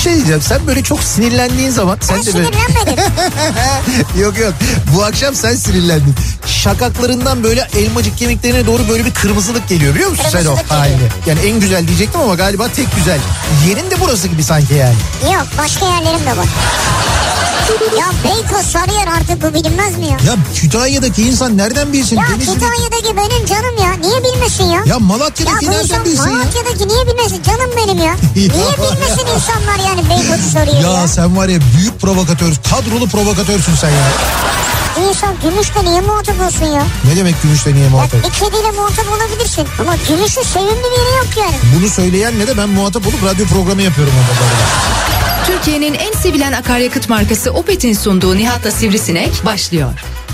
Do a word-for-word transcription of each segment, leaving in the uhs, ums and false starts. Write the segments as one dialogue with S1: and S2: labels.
S1: şey diyeceğim. Sen böyle çok sinirlendiğin zaman...
S2: Ben
S1: sen de böyle...
S2: sinirlenmedim.
S1: Yok yok. Bu akşam sen sinirlendin. Şakaklarından böyle elmacık kemiklerine doğru böyle bir kırmızılık geliyor, biliyor musun sen o halini? Yani en güzel diyecektim ama galiba tek güzel. Yerin de burası gibi sanki yani.
S2: Yok, başka yerlerim de var. Ya Beykoz, Sarıyer, artık bu bilinmez mi ya?
S1: Ya Kütahya'daki insan nereden bilsin?
S2: Ya
S1: Denizli...
S2: Kütahya'daki benim canım ya. Niye bilmesin ya?
S1: Ya Malatya'daki
S2: ya
S1: nereden bilsin ya?
S2: Malatya'daki niye bilmesin? Canım benim ya. Niye bilmesin insanlar yani Beykoz'u soruyor ya?
S1: Ya sen var ya büyük provokatör, kadrolu provokatörsün sen ya.
S2: İnsan Gümüş'te niye muhatap olsun ya?
S1: Ne demek Gümüş'te niye muhatap?
S2: Ya bir kediyle muhatap olabilirsin. Ama Gümüş'ün sevimli bir yeri yok yani.
S1: Bunu söyleyenle de ben muhatap olup radyo programı yapıyorum orada.
S3: Türkiye'nin en sevilen akaryakıt markası Opet'in sunduğu Nihat'la Sivrisinek başlıyor.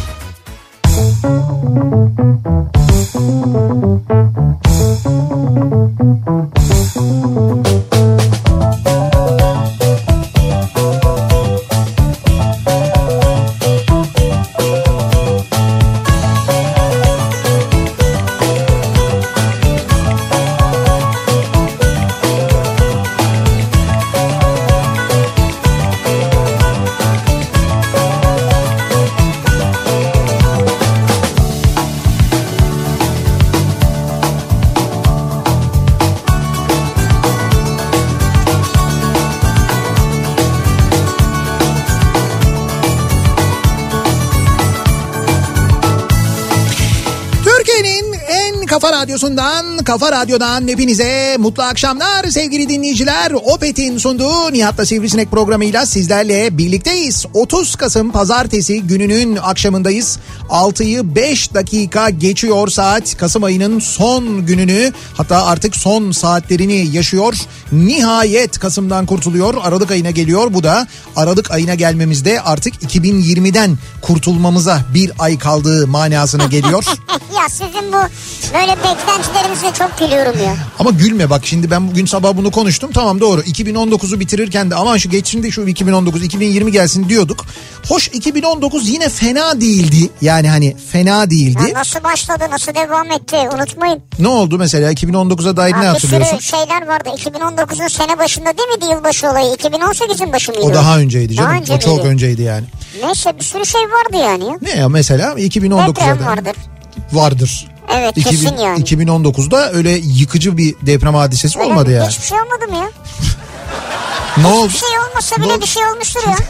S1: Kafa Radyosu'ndan, Kafa Radyo'dan hepinize mutlu akşamlar sevgili dinleyiciler. Opet'in sunduğu Nihat'la Sivrisinek programıyla sizlerle birlikteyiz. otuz Kasım Pazartesi gününün akşamındayız. altıyı beş dakika geçiyor saat. Kasım ayının son gününü, hatta artık son saatlerini yaşıyor. Nihayet Kasım'dan kurtuluyor. Aralık ayına geliyor. Bu da Aralık ayına gelmemizde artık iki bin yirmiden kurtulmamıza bir ay kaldığı manasına geliyor.
S2: Ya sizin bu böyle beklentilerinize çok gülüyorum ya.
S1: Ama gülme bak, şimdi ben bugün sabah bunu konuştum. Tamam, doğru, iki bin on dokuzu bitirirken de aman şu geçsin de şu iki bin on dokuz iki bin yirmi gelsin diyorduk. Hoş, iki bin on dokuz yine fena değildi. Yani hani fena değildi.
S2: Ya nasıl başladı, nasıl devam etti unutmayın.
S1: Ne oldu mesela iki bin on dokuza dair,
S2: ha,
S1: ne hatırlıyorsun?
S2: Bir sürü şeyler vardı. iki bin on dokuzun sene başında değil miydi yılbaşı olayı? iki bin on sekizin başı mıydı?
S1: O daha önceydi canım.
S2: Daha önce
S1: o çok
S2: miydi?
S1: önceydi yani.
S2: Neyse, bir sürü şey vardı yani.
S1: Ne ya mesela iki bin on dokuzda
S2: deprem vardır.
S1: Vardır.
S2: Evet,
S1: iki bin,
S2: kesin yani.
S1: iki bin on dokuzda öyle yıkıcı bir deprem hadisesi öyle olmadı yani.
S2: Hiçbir şey olmadı mı ya?
S1: Ne oldu?
S2: Hiçbir şey olmasa bile
S1: ne
S2: bir şey olmuştur ya.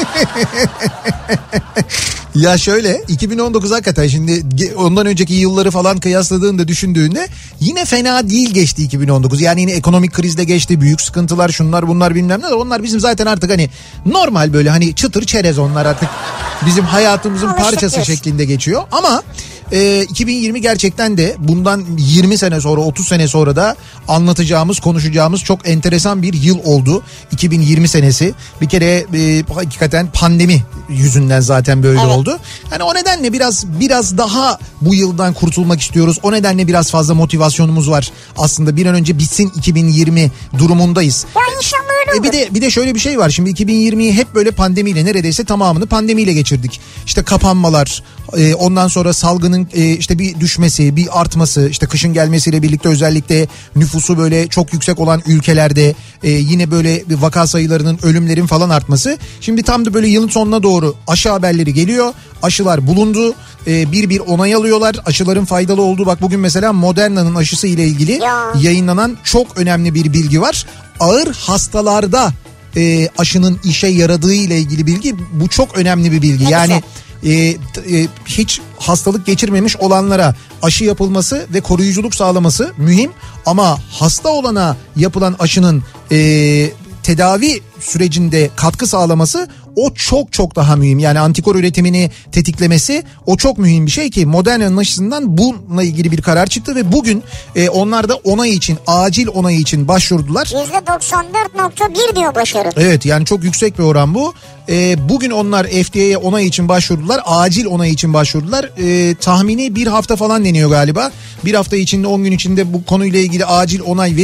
S1: Ya şöyle, iki bin on dokuz hakikaten şimdi ondan önceki yılları falan kıyasladığında, düşündüğünde yine fena değil geçti iki bin on dokuz. Yani yine ekonomik krizde geçti, büyük sıkıntılar, şunlar bunlar bilmem ne, onlar bizim zaten artık hani normal, böyle hani çıtır çerez, onlar artık bizim hayatımızın
S2: Alışık
S1: parçası
S2: diyorsun.
S1: şeklinde geçiyor. Ama e, iki bin yirmi gerçekten de bundan yirmi sene sonra, otuz sene sonra da anlatacağımız, konuşacağımız çok enteresan bir yıl oldu. iki bin yirmi senesi bir kere e, hakikaten pandemi yüzünden zaten böyle
S2: evet.
S1: oldu. Hani o nedenle biraz biraz daha bu yıldan kurtulmak istiyoruz. O nedenle biraz fazla motivasyonumuz var. Aslında bir an önce bitsin iki bin yirmi durumundayız.
S2: Ya inşallah öyle olur.
S1: E bir de bir de şöyle bir şey var. Şimdi iki bin yirmiyi hep böyle pandemiyle, neredeyse tamamını pandemiyle geçirdik. İşte kapanmalar, e, ondan sonra salgının e, işte bir düşmesi, bir artması, işte kışın gelmesiyle birlikte özellikle nüfusu böyle çok yüksek olan ülkelerde e, yine böyle bir vaka sayılarının, ölümlerin falan artması. Şimdi tam da böyle yılın sonuna doğru aşı haberleri geliyor. Aşılar bulundu. E, bir bir onay alıyorlar. Aşıların faydalı olduğu, bak bugün mesela Moderna'nın aşısı ile ilgili
S2: ya.
S1: yayınlanan çok önemli bir bilgi var. Ağır hastalarda e, aşının işe yaradığı ile ilgili bilgi, bu çok önemli bir bilgi.
S2: Ne
S1: yani e, e, hiç hastalık geçirmemiş olanlara aşı yapılması ve koruyuculuk sağlaması mühim, ama hasta olana yapılan aşının e, tedavi sürecinde katkı sağlaması, o çok çok daha mühim. Yani antikor üretimini tetiklemesi, o çok mühim bir şey ki Moderna'nın aşısından bununla ilgili bir karar çıktı ve bugün e, onlar da onay için, acil onay için başvurdular.
S2: yüzde doksan dört nokta bir diyor başarı.
S1: Evet, yani çok yüksek bir oran bu. E, bugün onlar F D A'ya onay için başvurdular, acil onay için başvurdular. E, tahmini bir hafta falan deniyor galiba. Bir hafta içinde, on gün içinde bu konuyla ilgili acil onay verilir.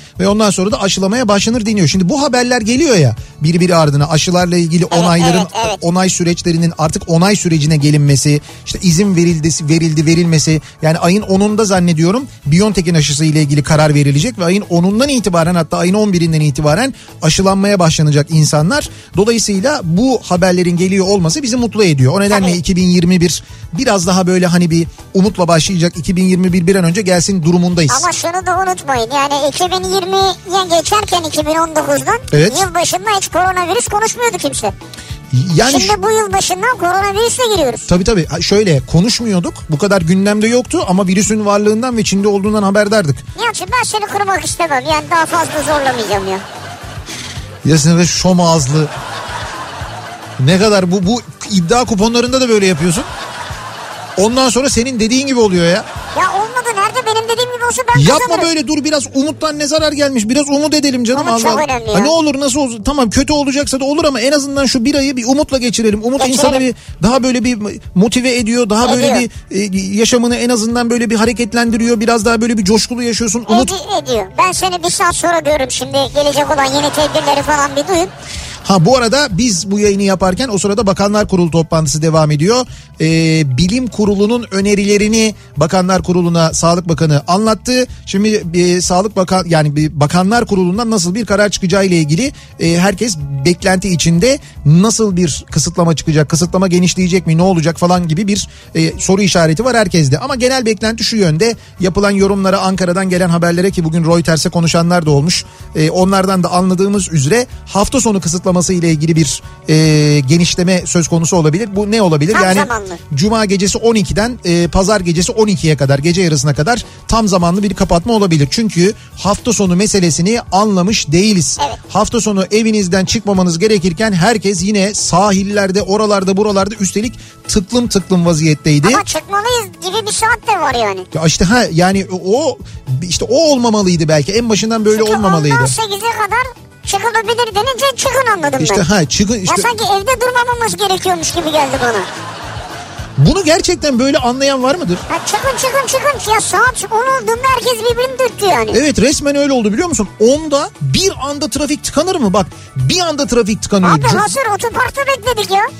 S1: ve ondan sonra da aşılamaya başlanır deniyor. Şimdi bu haberler geliyor ya birbiri ardına, aşılarla ilgili
S2: evet,
S1: onayların
S2: evet, evet.
S1: onay süreçlerinin artık onay sürecine gelinmesi, işte izin verildi verildi verilmesi, yani ayın onunda zannediyorum BioNTech'in aşısı ile ilgili karar verilecek ve ayın onundan itibaren, hatta ayın on birinden itibaren aşılanmaya başlanacak insanlar. Dolayısıyla bu haberlerin geliyor olması bizi mutlu ediyor. O nedenle
S2: Tabii.
S1: iki bin yirmi bir biraz daha böyle hani bir umutla başlayacak, iki bin yirmi bir bir an önce gelsin durumundayız.
S2: Ama şunu da unutmayın, yani iki bin yirmiye geçerken iki bin on dokuzdan
S1: evet.
S2: yılbaşında hiç koronavirüs konuşmuyordu kimse.
S1: Yani
S2: şimdi bu yılbaşından koronavirüsle giriyoruz.
S1: Tabii tabii, şöyle konuşmuyorduk, bu kadar gündemde yoktu ama virüsün varlığından ve Çin'de olduğundan haberdardık.
S2: Nihat'cığım ben seni kırmak istemem, yani daha fazla zorlamayacağım ya.
S1: Ya sen de şom ağızlı. Ne kadar bu bu iddia kuponlarında da böyle yapıyorsun. Ondan sonra senin dediğin gibi oluyor ya.
S2: Ya olmadı, nerede benim dediğim gibi olsa ben
S1: Yapma
S2: kazanırım.
S1: böyle, dur biraz umuttan ne zarar gelmiş, biraz umut edelim canım.
S2: Umut
S1: Allah
S2: çok
S1: Allah.
S2: önemli ya.
S1: Ha, ne olur nasıl olsun, tamam kötü olacaksa da olur ama en azından şu bir ayı bir umutla geçirelim. Umut
S2: Geçirelim.
S1: insanı bir daha böyle bir motive ediyor, daha
S2: Ediyor.
S1: böyle bir e, yaşamını en azından böyle bir hareketlendiriyor, biraz daha böyle bir coşkulu yaşıyorsun. Umut...
S2: Edi, ediyor. Ben seni bir saat sonra görürüm şimdi, gelecek olan yeni tedbirleri falan bir duyun.
S1: Ha bu arada biz bu yayını yaparken o sırada Bakanlar Kurulu toplantısı devam ediyor. Ee, Bilim Kurulu'nun önerilerini Bakanlar Kurulu'na Sağlık Bakanı anlattı. Şimdi e, Sağlık Bakan yani bir Bakanlar Kurulu'ndan nasıl bir karar çıkacağı ile ilgili e, herkes beklenti içinde, nasıl bir kısıtlama çıkacak, kısıtlama genişleyecek mi, ne olacak falan gibi bir e, soru işareti var herkeste. Ama genel beklenti şu yönde: yapılan yorumlara, Ankara'dan gelen haberlere, ki bugün Reuters'e konuşanlar da olmuş. E, onlardan da anladığımız üzere hafta sonu kısıtlaması ile ilgili bir e, genişleme söz konusu olabilir. Bu ne olabilir?
S2: Tam
S1: yani
S2: zamanlı.
S1: Cuma gecesi on ikiden e, pazar gecesi on ikiye kadar, gece yarısına kadar tam zamanlı bir kapatma olabilir. Çünkü hafta sonu meselesini anlamış değiliz.
S2: Evet.
S1: Hafta sonu evinizden çıkmamanız gerekirken herkes yine sahillerde, oralarda, buralarda, üstelik tıklım tıklım vaziyetteydi.
S2: Ama çıkmalıyız gibi bir saat de var yani.
S1: Ya işte ha yani o işte o olmamalıydı belki. En başından böyle
S2: Çünkü
S1: olmamalıydı.
S2: ondan sekize kadar çıkılabilir denince çıkın anladım
S1: İşte
S2: ben.
S1: ha çıkın işte.
S2: Ya sanki evde durmamamız gerekiyormuş gibi geldi bana.
S1: Bunu gerçekten böyle anlayan var mıdır?
S2: Ya çıkın çıkın çıkın. Ya saat on olduğunda herkes birbirini dürttü yani.
S1: Evet, resmen öyle oldu biliyor musun? onda bir anda trafik tıkanır mı? Bak bir anda trafik tıkanıyor.
S2: Abi hazır otoparkta bekledik ya.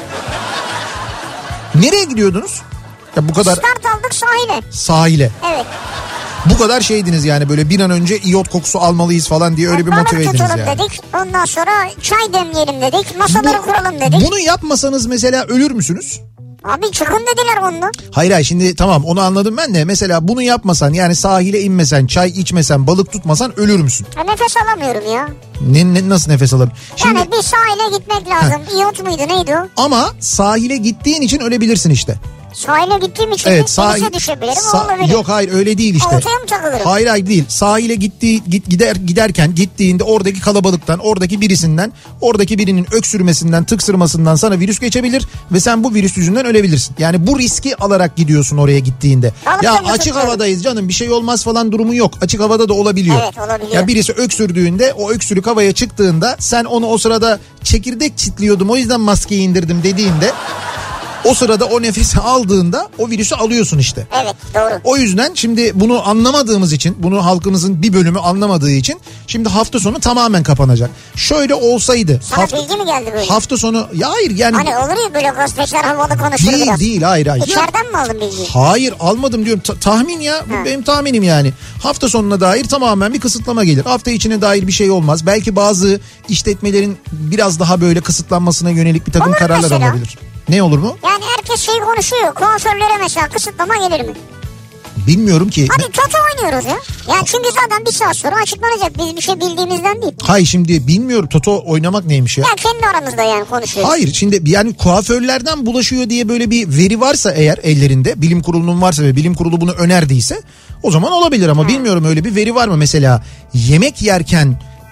S1: Nereye gidiyordunuz? Ya bu kadar
S2: Start aldık sahile.
S1: sahile.
S2: Evet.
S1: Bu kadar şeydiniz yani, böyle bir an önce iyot kokusu almalıyız falan diye öyle bir
S2: Balık
S1: motiveydiniz
S2: tutalım
S1: yani.
S2: dedik. Ondan sonra çay demleyelim dedik. Masaları
S1: Bu-
S2: kuralım dedik.
S1: Bunu yapmasanız mesela ölür müsünüz?
S2: Abi çıkın dediler onunla.
S1: Hayır hayır, şimdi tamam onu anladım ben de, mesela bunu yapmasan, yani sahile inmesen, çay içmesen, balık tutmasan ölür müsün?
S2: Ya nefes alamıyorum ya.
S1: Ne, ne nasıl nefes alalım? Şimdi,
S2: Yani bir sahile gitmek lazım. İyot muydu neydi o?
S1: ama sahile gittiğin için ölebilirsin işte.
S2: Sahile gittiğim için
S1: Evet,
S2: evet,
S1: sahil
S2: denize düşebilirim.
S1: sa-
S2: olabilir.
S1: yok hayır öyle değil işte.
S2: Oltaya mı takılırım?
S1: Hayır hayır değil. Sahile gittiği git gider giderken gittiğinde oradaki kalabalıktan, oradaki birisinden, oradaki birinin öksürmesinden, tıksırmasından sana virüs geçebilir ve sen bu virüs yüzünden ölebilirsin. Yani bu riski alarak gidiyorsun oraya gittiğinde.
S2: Balık
S1: ya
S2: da mı
S1: açık
S2: tutuyorum?
S1: havadayız canım, bir şey olmaz falan durumu yok. Açık havada da olabiliyor.
S2: Evet, olabiliyor.
S1: Ya birisi öksürdüğünde, o öksürük havaya çıktığında, sen onu o sırada çekirdek çitliyordum o yüzden maskeyi indirdim dediğinde, o sırada o nefesi aldığında o virüsü alıyorsun işte.
S2: Evet doğru.
S1: O yüzden şimdi bunu anlamadığımız için, bunu halkımızın bir bölümü anlamadığı için şimdi hafta sonu tamamen kapanacak. Şöyle olsaydı.
S2: Sana
S1: hafta,
S2: bilgi mi geldi böyle?
S1: hafta sonu ya hayır yani.
S2: Hani olur ya böyle gazeteciler havalı konuşur
S1: değil
S2: biraz.
S1: değil hayır hayır.
S2: İçeriden mi aldın bilgiyi?
S1: Hayır almadım diyorum. Ta- tahmin ya. Bu
S2: Ha.
S1: benim tahminim yani. Hafta sonuna dair tamamen bir kısıtlama gelir. Hafta içine dair bir şey olmaz. Belki bazı işletmelerin biraz daha böyle kısıtlanmasına yönelik bir takım
S2: Olur
S1: kararlar
S2: mesela.
S1: alınabilir. Ne olur mu?
S2: Yani herkes şey konuşuyor. Kuaförlere mesela kısıtlama gelir mi?
S1: Bilmiyorum ki.
S2: Hadi toto oynuyoruz ya. Yani çünkü zaten bir saat sonra açıklanacak. Biz bir şey bildiğimizden değil.
S1: Hayır şimdi bilmiyorum, toto oynamak neymiş ya?
S2: Ya kendi aramızda yani konuşuyoruz.
S1: Hayır şimdi yani kuaförlerden bulaşıyor diye böyle bir veri varsa eğer ellerinde, bilim kurulunun varsa ve bilim kurulu bunu önerdiyse o zaman olabilir ama bilmiyorum öyle bir veri var mı? Mesela yemek yerken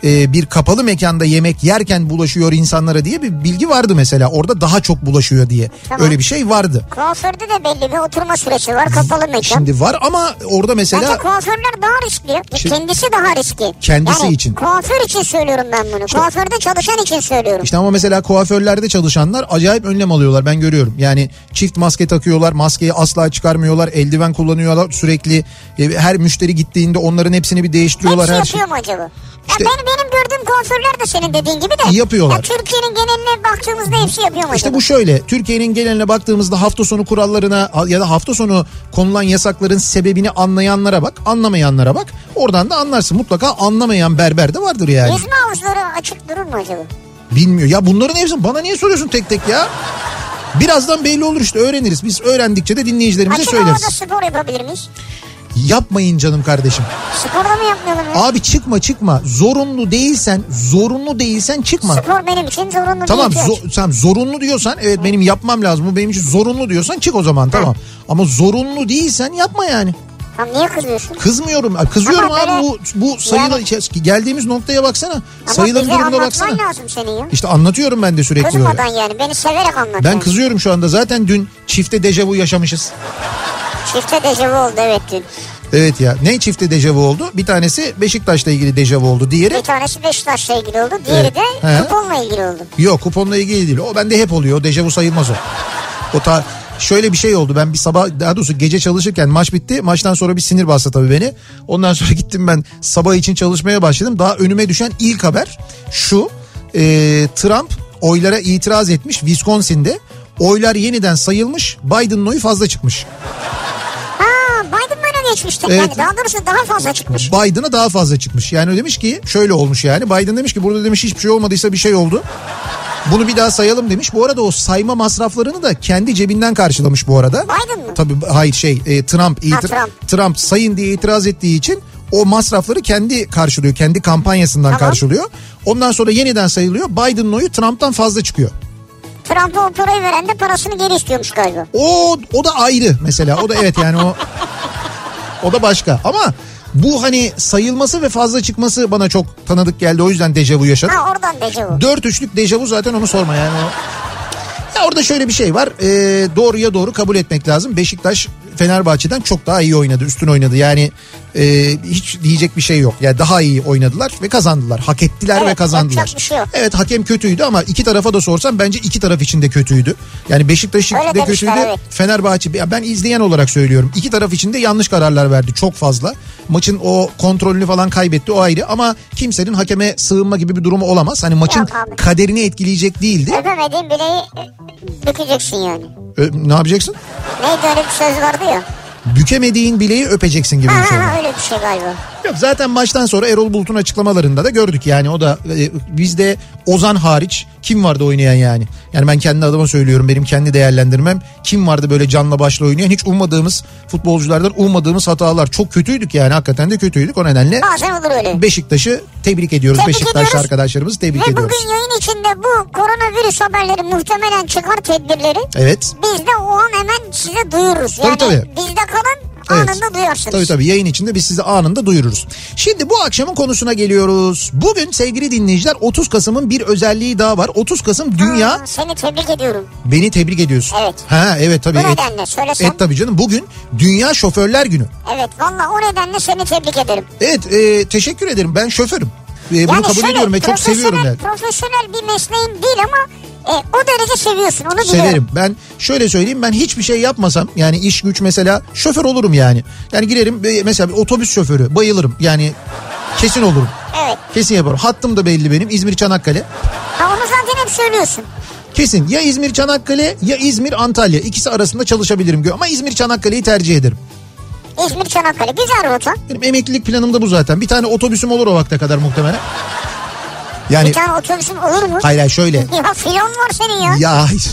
S1: e, bir kapalı mekanda yemek yerken bulaşıyor insanlara diye bir bilgi vardı mesela. Orada daha çok bulaşıyor diye. Tamam. Öyle bir şey vardı.
S2: Kuaförde de belli bir oturma süresi var, kapalı mekan.
S1: Şimdi var ama orada mesela...
S2: Bence kuaförler daha riskli. Şimdi, kendisi daha riskli.
S1: Kendisi
S2: yani,
S1: için.
S2: Kuaför için söylüyorum ben bunu. İşte, kuaförde çalışan için söylüyorum.
S1: İşte ama mesela kuaförlerde çalışanlar acayip önlem alıyorlar, ben görüyorum. Yani çift maske takıyorlar, maskeyi asla çıkarmıyorlar, eldiven kullanıyorlar sürekli. Her müşteri gittiğinde onların hepsini bir değiştiriyorlar.
S2: Hepsi
S1: her
S2: yapıyor
S1: şey.
S2: mu acaba?
S1: İşte,
S2: ya benim, benim gördüğüm kuaförler de senin dediğin gibi de.
S1: Yapıyorlar.
S2: Ya Türkiye'nin geneline baktığımızda hepsi yapıyor mu
S1: İşte
S2: acaba?
S1: bu şöyle, Türkiye'nin geneline baktığımızda hafta sonu kurallarına ya da hafta sonu konulan yasakların sebebini anlayanlara bak, anlamayanlara bak. Oradan da anlarsın. Mutlaka anlamayan berber de vardır yani.
S2: Yüzme havuzları açık durur mu acaba?
S1: Bilmiyor. Ya bunların hepsini bana niye soruyorsun tek tek ya? Birazdan belli olur işte, öğreniriz. Biz öğrendikçe de dinleyicilerimize
S2: açık
S1: söyleriz.
S2: Açık havada spor yapabilir miyiz?
S1: Yapmayın canım kardeşim.
S2: Sporda mı yapmayalım ya?
S1: Abi çıkma çıkma. Zorunlu değilsen, zorunlu değilsen çıkma.
S2: Spor benim için zorunlu
S1: tamam,
S2: değil.
S1: Tamam zo- zorunlu diyorsan, evet benim yapmam lazım, bu benim için zorunlu diyorsan çık o zaman, tamam. Ha. Ama zorunlu değilsen yapma yani.
S2: Tamam, niye kızıyorsun?
S1: Kızmıyorum. Kızıyorum
S2: ama
S1: abi, bu bu sayılı yani, geldiğimiz noktaya baksana. Ama sayılı bir durumda baksana.
S2: Ama lazım senin ya.
S1: İşte anlatıyorum ben de sürekli.
S2: Kızmadan
S1: böyle.
S2: yani, beni severek anlat.
S1: Ben
S2: yani.
S1: kızıyorum şu anda. Zaten dün çifte dejavu yaşamışız.
S2: Çifte dejavu oldu evet dün.
S1: Evet ya, ne çifte dejavu oldu? Bir tanesi Beşiktaş'la ilgili dejavu oldu. Diğeri?
S2: Bir tanesi Beşiktaş'la ilgili oldu. Diğeri evet. de He. kuponla ilgili oldu.
S1: Yok, kuponla ilgili değil. O bende hep oluyor. O dejavu sayılmaz o. O ta şöyle bir şey oldu. Ben bir sabah, daha doğrusu gece çalışırken maç bitti. Maçtan sonra bir sinir bastı tabii beni. Ondan sonra gittim ben sabah için çalışmaya başladım. Daha önüme düşen ilk haber şu. E, Trump oylara itiraz etmiş Wisconsin'de. Oylar yeniden sayılmış. Biden'ın oyu fazla çıkmış.
S2: Biden böyle geçmişti.
S1: Evet.
S2: Yani daha doğrusu daha fazla çıkmış.
S1: Biden'a daha fazla çıkmış. Yani demiş ki şöyle olmuş yani. Biden demiş ki burada demiş hiçbir şey olmadıysa bir şey oldu. Bunu bir daha sayalım demiş. Bu arada o sayma masraflarını da kendi cebinden karşılamış bu arada.
S2: Biden mı?
S1: Tabii hayır şey e, Trump,
S2: ha,
S1: iti-
S2: Trump.
S1: Trump sayın diye itiraz ettiği için o masrafları kendi karşılıyor. Kendi kampanyasından tamam. karşılıyor. Ondan sonra yeniden sayılıyor. Biden'ın oyu Trump'tan fazla çıkıyor.
S2: Trump'a o parayı veren de parasını geri istiyormuş galiba.
S1: O o da ayrı mesela. O da evet yani o o da başka. Ama bu hani sayılması ve fazla çıkması bana çok tanıdık geldi. O yüzden dejavu yaşadım.
S2: Ha, oradan dejavu.
S1: Dört üçlük dejavu zaten, onu sorma yani. O... Ya orada şöyle bir şey var. Ee, doğruya doğru kabul etmek lazım. Beşiktaş Fenerbahçe'den çok daha iyi oynadı. Üstün oynadı. Yani e, hiç diyecek bir şey yok. Yani daha iyi oynadılar ve kazandılar. Hak ettiler evet, ve kazandılar.
S2: Şey
S1: evet, hakem kötüydü ama iki tarafa da sorsam bence iki taraf için de kötüydü. Yani Beşiktaş için de kötüydü. Evet. Fenerbahçe, ben izleyen olarak söylüyorum. İki taraf için de yanlış kararlar verdi çok fazla. Maçın o kontrolünü falan kaybetti, o ayrı, ama kimsenin hakeme sığınma gibi bir durumu olamaz. Hani maçın kaderini etkileyecek değildi.
S2: Öpemediğin bileği bükeceksin yani.
S1: Ö, ne yapacaksın?
S2: Neydi, öyle bir söz vardı ya.
S1: Bükemediğin bileği öpeceksin gibi bir şey.
S2: Ha, öyle bir şey galiba.
S1: Yok, zaten maçtan sonra Erol Bulut'un açıklamalarında da gördük yani, o da e, bizde Ozan hariç kim vardı oynayan yani. Yani ben kendi adıma söylüyorum, benim kendi değerlendirmem, kim vardı böyle canla başla oynayan, hiç ummadığımız futbolculardan ummadığımız hatalar, çok kötüydük yani, hakikaten de kötüydük. O nedenle
S2: bazen olur öyle.
S1: Beşiktaş'ı tebrik ediyoruz. Tebrik Beşiktaşlı ediyoruz. Arkadaşlarımızı tebrik
S2: Ve
S1: ediyoruz.
S2: Ve bugün yayın içinde bu koronavirüs haberleri muhtemelen çıkar, tedbirleri.
S1: Evet.
S2: Biz de o an hemen size duyururuz.
S1: Tabii,
S2: yani
S1: tabii.
S2: bizde kalın.
S1: Evet.
S2: Anında duyarsınız.
S1: Tabii tabii, yayın içinde biz size anında duyururuz. Şimdi bu akşamın konusuna geliyoruz. Bugün sevgili dinleyiciler, otuz Kasım'ın bir özelliği daha var. otuz Kasım Dünya...
S2: Ha, seni tebrik ediyorum.
S1: Beni tebrik ediyorsun.
S2: Evet.
S1: Ha evet tabii.
S2: Bu nedenle söylesem.
S1: Evet tabii canım, bugün Dünya Şoförler Günü.
S2: Evet, valla o nedenle seni tebrik ederim.
S1: Evet, e, teşekkür ederim, ben şoförüm. E, bunu
S2: yani
S1: kabul
S2: şöyle,
S1: ediyorum ve çok seviyorum yani.
S2: Profesyonel bir mesleğin değil ama e, o derece seviyorsun, onu biliyorum.
S1: Severim. Ben şöyle söyleyeyim, ben hiçbir şey yapmasam yani, iş güç mesela, şoför olurum yani. Yani girerim mesela bir otobüs şoförü, bayılırım yani, kesin olurum.
S2: Evet.
S1: Kesin yaparım. Hattım da belli benim, İzmir Çanakkale.
S2: Ha, onu zaten hep söylüyorsun.
S1: Kesin ya İzmir Çanakkale ya İzmir Antalya, ikisi arasında çalışabilirim ama İzmir Çanakkale'yi tercih ederim.
S2: İzmir Çanakkale güzel rota.
S1: Benim emeklilik planım da bu zaten. Bir tane otobüsüm olur o vakte kadar muhtemelen. Yani,
S2: bir tane otobüsün olur mu?
S1: Hayır hayır şöyle.
S2: Ya filon var senin ya.
S1: Ya hayır.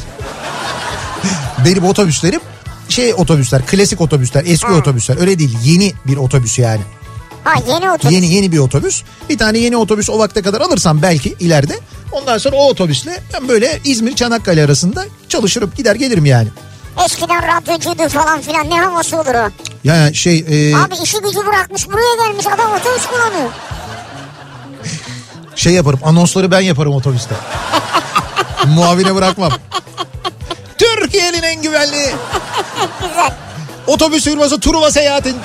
S1: Benim otobüslerim şey otobüsler, klasik otobüsler, eski ha. otobüsler, öyle değil, yeni bir otobüs yani.
S2: Ha, yeni otobüs.
S1: Yeni yeni bir otobüs. Bir tane yeni otobüs o vakte kadar alırsam belki ileride. Ondan sonra o otobüsle ben böyle İzmir Çanakkale arasında çalışırım, gider gelirim yani.
S2: Eskiden radyocuydu falan filan, ne havası olur o.
S1: Ya şey. E...
S2: Abi işi gücü bırakmış buraya gelmiş adam, otobüs kullanıyor.
S1: Şey yaparım, anonsları ben yaparım otobüste. Muavine bırakmam. Türkiye'nin en güvenli
S2: Güzel.
S1: otobüs firması Truva Seyahat'in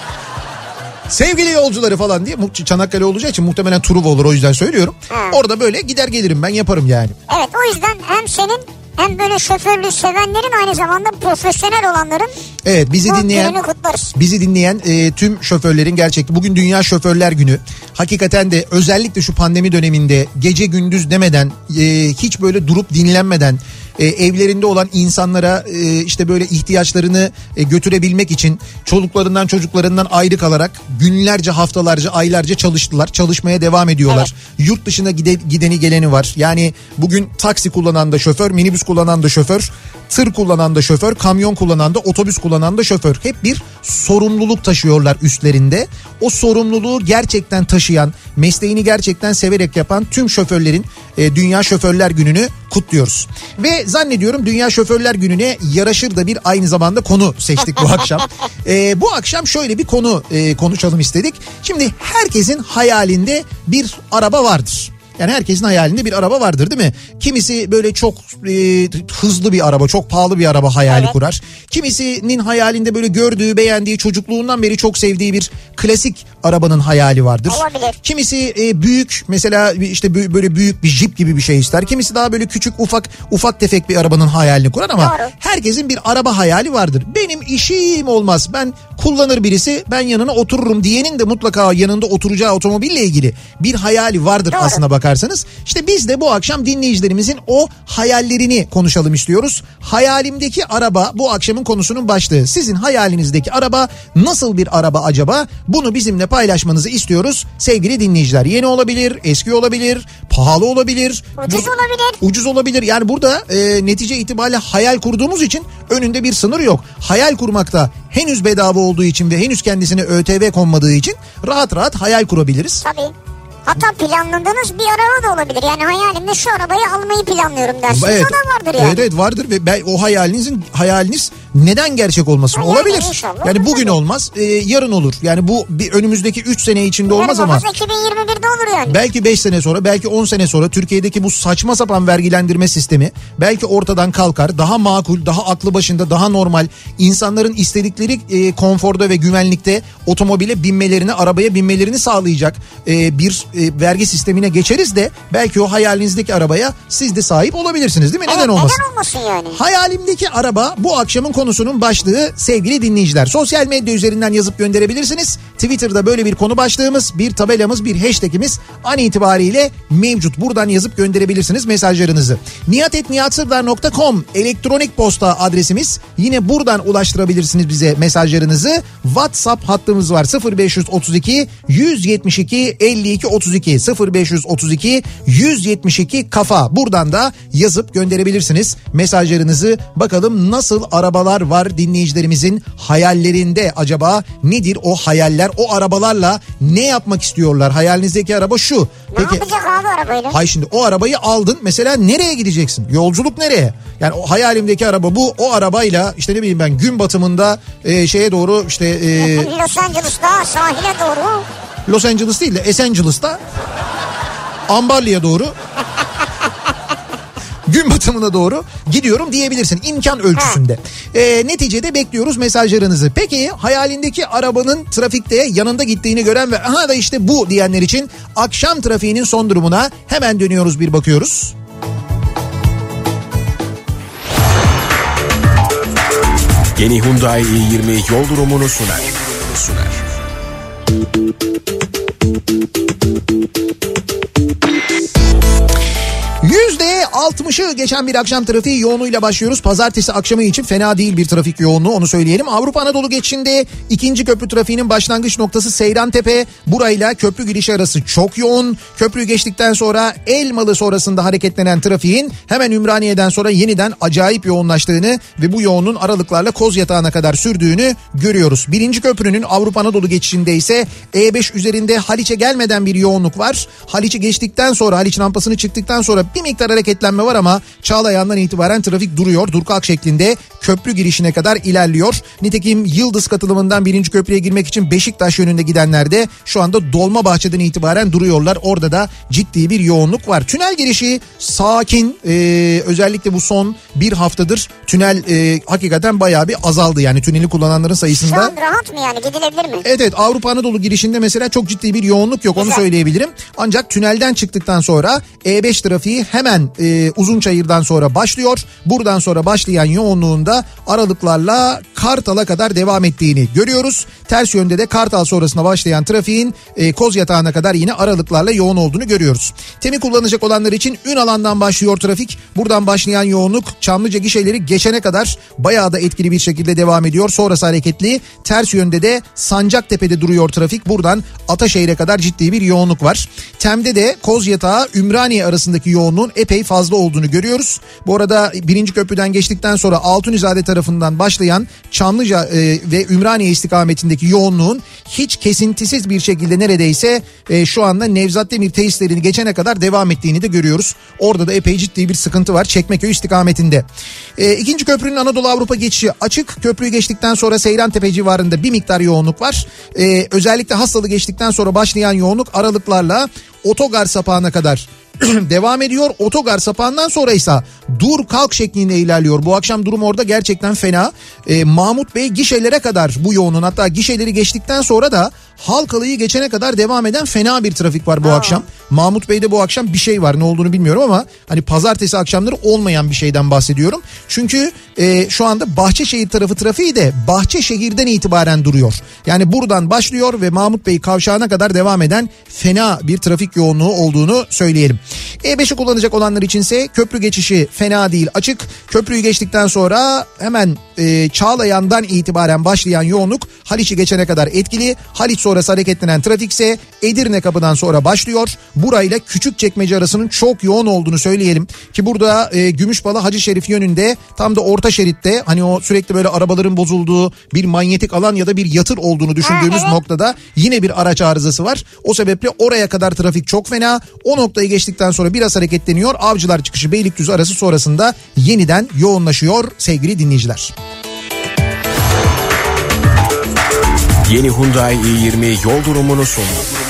S1: sevgili yolcuları falan diye. Çanakkale olacağı için muhtemelen Truva olur, o yüzden söylüyorum. Ha. Orada böyle gider gelirim, ben yaparım yani.
S2: Evet, o yüzden hem senin hem böyle şoförlüğü sevenlerin, aynı zamanda profesyonel olanların,
S1: evet, bizi dinleyen bizi dinleyen e, tüm şoförlerin, gerçekten bugün Dünya Şoförler Günü. Hakikaten de özellikle şu pandemi döneminde gece gündüz demeden, e, hiç böyle durup dinlenmeden e, evlerinde olan insanlara e, işte böyle ihtiyaçlarını e, götürebilmek için çoluklarından çocuklarından ayrı kalarak günlerce, haftalarca, aylarca çalıştılar. Çalışmaya devam ediyorlar. Evet. Yurt dışına gide, gideni geleni var. Yani bugün taksi kullanan da şoför, minibüs kullanan da şoför, tır kullanan da şoför, kamyon kullanan da, otobüs kullanan da şoför. Hep bir sorumluluk taşıyorlar üstlerinde. O sorumluluğu gerçekten taşıyan, mesleğini gerçekten severek yapan tüm şoförlerin e, Dünya Şoförler Günü'nü kutluyoruz. Ve zannediyorum Dünya Şoförler Günü'ne yaraşır da bir aynı zamanda konu seçtik bu akşam. E, bu akşam şöyle bir konu e, konuşalım istedik. Şimdi herkesin hayalinde bir araba vardır. Yani herkesin hayalinde bir araba vardır, değil mi? Kimisi böyle çok e, hızlı bir araba, çok pahalı bir araba hayali evet. kurar. Kimisinin hayalinde böyle gördüğü, beğendiği, çocukluğundan beri çok sevdiği bir klasik arabanın hayali vardır.
S2: Olabilir.
S1: Kimisi e, büyük, mesela işte böyle büyük bir jip gibi bir şey ister. Kimisi daha böyle küçük, ufak ufak tefek bir arabanın hayalini kurar ama doğru. Herkesin bir araba hayali vardır. Benim işim olmaz, ben kullanır birisi, ben yanına otururum diyenin de mutlaka yanında oturacağı otomobille ilgili bir hayali vardır. Doğru. Aslına bakarsanız. İşte biz de bu akşam dinleyicilerimizin o hayallerini konuşalım istiyoruz. Hayalimdeki araba bu akşamın konusunun başlığı. Sizin hayalinizdeki araba nasıl bir araba acaba? Bunu bizimle paylaşmanızı istiyoruz sevgili dinleyiciler. Yeni olabilir, eski olabilir, pahalı olabilir.
S2: Ucuz bu, olabilir.
S1: Ucuz olabilir. Yani burada e, netice itibariyle hayal kurduğumuz için önünde bir sınır yok. Hayal kurmakta henüz bedava olduğu için ve henüz kendisine ÖTV konmadığı için rahat rahat hayal kurabiliriz.
S2: Tabii. Hatta planladığınız bir araba da olabilir. Yani hayalimde şu arabayı almayı planlıyorum dersiniz. Evet, o da vardır yani.
S1: Evet evet vardır ve ben, o hayalinizin hayaliniz neden gerçek olmasın? Yani olabilir. İnşallah. Yani bugün olmaz, e, yarın olur. Yani bu bir önümüzdeki üç sene içinde yarın olmaz ama.
S2: iki bin yirmi birde olur yani.
S1: Belki beş sene sonra, belki on sene sonra Türkiye'deki bu saçma sapan vergilendirme sistemi belki ortadan kalkar. Daha makul, daha aklı başında, daha normal, insanların istedikleri e, konforda ve güvenlikte otomobile binmelerini, arabaya binmelerini sağlayacak e, bir e, vergi sistemine geçeriz de belki o hayalinizdeki arabaya siz de sahip olabilirsiniz, değil mi?
S2: Evet,
S1: neden olmasın?
S2: Neden olmasın yani?
S1: Hayalimdeki araba bu akşamın konusunun başlığı sevgili dinleyiciler. Sosyal medya üzerinden yazıp gönderebilirsiniz. Twitter'da böyle bir konu başlığımız, bir tabelamız, bir hashtagimiz an itibariyle mevcut. Buradan yazıp gönderebilirsiniz mesajlarınızı. nihat et nihat sırdar nokta com elektronik posta adresimiz. Yine buradan ulaştırabilirsiniz bize mesajlarınızı. WhatsApp hattımız var sıfır beş otuz iki yüz yetmiş iki elli iki otuz iki sıfır beş otuz iki yüz yetmiş iki kafa. Buradan da yazıp gönderebilirsiniz mesajlarınızı. Bakalım nasıl arabalar var dinleyicilerimizin hayallerinde, acaba nedir o hayaller? O arabalarla ne yapmak istiyorlar? Hayalinizdeki araba şu.
S2: Ne Peki, yapacak abi arabayla?
S1: Hayır, şimdi o arabayı aldın mesela, nereye gideceksin? Yolculuk nereye? Yani o hayalimdeki araba bu. O arabayla işte ne bileyim ben gün batımında e, şeye doğru işte. E,
S2: Los Angeles'ta sahile doğru.
S1: Los Angeles değil de Los Angeles'ta Ambarlı'ya doğru gün batımına doğru gidiyorum diyebilirsin imkan ölçüsünde. E, neticede bekliyoruz mesajlarınızı. Peki hayalindeki arabanın trafikte yanında gittiğini gören ve aha da işte bu diyenler için akşam trafiğinin son durumuna hemen dönüyoruz, bir bakıyoruz.
S4: Yeni Hyundai i yirmi yol durumunu sunar. sunar.
S1: yüzde altmışı geçen bir akşam trafiği yoğunluğuyla başlıyoruz. Pazartesi akşamı için fena değil bir trafik yoğunluğu, onu söyleyelim. Avrupa Anadolu geçişinde ikinci köprü trafiğinin başlangıç noktası Seyrantepe. Burayla köprü girişi arası çok yoğun. Köprü geçtikten sonra Elmalı sonrasında hareketlenen trafiğin hemen Ümraniye'den sonra yeniden acayip yoğunlaştığını ve bu yoğunluğun aralıklarla Kozyatağı'na kadar sürdüğünü görüyoruz. Birinci köprünün Avrupa Anadolu geçişinde ise E beş üzerinde Haliç'e gelmeden bir yoğunluk var. Haliç'i geçtikten sonra, Haliç rampasını çıktıktan sonra bir miktar hareketlenme var ama Çağlayan'dan itibaren trafik duruyor. Durkak şeklinde köprü girişine kadar ilerliyor. Nitekim Yıldız katılımından birinci köprüye girmek için Beşiktaş yönünde gidenler de şu anda Dolmabahçe'den itibaren duruyorlar. Orada da ciddi bir yoğunluk var. Tünel girişi sakin. Ee, özellikle bu son bir haftadır tünel e, hakikaten bayağı bir azaldı. Yani tüneli kullananların sayısında.
S2: Şu an rahat mı yani, gidilebilir mi?
S1: Evet evet, Avrupa Anadolu girişinde mesela çok ciddi bir yoğunluk yok. Güzel. Onu söyleyebilirim. Ancak tünelden çıktıktan sonra E beş trafiği hemen e, Uzunçayır'dan sonra başlıyor. Buradan sonra başlayan yoğunluğunda aralıklarla Kartal'a kadar devam ettiğini görüyoruz. Ters yönde de Kartal sonrasında başlayan trafiğin e, Kozyatağı'na kadar yine aralıklarla yoğun olduğunu görüyoruz. TEM'i kullanacak olanlar için Ünalan'dan başlıyor trafik. Buradan başlayan yoğunluk Çamlıca gişeleri geçene kadar bayağı da etkili bir şekilde devam ediyor. Sonrası hareketli. Ters yönde de Sancaktepe'de duruyor trafik. Buradan Ataşehir'e kadar ciddi bir yoğunluk var. TEM'de de Kozyatağı Ümraniye arasındaki yoğunluğun epey fazla olduğunu görüyoruz. Bu arada birinci köprüden geçtikten sonra Altunizade tarafından başlayan Çamlıca e, ve Ümraniye istikametindeki yoğunluğun hiç kesintisiz bir şekilde neredeyse e, şu anda Nevzat Demir tesislerini geçene kadar devam ettiğini de görüyoruz. Orada da epey ciddi bir sıkıntı var Çekmeköy istikametinde. E, ikinci köprünün Anadolu Avrupa geçişi açık. Köprüyü geçtikten sonra Seyrantepe civarında bir miktar yoğunluk var. E, özellikle Hastalı geçtikten sonra başlayan yoğunluk aralıklarla Otogar sapağına kadar devam ediyor. Otogar sapağından sonra ise dur kalk şeklinde ilerliyor. Bu akşam durum orada gerçekten fena. Ee, Mahmut Bey gişelere kadar bu yoğunun, hatta gişeleri geçtikten sonra da Halkalı'yı geçene kadar devam eden fena bir trafik var bu Aa. akşam. Mahmut Bey'de bu akşam bir şey var, ne olduğunu bilmiyorum ama hani pazartesi akşamları olmayan bir şeyden bahsediyorum. Çünkü e, şu anda Bahçeşehir tarafı trafiği de Bahçeşehir'den itibaren duruyor. Yani buradan başlıyor ve Mahmut Bey kavşağına kadar devam eden fena bir trafik yoğunluğu olduğunu söyleyelim. E beşi kullanacak olanlar içinse köprü geçişi fena değil, açık. Köprüyü geçtikten sonra hemen e, Çağlayan'dan itibaren başlayan yoğunluk Haliç'i geçene kadar etkili. Haliç sonrası hareketlenen trafikse Edirne kapıdan sonra başlıyor. Burayla Küçükçekmece arasının çok yoğun olduğunu söyleyelim. Ki burada e, Gümüşbala Hacı Şerif yönünde tam da orta şeritte, hani o sürekli böyle arabaların bozulduğu bir manyetik alan ya da bir yatır olduğunu düşündüğümüz ha, evet. noktada yine bir araç arızası var. O sebeple oraya kadar trafik çok fena. O noktayı geçtikten sonra biraz hareketleniyor. Avcılar çıkışı Beylikdüzü arası sonrasında yeniden yoğunlaşıyor sevgili dinleyiciler.
S4: Yeni Hyundai i yirmi yol durumunu sunuyor.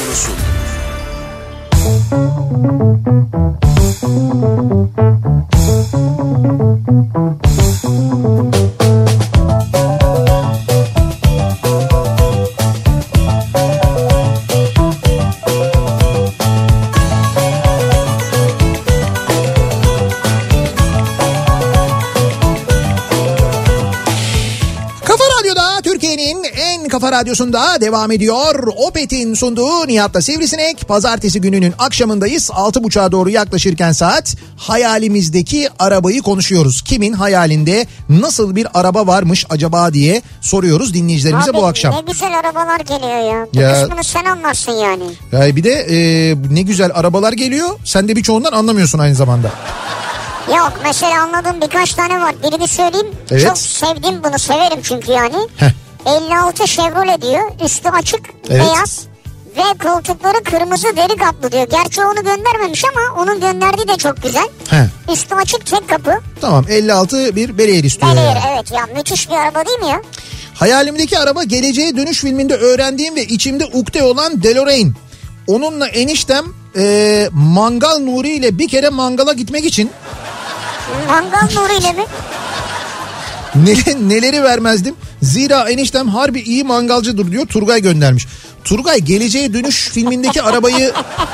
S1: Kafa Radyosu'nda devam ediyor. Opet'in sunduğu Nihat'la Sivrisinek. Pazartesi gününün akşamındayız. altı buçuğa doğru yaklaşırken saat, hayalimizdeki arabayı konuşuyoruz. Kimin hayalinde nasıl bir araba varmış acaba diye soruyoruz dinleyicilerimize abi, bu akşam.
S2: Ne güzel arabalar geliyor ya. Bu ya, kısmını sen anlarsın yani.
S1: Ya bir de e, ne güzel arabalar geliyor. Sen de birçoğundan anlamıyorsun aynı zamanda.
S2: Yok, mesela anladığım birkaç tane var. Birini söyleyeyim. Evet. Çok sevdim bunu, severim çünkü yani. Heh. elli altı Chevrolet diyor. Üstü açık, evet. beyaz ve koltukları kırmızı deri kaplı diyor. Gerçi onu göndermemiş ama onun gönderdiği de çok güzel. He. Üstü açık, tek kapı.
S1: Tamam, elli altı bir Belair istiyor.
S2: Belair yani. Evet ya, müthiş bir araba değil mi ya?
S1: Hayalimdeki araba Geleceğe Dönüş filminde öğrendiğim ve içimde ukde olan DeLorean. Onunla eniştem e, Mangal Nuri ile bir kere mangala gitmek için.
S2: Mangal Nuri ile mi?
S1: Ne, neleri vermezdim. Zira eniştem harbi iyi mangalcıdır diyor, Turgay göndermiş. Turgay, Geleceğe Dönüş filmindeki arabayı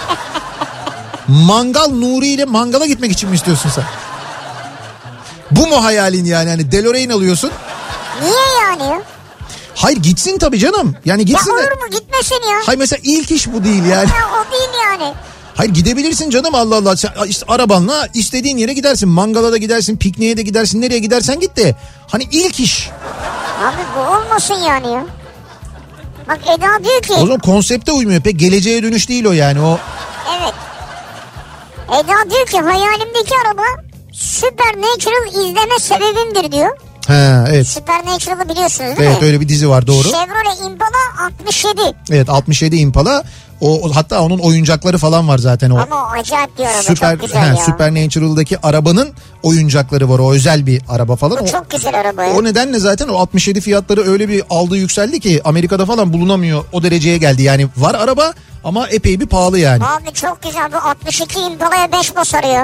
S1: Mangal Nuri ile mangala gitmek için mi istiyorsun sen? Bu mu hayalin yani? Hani DeLorean alıyorsun.
S2: Niye yani?
S1: Hayır, gitsin tabii canım. Yani gitsin
S2: ya
S1: de.
S2: Olur mu, gitmesin ya.
S1: Hayır, mesela ilk iş bu değil yani.
S2: Ya o değil yani.
S1: Hayır, gidebilirsin canım, Allah Allah. Sen işte arabanla istediğin yere gidersin. Mangala da gidersin, pikniğe de gidersin. Nereye gidersen git de. Hani ilk iş.
S2: Abi bu olmasın yani ya. Bak Eda diyor ki.
S1: O zaman konsepte uymuyor. Pek Geleceğe Dönüş değil o yani o.
S2: Evet. Eda diyor ki hayalimdeki araba Supernatural izleme sebebimdir diyor.
S1: Ha, evet.
S2: Supernatural'ı biliyorsunuz değil
S1: evet,
S2: mi?
S1: Evet, öyle bir dizi var, doğru.
S2: Chevrolet Impala altmış yedi.
S1: Evet, altmış yedi Impala. O hatta onun oyuncakları falan var zaten o.
S2: Ama o acayip bir araba,
S1: Süper,
S2: çok güzel
S1: he,
S2: ya.
S1: Supernatural'daki arabanın oyuncakları var. O özel bir araba falan.
S2: O, o çok güzel araba ya.
S1: O nedenle zaten o altmış yedi fiyatları öyle bir aldı yükseldi ki Amerika'da falan bulunamıyor, o dereceye geldi. Yani var araba ama epey bir pahalı yani.
S2: Abi çok güzel, bu altmış iki Impala'ya beş basar ya.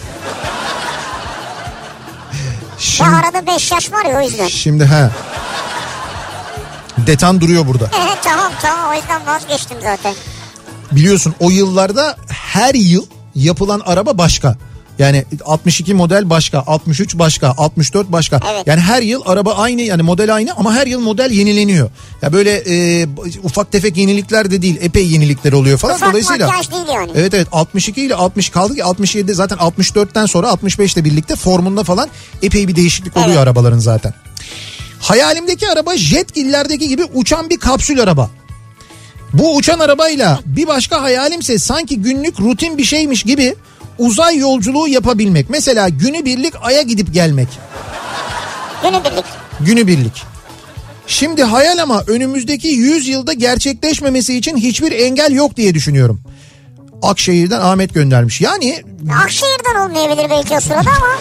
S2: Şimdi, ya arada beş yaş var ya, o yüzden.
S1: Şimdi ha. Detan duruyor burada.
S2: tamam tamam, o yüzden vazgeçtim zaten.
S1: Biliyorsun o yıllarda her yıl yapılan araba başka. Yani altmış iki model başka, altmış üç başka, altmış dört başka.
S2: Evet.
S1: Yani her yıl araba aynı, yani model aynı ama her yıl model yenileniyor. Ya böyle e, ufak tefek yenilikler de değil, epey yenilikler oluyor falan.
S2: Ufak
S1: Dolayısıyla
S2: makyaj değil yani.
S1: Evet evet, altmış iki ile altmış kaldı ki altmış yedi zaten, altmış dörtten sonra altmış beşle birlikte formunda falan epey bir değişiklik oluyor, evet, arabaların zaten. Hayalimdeki araba Jetgiller'deki gibi uçan bir kapsül araba. Bu uçan arabayla bir başka hayalimse sanki günlük rutin bir şeymiş gibi uzay yolculuğu yapabilmek. Mesela günübirlik Ay'a gidip gelmek.
S2: Günübirlik.
S1: Günübirlik. Şimdi hayal ama önümüzdeki yüz yılda gerçekleşmemesi için hiçbir engel yok diye düşünüyorum. Akşehir'den Ahmet göndermiş. Yani...
S2: Akşehir'den olmayabilir belki o sırada ama...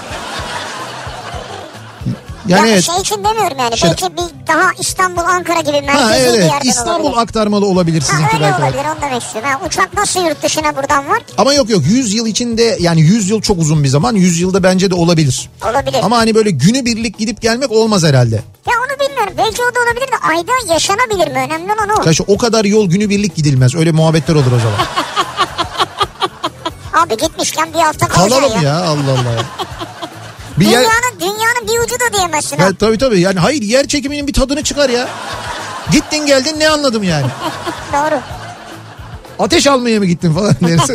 S1: Yani
S2: ya
S1: evet.
S2: şey için demiyorum yani.
S1: İşte,
S2: belki bir daha İstanbul, Ankara gibi merkezi
S1: ha, evet,
S2: bir yerden
S1: İstanbul
S2: olabilir.
S1: aktarmalı olabilir sizinki
S2: ha, öyle
S1: belki.
S2: olabilir, onu demek istiyorum. Ha, uçak nasıl yurt dışına buradan var?
S1: Ama yok yok, yüz yıl içinde, yani yüz yıl çok uzun bir zaman. yüz yılda bence de olabilir.
S2: Olabilir.
S1: Ama hani böyle günübirlik gidip gelmek olmaz herhalde.
S2: Ya onu bilmiyorum. Belki o da olabilir de ayda yaşanabilir mi? Önemli olan o.
S1: Kaşı, o kadar yol günübirlik gidilmez. Öyle muhabbetler olur o zaman.
S2: Abi gitmişken bir hafta kalacaksın
S1: Kalalım ya,
S2: ya.
S1: Allah Allah. Bir
S2: dünyanın,
S1: yer...
S2: dünyanın bir ucu da diyemezsin.
S1: Ya, tabii tabii, yani hayır, yer çekiminin bir tadını çıkar ya. Gittin geldin, ne anladım yani.
S2: Doğru.
S1: Ateş almaya mı gittin falan dersin.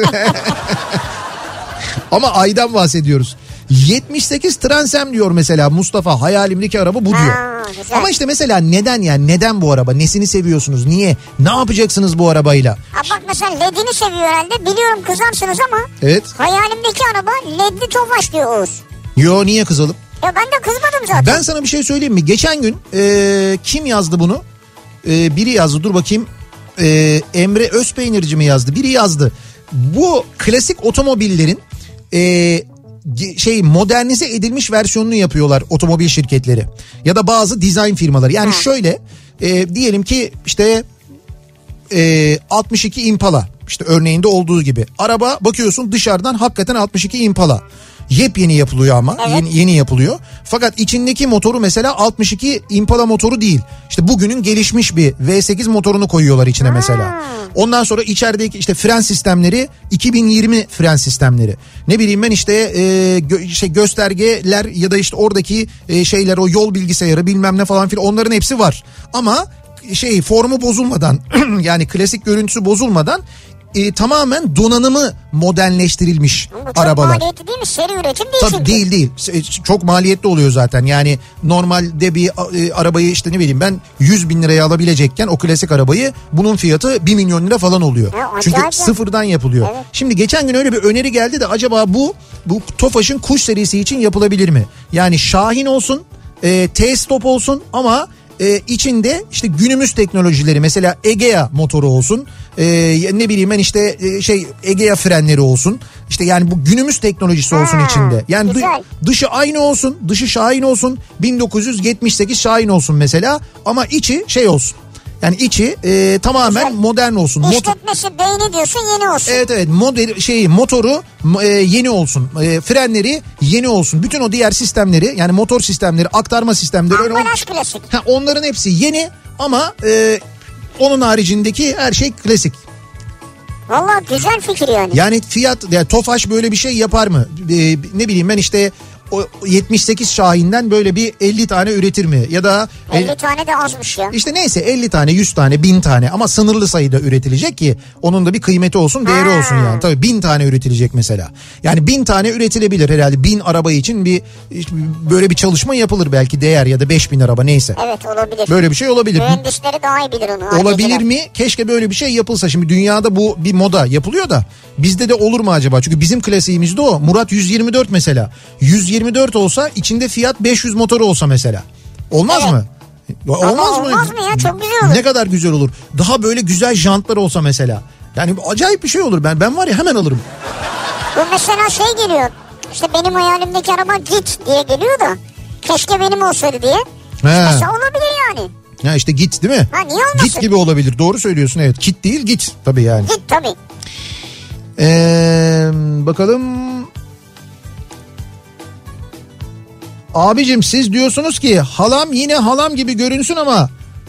S1: Ama aydan bahsediyoruz. yetmiş sekiz Transem diyor mesela Mustafa, hayalimdeki araba bu diyor.
S2: Ha, güzel.
S1: Ama işte mesela neden, yani neden bu araba? Nesini seviyorsunuz? Niye? Ne yapacaksınız bu arabayla?
S2: Ha bak mesela ledini seviyor herhalde. Biliyorum kızarsınız ama.
S1: Evet.
S2: Hayalimdeki araba ledli Tofaş diyor Oğuz.
S1: Yo, niye kızalım?
S2: Ya ben de kızmadım zaten.
S1: Ben sana bir şey söyleyeyim mi? Geçen gün e, kim yazdı bunu? E, biri yazdı, dur bakayım. E, Emre Özpeynirci mi yazdı? Biri yazdı. Bu klasik otomobillerin e, şey modernize edilmiş versiyonunu yapıyorlar otomobil şirketleri. Ya da bazı dizayn firmaları. Yani ha. şöyle e, diyelim ki işte e, altmış iki Impala. İşte örneğinde olduğu gibi. Araba bakıyorsun dışarıdan hakikaten altmış iki Impala. Yepyeni yapılıyor ama evet. yeni, yeni yapılıyor. Fakat içindeki motoru mesela altmış iki Impala motoru değil. İşte bugünün gelişmiş bir V sekiz motorunu koyuyorlar içine mesela. Hmm. Ondan sonra içerideki işte fren sistemleri iki bin yirmi fren sistemleri. Ne bileyim ben işte e, gö, şey göstergeler ya da işte oradaki e, şeyler, o yol bilgisayarı bilmem ne falan filan, onların hepsi var. Ama şey, formu bozulmadan yani klasik görüntüsü bozulmadan E, tamamen donanımı modernleştirilmiş
S2: çok
S1: arabalar.
S2: Çok maliyetli değil mi? Seri üretim değil
S1: Tabii
S2: çünkü.
S1: değil değil. Çok maliyetli oluyor zaten. Yani normalde bir e, arabayı işte ne bileyim ben yüz bin liraya alabilecekken o klasik arabayı, bunun fiyatı bir milyon lira falan oluyor. Ya, çünkü ya. sıfırdan yapılıyor. Evet. Şimdi geçen gün öyle bir öneri geldi de acaba bu bu Tofaş'ın kuş serisi için yapılabilir mi? Yani Şahin olsun, e, T-Stop olsun ama Ee, içinde işte günümüz teknolojileri, mesela Egea motoru olsun, ee, ne bileyim ben işte e, şey Egea frenleri olsun, işte yani bu günümüz teknolojisi olsun ha, içinde. Yani dı- dışı aynı olsun, dışı Şahin olsun, bin dokuz yüz yetmiş sekiz Şahin olsun mesela, ama içi şey olsun. Yani içi e, tamamen güzel. Modern olsun.
S2: İşletmesi Motor... beyni diyorsun yeni olsun.
S1: Evet evet, moder şeyi motoru e, yeni olsun. E, frenleri yeni olsun. Bütün o diğer sistemleri, yani motor sistemleri, aktarma sistemleri.
S2: Ambalaj klasik.
S1: Ha, onların hepsi yeni ama e, onun haricindeki her şey klasik.
S2: Vallahi güzel fikir yani.
S1: Yani fiyat, yani Tofaş böyle bir şey yapar mı? E, ne bileyim ben işte o yetmiş sekiz Şahin'den böyle bir elli tane üretir mi? Ya da
S2: elli el... tane de azmış ya.
S1: İşte neyse, elli tane, yüz tane, bin tane, ama sınırlı sayıda üretilecek ki onun da bir kıymeti olsun, değeri ha. olsun yani. Tabii bin tane üretilecek mesela. Yani bin tane üretilebilir herhalde. Bin araba için bir böyle bir çalışma yapılır belki, değer, ya da beş bin araba neyse.
S2: Evet, olabilir.
S1: Böyle bir şey olabilir.
S2: Mühendisleri daha iyi bilir onu.
S1: Olabilir harcılar. Mi? Keşke böyle bir şey yapılsa. Şimdi dünyada bu bir moda yapılıyor da bizde de olur mu acaba? Çünkü bizim klasiğimizde o. Murat yüz yirmi dört mesela. yüz yirmi dört olsa, içinde Fiat beş yüz motoru olsa mesela. Olmaz evet. mı? Olmaz
S2: Ama
S1: mı?
S2: Olmaz mı ya? Çok güzel olur.
S1: Ne kadar güzel olur. Daha böyle güzel jantlar olsa mesela. Yani acayip bir şey olur. Ben ben var ya hemen alırım.
S2: Bu mesela şey geliyor. İşte benim hayalimdeki araba Git diye geliyor da. Keşke benim olsaydı diye. He. Mesela olabilir yani.
S1: Ya işte Git değil mi?
S2: Ha niye olmasın?
S1: Git gibi olabilir. Doğru söylüyorsun, evet. Kit değil Git tabii yani.
S2: Git tabii.
S1: Ee, bakalım. Abicim siz diyorsunuz ki halam yine halam gibi görünsün ama.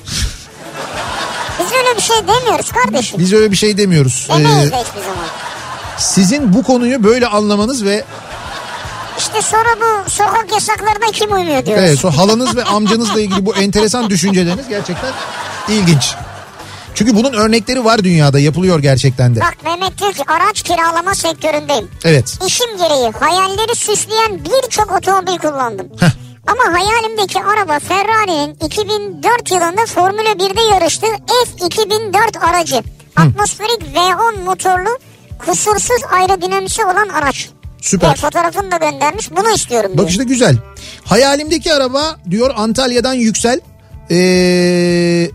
S2: Biz öyle bir şey demiyoruz kardeşim.
S1: Biz öyle bir şey demiyoruz.
S2: Demeyiz ee, de hiçbir zaman.
S1: Sizin bu konuyu böyle anlamanız ve...
S2: İşte sonra bu sokak yasaklarına kim uymuyor diyoruz.
S1: Evet, so halanız ve amcanızla ilgili bu enteresan düşünceleriniz gerçekten ilginç. Çünkü bunun örnekleri var dünyada, yapılıyor gerçekten de.
S2: Bak Mehmet diyor ki araç kiralama sektöründeyim.
S1: Evet.
S2: İşim gereği hayalleri süsleyen birçok otomobil kullandım.
S1: Heh.
S2: Ama hayalimdeki araba Ferrari'nin iki bin dört yılında Formula birde yarıştığı F iki bin dört aracı. Hı. Atmosferik V on motorlu kusursuz aerodinamisi olan araç.
S1: Süper.
S2: Ve fotoğrafını da göndermiş, bunu istiyorum diyor.
S1: Bak işte güzel. Hayalimdeki araba diyor Antalya'dan Yüksel. Eee...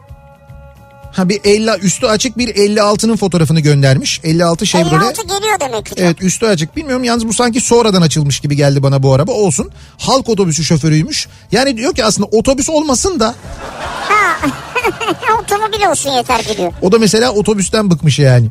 S1: Ha bir elli üstü açık bir elli altının fotoğrafını göndermiş. elli altı Chevrolet.
S2: elli altı geliyor demek ki.
S1: Evet, üstü açık. Bilmiyorum, yalnız bu sanki sonradan açılmış gibi geldi bana bu araba. Olsun. Halk otobüsü şoförüymüş. Yani diyor ki aslında otobüs olmasın da.
S2: Ha. Otomobil olsun yeter ki diyor.
S1: O da mesela otobüsten bıkmış yani.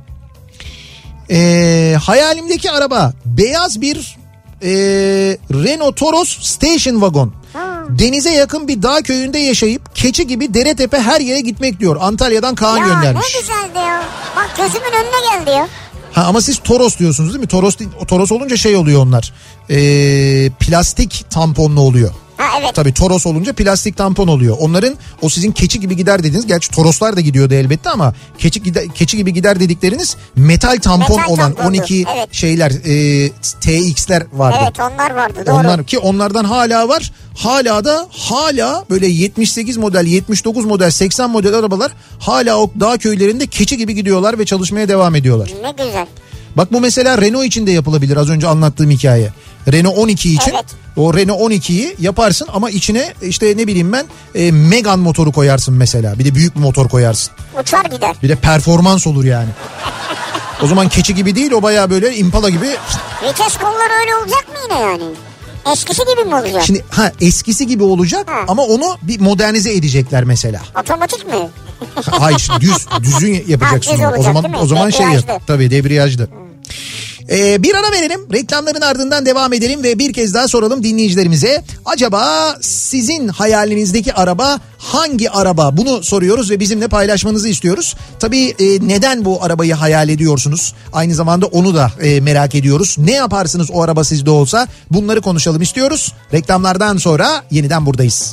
S1: Ee, hayalimdeki araba beyaz bir e, Renault Toros Station Wagon. Hmm. Denize yakın bir dağ köyünde yaşayıp keçi gibi dere tepe her yere gitmek diyor. Antalya'dan Kaan
S2: ya,
S1: göndermiş.
S2: Ya ne güzeldi ya. Bak gözümün önüne geldi ya.
S1: Ha ama siz Toros diyorsunuz değil mi? Toros Toros olunca şey oluyor onlar. Ee, plastik tamponlu oluyor.
S2: Ha evet.
S1: Tabii Toros olunca plastik tampon oluyor. Onların o sizin keçi gibi gider dediğiniz, gerçi Toroslar da gidiyordu elbette ama keçi gider, keçi gibi gider dedikleriniz metal tampon metal olan tampondu. on iki evet. şeyler e, T X'ler vardı.
S2: Evet onlar vardı doğru.
S1: Onlar ki onlardan hala var. Hala da hala böyle yetmiş sekiz model, yetmiş dokuz model, seksen model arabalar hala o dağ köylerinde keçi gibi gidiyorlar ve çalışmaya devam ediyorlar.
S2: Ne güzel.
S1: Bak bu mesela Renault için de yapılabilir, az önce anlattığım hikaye. Renault on iki için evet. O Renault on ikiyi yaparsın ama içine işte ne bileyim ben e, Megane motoru koyarsın mesela. Bir de büyük bir motor koyarsın.
S2: Uçar gider.
S1: Bir de performans olur yani. O zaman keçi gibi değil, o bayağı böyle Impala gibi.
S2: Vites kolları öyle olacak mı yine yani? Eskisi gibi mi olacak?
S1: Şimdi ha eskisi gibi olacak ha. Ama onu bir modernize edecekler mesela.
S2: Otomatik mi?
S1: Hayır, düz düzgün yapacaksın. Ha, düz olacak, o zaman o zaman şey yap. Tabii debriyajlı. Hmm. Ee, bir ara verelim, reklamların ardından devam edelim ve bir kez daha soralım dinleyicilerimize. Acaba sizin hayalinizdeki araba hangi araba? Bunu soruyoruz ve bizimle paylaşmanızı istiyoruz. Tabii e, neden bu arabayı hayal ediyorsunuz? Aynı zamanda onu da e, merak ediyoruz. Ne yaparsınız o araba sizde olsa? Bunları konuşalım istiyoruz. Reklamlardan sonra yeniden buradayız.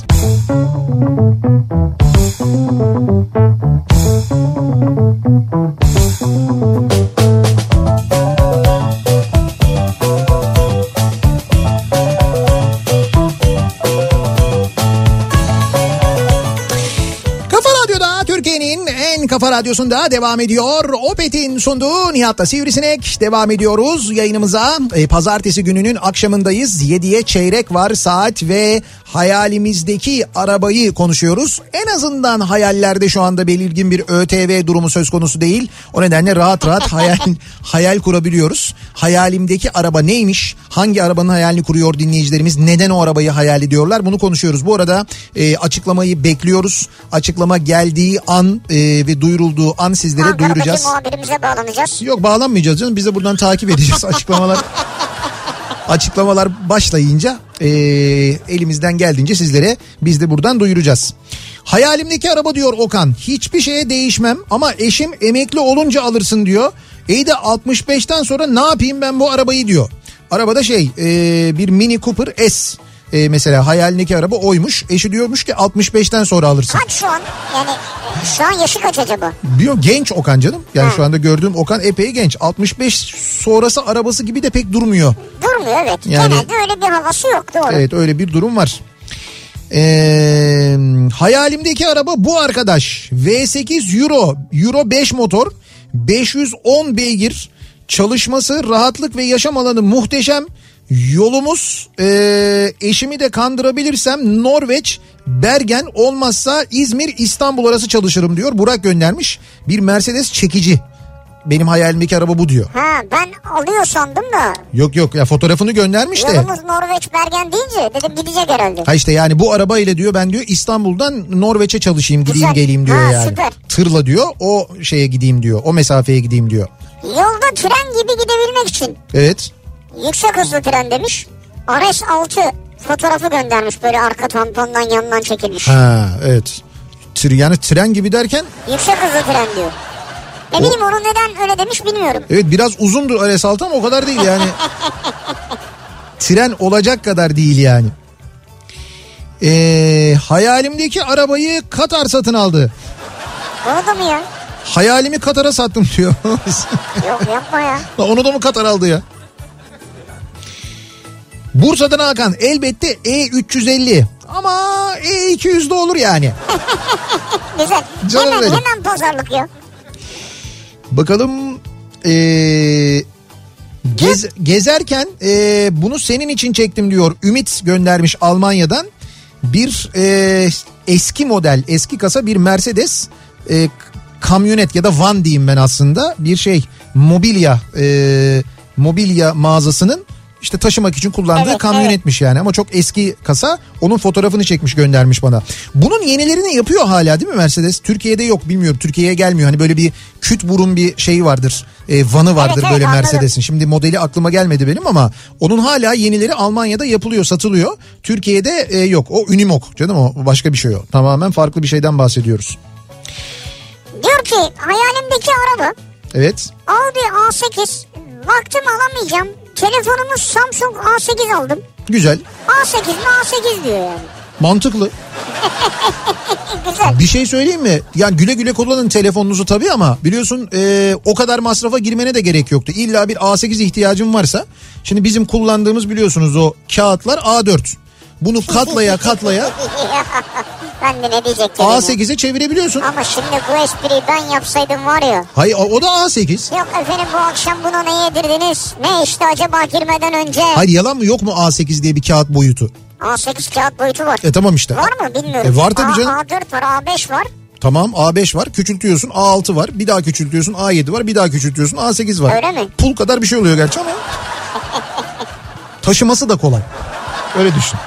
S1: Kafa Radyosu'nda devam ediyor. Opet'in sunduğu Nihat'la Sivrisinek devam ediyoruz yayınımıza. E, pazartesi gününün akşamındayız. yediye çeyrek var saat ve hayalimizdeki arabayı konuşuyoruz. En azından hayallerde şu anda belirgin bir ÖTV durumu söz konusu değil. O nedenle rahat rahat hayal hayal kurabiliyoruz. Hayalimdeki araba neymiş? Hangi arabanın hayalini kuruyor dinleyicilerimiz? Neden o arabayı hayal ediyorlar? Bunu konuşuyoruz. Bu arada e, açıklamayı bekliyoruz. Açıklama geldiği an e, ve duyurulduğu an sizlere Ankara'daki duyuracağız.
S2: Muhabirimize bağlanacağız.
S1: Yok, bağlanmayacağız canım. Biz de buradan takip edeceğiz açıklamalar. Açıklamalar başlayınca e, elimizden geldiğince sizlere biz de buradan duyuracağız. Hayalimdeki araba diyor Okan. Hiçbir şeye değişmem ama eşim emekli olunca alırsın diyor. İyi de altmış beşten sonra ne yapayım ben bu arabayı diyor. Arabada şey e, bir Mini Cooper S. E, mesela hayalindeki araba oymuş. Eşi diyormuş ki altmış beşten sonra alırsın.
S2: Kaç şu an? Yani şu an yaşı kaç acaba?
S1: Biliyorum, genç Okan canım. Yani ha. Şu anda gördüğüm Okan epey genç. altmış beş sonrası arabası gibi de pek durmuyor.
S2: Durmuyor evet. Yani, genelde öyle bir havası yok, doğru.
S1: Evet, öyle bir durum var. Ee, hayalimdeki araba bu arkadaş. V sekiz Euro. Euro beş motor. beş yüz on beygir. Çalışması, rahatlık ve yaşam alanı muhteşem. Yolumuz e, eşimi de kandırabilirsem Norveç, Bergen, olmazsa İzmir, İstanbul arası çalışırım diyor. Burak göndermiş. Bir Mercedes çekici. benim hayalimdeki araba bu diyor.
S2: Ha ben alıyor sandım da.
S1: Yok yok ya fotoğrafını göndermiş de.
S2: Yolumuz Norveç Bergen deyince dedim gidecek herhalde.
S1: Ha işte yani bu arabayla diyor ben diyor İstanbul'dan Norveç'e çalışayım gideyim
S2: Güzel.
S1: geleyim diyor
S2: ha,
S1: yani.
S2: Süper.
S1: Tırla diyor o şeye gideyim diyor o mesafeye gideyim diyor.
S2: Yolda tren gibi gidebilmek için.
S1: Evet.
S2: Yüksek hızlı tren demiş. R S altı fotoğrafı göndermiş böyle arka tampondan yanından çekilmiş.
S1: Ha evet. Tır, yani tren gibi derken?
S2: Yüksek hızlı tren diyor. Ne o... bileyim onu neden öyle demiş bilmiyorum.
S1: Evet biraz uzundur R S altı ama o kadar değil yani. Tren olacak kadar değil yani. Ee, hayalimdeki arabayı Katar satın aldı.
S2: Oldu mu ya?
S1: Hayalimi Katar'a sattım diyor.
S2: Yok yapma ya.
S1: Onu da mı Katar aldı ya? Bursa'dan Hakan elbette E üç yüz elli ama E iki yüz de olur yani.
S2: Güzel.
S1: Canım
S2: hemen,
S1: benim.
S2: hemen pazarlık ya.
S1: Bakalım ee, gez, gezerken ee, bunu senin için çektim diyor. Ümit göndermiş Almanya'dan. Bir ee, eski model eski kasa bir Mercedes ee, kamyonet ya da van diyeyim ben aslında bir şey mobilya ee, mobilya mağazasının İşte taşımak için kullandığı evet, kamyonetmiş evet. Yani ama çok eski kasa onun fotoğrafını çekmiş göndermiş bana. Bunun yenilerini yapıyor hala değil mi Mercedes? Türkiye'de yok bilmiyorum Türkiye'ye gelmiyor hani böyle bir küt burun bir şey vardır e, vanı vardır evet, böyle evet, Mercedes'in. Şimdi modeli aklıma gelmedi benim ama onun hala yenileri Almanya'da yapılıyor satılıyor. Türkiye'de e, yok o Unimog canım o başka bir şey o tamamen farklı bir şeyden bahsediyoruz.
S2: Diyor ki hayalimdeki araba
S1: evet.
S2: Audi A sekiz baktım alamayacağım. Telefonumuz Samsung A sekiz aldım.
S1: Güzel.
S2: A sekiz mi A sekiz diyor yani.
S1: Mantıklı.
S2: Güzel.
S1: Bir şey söyleyeyim mi? Yani güle güle kullanın telefonunuzu tabii ama biliyorsun e, o kadar masrafa girmene de gerek yoktu. İlla bir A sekiz ihtiyacın varsa. Şimdi bizim kullandığımız biliyorsunuz o kağıtlar A dört. Bunu katlaya katlaya
S2: ben de ne diyecektim.
S1: A sekize çevirebiliyorsun.
S2: Ama şimdi bu espriyi ben yapsaydım var ya.
S1: Hayır o da A sekiz.
S2: Yok efendim bu akşam bunu ne yedirdiniz? Ne işte acaba girmeden önce?
S1: Hayır yalan mı yok mu A sekiz diye bir kağıt boyutu?
S2: A sekiz kağıt boyutu var.
S1: E tamam işte.
S2: Var mı bilmiyorum.
S1: E var tabii canım.
S2: A dört var A beş var.
S1: Tamam A beş var küçültüyorsun A altı var bir daha küçültüyorsun A yedi var bir daha küçültüyorsun A sekiz var.
S2: Öyle mi?
S1: Pul kadar bir şey oluyor gerçi ama. Taşıması da kolay. Öyle düşün.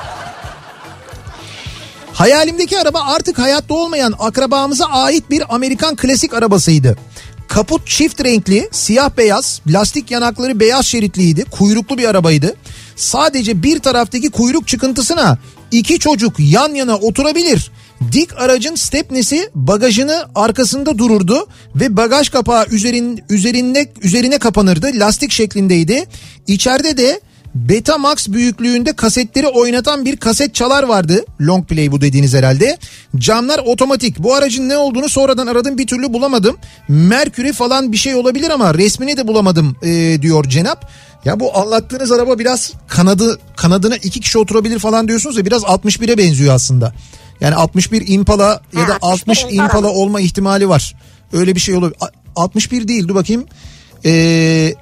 S1: Hayalimdeki araba artık hayatta olmayan akrabamıza ait bir Amerikan klasik arabasıydı. Kaput çift renkli, siyah beyaz, lastik yanakları beyaz şeritliydi, kuyruklu bir arabaydı. Sadece bir taraftaki kuyruk çıkıntısına iki çocuk yan yana oturabilir. Dik aracın stepnesi bagajını arkasında dururdu ve bagaj kapağı üzerin, üzerinde, üzerine kapanırdı. Lastik şeklindeydi. İçeride de Betamax büyüklüğünde kasetleri oynatan bir kaset çalar vardı. Long play bu dediğiniz herhalde. Camlar otomatik. Bu aracın ne olduğunu sonradan aradım bir türlü bulamadım. Mercury falan bir şey olabilir ama resmini de bulamadım e, diyor Cenap. Ya bu anlattığınız araba biraz kanadı kanadına iki kişi oturabilir falan diyorsunuz ya biraz altmış bire benziyor aslında. Yani altmış bir Impala ya da altmış Impala olma ihtimali var. Öyle bir şey olabilir. altmış bir değil dur bakayım. Eee...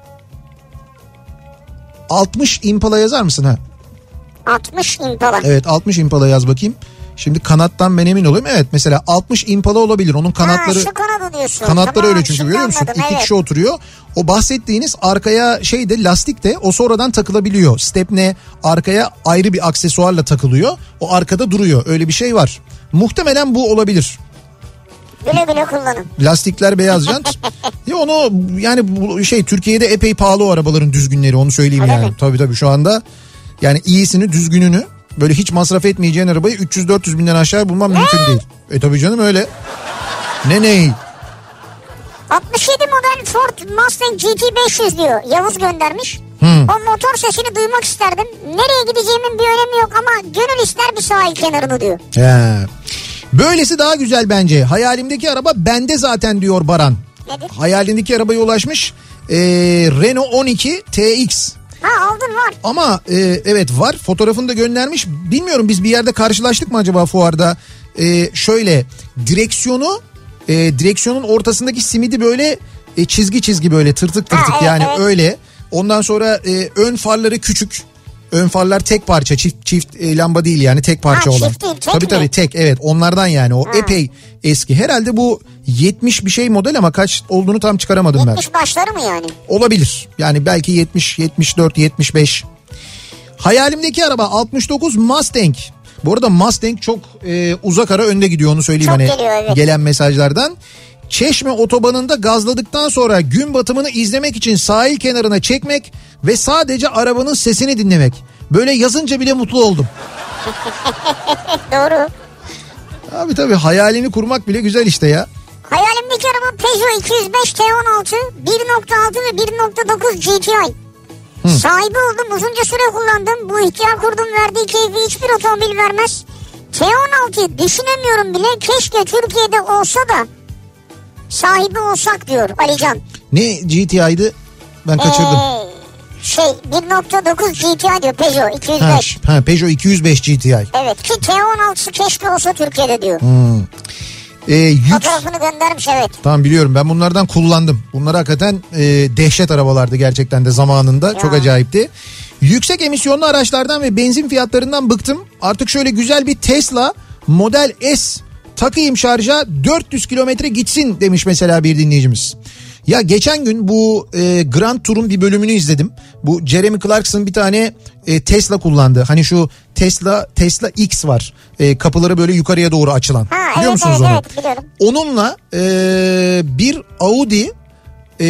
S1: altmış Impala yazar mısın ha?
S2: altmış Impala.
S1: Evet altmış Impala yaz bakayım. Şimdi kanattan ben emin olayım. Evet mesela altmış Impala olabilir. Onun kanatları. Ha,
S2: şu kanadı diyorsun.
S1: Kanatları
S2: tamam,
S1: öyle çünkü görüyor musun?
S2: Anladım,
S1: İki
S2: evet.
S1: kişi oturuyor. O bahsettiğiniz arkaya şey de lastik de o sonradan takılabiliyor. Stepne arkaya ayrı bir aksesuarla takılıyor. O arkada duruyor. Öyle bir şey var. Muhtemelen bu olabilir.
S2: Güle güle kullanın.
S1: Lastikler beyaz jant. Ya onu yani bu şey Türkiye'de epey pahalı o arabaların düzgünleri onu söyleyeyim
S2: öyle
S1: yani.
S2: Mi?
S1: Tabii tabii şu anda yani iyisini düzgününü böyle hiç masraf etmeyeceğin arabayı üç yüz dört yüz binden aşağı bulmam mümkün değil. E tabii canım öyle. Ne ney?
S2: altmış yedi model Ford Mustang G T beş yüz diyor. Yavuz göndermiş.
S1: Hmm.
S2: O motor sesini duymak isterdim. Nereye gideceğimin bir önemi yok ama gönül ister bir sahil kenarını diyor.
S1: He. Böylesi daha güzel bence. Hayalimdeki araba bende zaten diyor Baran.
S2: Nedir?
S1: Hayalindeki arabaya ulaşmış. Ee, Renault on iki T X.
S2: Ha aldın var.
S1: Ama e, evet var. Fotoğrafını da göndermiş. Bilmiyorum biz bir yerde karşılaştık mı acaba fuarda? Ee, şöyle direksiyonu e, direksiyonun ortasındaki simidi böyle e, çizgi çizgi böyle tırtık tırtık
S2: ha, evet,
S1: yani
S2: evet.
S1: öyle. Ondan sonra e, ön farları küçük. ön farlar tek parça, çift çift e, lamba değil yani, tek parça
S2: ha,
S1: olan.
S2: Çift değil, tek
S1: tabii
S2: mi?
S1: tabii tek, evet onlardan yani, o ha. epey eski. Herhalde bu yetmiş bir şey model ama kaç olduğunu tam çıkaramadım ben.
S2: yetmiş başları mı yani?
S1: Olabilir. Yani belki yetmiş, yetmiş dört, yetmiş beş. Hayalimdeki araba altmış dokuz Mustang. Bu arada Mustang çok e, uzak ara önde gidiyor, onu söyleyeyim.
S2: Çok
S1: hani
S2: geliyor, evet.
S1: Gelen mesajlardan. Çeşme otobanında gazladıktan sonra gün batımını izlemek için sahil kenarına çekmek ve sadece arabanın sesini dinlemek. Böyle yazınca bile mutlu oldum.
S2: Doğru.
S1: Abi tabii hayalini kurmak bile güzel işte ya.
S2: Hayalimdeki araba Peugeot iki yüz beş T on altı, bir nokta altı ve bir nokta dokuz G T I. Hı. Sahibi oldum, uzunca süre kullandım. Bu ihtiyar kurdum verdiği keyfi hiçbir otomobil vermez. T on altıyı düşünemiyorum bile, keşke Türkiye'de olsa da sahibi olsak diyor Alican.
S1: Ne G T I'di? Ben kaçırdım. Ee,
S2: şey bir nokta dokuz G T I diyor, Peugeot iki yüz beş.
S1: Ha, ha Peugeot iki yüz beş G T I.
S2: Evet ki T on altısı keşke olsa Türkiye'de diyor.
S1: Hmm. Ee, yük...
S2: Fotoğrafını göndermiş, evet.
S1: Tamam biliyorum, ben bunlardan kullandım. Bunlar hakikaten e, dehşet arabalardı gerçekten de zamanında. Ya. Çok acayipti. Yüksek emisyonlu araçlardan ve benzin fiyatlarından bıktım. Artık şöyle güzel bir Tesla Model S takayım şarja, dört yüz kilometre gitsin demiş mesela bir dinleyicimiz. Ya geçen gün bu e, Grand Tour'un bir bölümünü izledim. Bu Jeremy Clarkson bir tane e, Tesla kullandı. Hani şu Tesla Tesla X var. E, kapıları böyle yukarıya doğru açılan.
S2: Ha,
S1: biliyor
S2: evet,
S1: musunuz
S2: evet,
S1: onu?
S2: Evet, biliyorum.
S1: Onunla e, bir Audi e,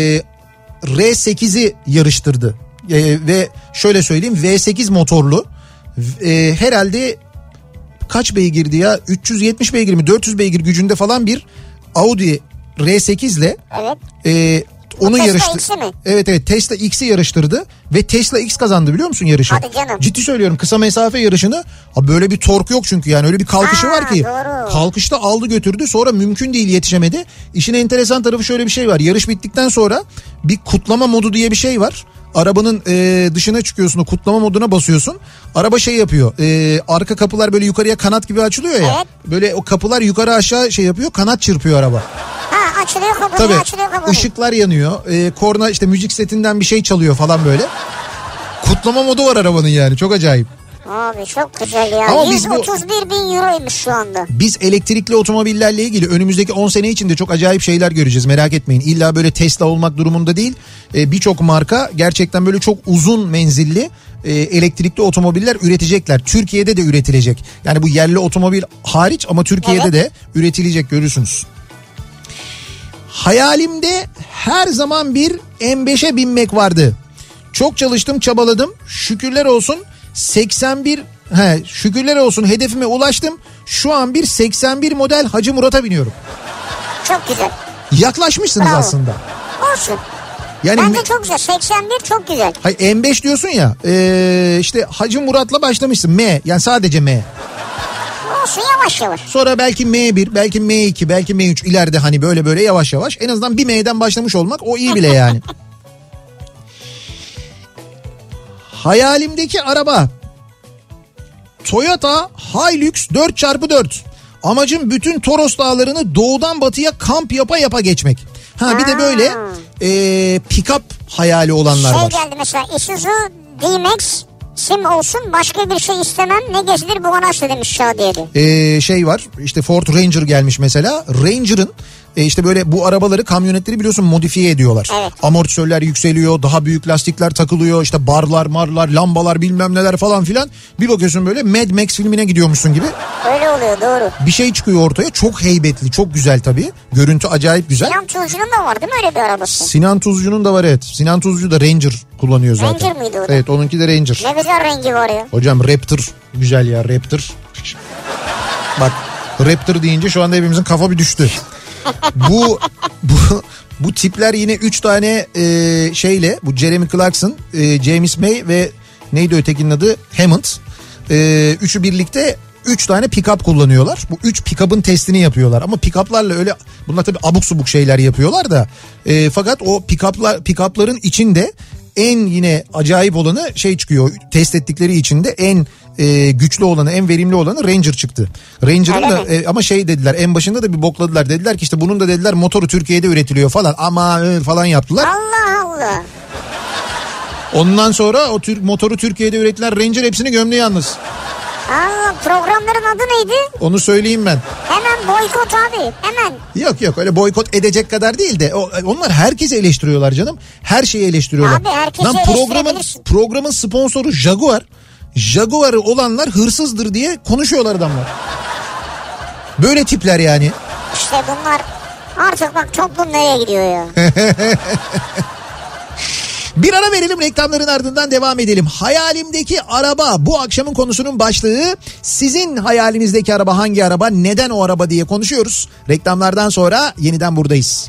S1: R sekizi yarıştırdı. E, ve şöyle söyleyeyim, V sekiz motorlu. E, herhalde kaç beygirdi ya? üç yüz yetmiş beygir mi? dört yüz beygir gücünde falan bir Audi R sekiz ile
S2: evet.
S1: e, onu yarıştırdı.
S2: Tesla X'i mi?
S1: Evet evet, Tesla X'i yarıştırdı ve Tesla X kazandı, biliyor musun yarışı?
S2: Hadi canım.
S1: Ciddi söylüyorum, kısa mesafe yarışını. Abi böyle bir tork yok çünkü, yani öyle bir kalkışı
S2: Aa,
S1: var ki.
S2: Doğru.
S1: Kalkışta aldı götürdü, sonra mümkün değil yetişemedi. İşin enteresan tarafı şöyle bir şey var. Yarış bittikten sonra bir kutlama modu diye bir şey var. Arabanın e, dışına çıkıyorsun, o kutlama moduna basıyorsun. Araba şey yapıyor. E, arka kapılar böyle yukarıya kanat gibi açılıyor ya. Evet. Böyle o kapılar yukarı aşağı şey yapıyor, kanat çırpıyor araba.
S2: Ha, açılıyor kabuğu,
S1: tabii,
S2: açılıyor kabuğu.
S1: Işıklar yanıyor. E, korna işte müzik setinden bir şey çalıyor falan böyle. Kutlama modu var arabanın yani, çok acayip.
S2: Abi çok güzel ya.
S1: Ama
S2: yüz otuz bir bin euroymuş şu anda.
S1: Biz elektrikli otomobillerle ilgili önümüzdeki on sene içinde çok acayip şeyler göreceğiz, merak etmeyin. İlla böyle Tesla olmak durumunda değil. Ee, birçok marka gerçekten böyle çok uzun menzilli e, elektrikli otomobiller üretecekler. Türkiye'de de üretilecek. Yani bu yerli otomobil hariç ama Türkiye'de evet. de üretilecek, görürsünüz. Hayalimde her zaman bir M beşe binmek vardı. Çok çalıştım, çabaladım. Şükürler olsun seksen bir he, şükürler olsun hedefime ulaştım. Şu an bir seksen bir model Hacı Murat'a biniyorum.
S2: Çok güzel.
S1: Yaklaşmışsınız Bravo. aslında.
S2: Olsun.
S1: Yani
S2: bence me- çok güzel. seksen bir çok güzel.
S1: Hayır, M beş diyorsun ya. Ee, işte Hacı Murat'la başlamışsın. M, yani sadece M.
S2: Olsun, yavaş yavaş.
S1: Sonra belki M bir, belki M iki, belki M üç, ileride hani böyle böyle yavaş yavaş. En azından bir M'den başlamış olmak o iyi bile yani. Hayalimdeki araba Toyota Hilux dört çarpı dört. Amacım bütün Toros dağlarını doğudan batıya kamp yapa yapa geçmek. Ha bir de böyle e, pick-up hayali olanlar
S2: şey
S1: var.
S2: Şey geldi mesela, Isuzu D-Max sim olsun, başka bir şey istemem, ne gezilir bu araçla demiş Şadiye'de.
S1: Ee, şey var işte, Ford Ranger gelmiş mesela. Ranger'ın e, işte böyle bu arabaları, kamyonetleri biliyorsun modifiye ediyorlar.
S2: Evet.
S1: Amortisörler yükseliyor, daha büyük lastikler takılıyor, işte barlar marlar lambalar bilmem neler falan filan. Bir bakıyorsun böyle Mad Max filmine gidiyormuşsun gibi.
S2: Öyle oluyor, doğru.
S1: Bir şey çıkıyor ortaya, çok heybetli, çok güzel tabii. Görüntü acayip güzel.
S2: Sinan Tuzcu'nun da var değil mi öyle bir arabası?
S1: Sinan Tuzcu'nun da var, evet. Sinan Tuzcu da Ranger kullanıyor zaten.
S2: Ranger mıydı o da?
S1: Evet, onunki de Ranger.
S2: Ne güzel rengi var ya.
S1: Hocam Raptor güzel ya, Raptor. Bak Raptor deyince şu anda hepimizin kafa bir düştü. bu bu bu tipler yine üç tane e, şeyle, bu Jeremy Clarkson, e, James May ve neydi ötekinin adı, Hammond. E, üçü birlikte üç tane pick-up kullanıyorlar. Bu üç pick-up'ın testini yapıyorlar. Ama pick-up'larla öyle, bunlar tabii abuk subuk şeyler yapıyorlar da. E, fakat o pick-up'lar, pick-up'ların içinde en yine acayip olanı şey çıkıyor. Test ettikleri içinde en e, güçlü olanı, en verimli olanı Ranger çıktı. Ranger'ın da e, ama şey dediler, en başında da bir bokladılar. Dediler ki işte bunun da dediler motoru Türkiye'de üretiliyor falan. Ama e, falan yaptılar.
S2: Allah Allah.
S1: Ondan sonra o tür, motoru Türkiye'de üretilen Ranger hepsini gömdü yalnız.
S2: Aa, programların adı neydi?
S1: Onu söyleyeyim ben.
S2: Hemen boykot abi, hemen.
S1: Yok yok, öyle boykot edecek kadar değil de o, onlar herkesi eleştiriyorlar canım. Her şeyi eleştiriyorlar.
S2: Abi herkesi
S1: Lan programın, programın sponsoru Jaguar. Jaguar'ı olanlar hırsızdır diye konuşuyorlar adamlar. Böyle tipler yani.
S2: İşte bunlar, artık bak toplum nereye gidiyor ya.
S1: Bir ara verelim, reklamların ardından devam edelim. Hayalimdeki araba bu akşamın konusunun başlığı. Sizin hayalinizdeki araba hangi araba, neden o araba diye konuşuyoruz. Reklamlardan sonra yeniden buradayız.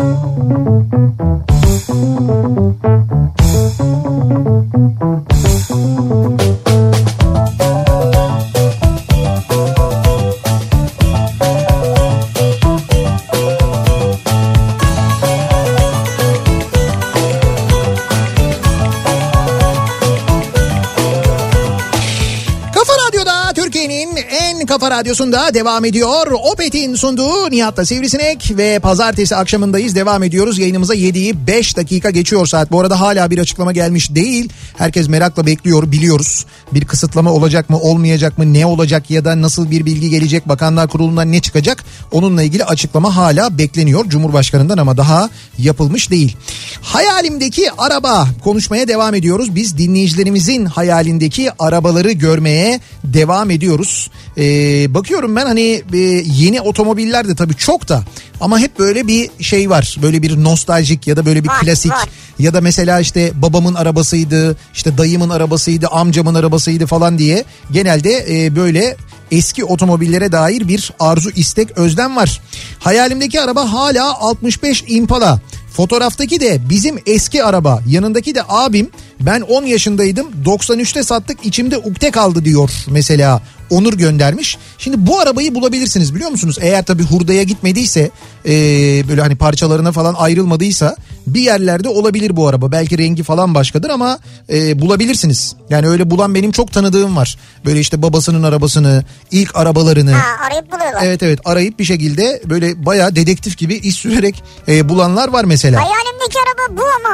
S1: Kafa Radyosu'nda devam ediyor. Opet'in sunduğu Nihat'la Sivrisinek ve pazartesi akşamındayız. Devam ediyoruz. Yayınımıza yediği beş dakika geçiyor saat. Bu arada hala bir açıklama gelmiş değil. Herkes merakla bekliyor, biliyoruz. Bir kısıtlama olacak mı, olmayacak mı, ne olacak ya da nasıl bir bilgi gelecek, Bakanlar Kurulu'ndan ne çıkacak? Onunla ilgili açıklama hala bekleniyor Cumhurbaşkanı'ndan ama daha yapılmış değil. Hayalimdeki araba konuşmaya devam ediyoruz. Biz dinleyicilerimizin hayalindeki arabaları görmeye devam ediyoruz. Ee, bakıyorum ben hani e, yeni otomobiller de tabii çok da ama hep böyle bir şey var, böyle bir nostaljik ya da böyle bir
S2: var,
S1: klasik
S2: var.
S1: Ya da mesela işte babamın arabasıydı, işte dayımın arabasıydı, amcamın arabasıydı falan diye genelde e, böyle eski otomobillere dair bir arzu, istek, özlem var. Hayalimdeki araba hala altmış beş Impala. Fotoğraftaki de bizim eski araba, yanındaki de abim. Ben on yaşındaydım, doksan üçte sattık, içimde ukde kaldı diyor mesela. Onur göndermiş. Şimdi bu arabayı bulabilirsiniz, biliyor musunuz? Eğer tabii hurdaya gitmediyse, e, böyle hani parçalarına falan ayrılmadıysa bir yerlerde olabilir bu araba. Belki rengi falan başkadır ama e, bulabilirsiniz. Yani öyle bulan benim çok tanıdığım var. Böyle işte babasının arabasını, ilk arabalarını.
S2: Ha, arayıp buluyorlar.
S1: Evet evet, arayıp bir şekilde böyle bayağı dedektif gibi iş sürerek e, bulanlar var mesela.
S2: Hayalimdeki araba bu ama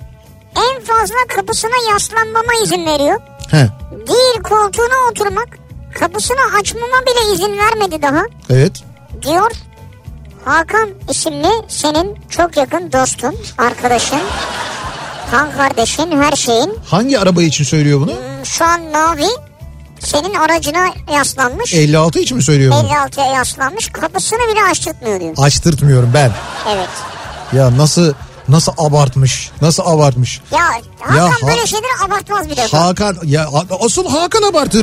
S2: en fazla kapısına yaslanmama izin veriyor.
S1: He.
S2: Değil koltuğuna oturmak, kapısını açmama bile izin vermedi daha.
S1: Evet.
S2: Diyor Hakan isimli senin çok yakın dostun, arkadaşın, kan kardeşin, her şeyin.
S1: Hangi araba için söylüyor bunu?
S2: Şu an mavi, senin aracına yaslanmış.
S1: elli altı için mi söylüyor bunu?
S2: elli altıya yaslanmış, kapısını bile açtırtmıyor diyor.
S1: Açtırtmıyorum ben.
S2: Evet.
S1: Ya nasıl nasıl abartmış? Nasıl abartmış?
S2: Ya Hakan
S1: ya,
S2: böyle
S1: ha-
S2: şeyleri abartmaz bir defa.
S1: Hakan ya asıl Hakan abartır.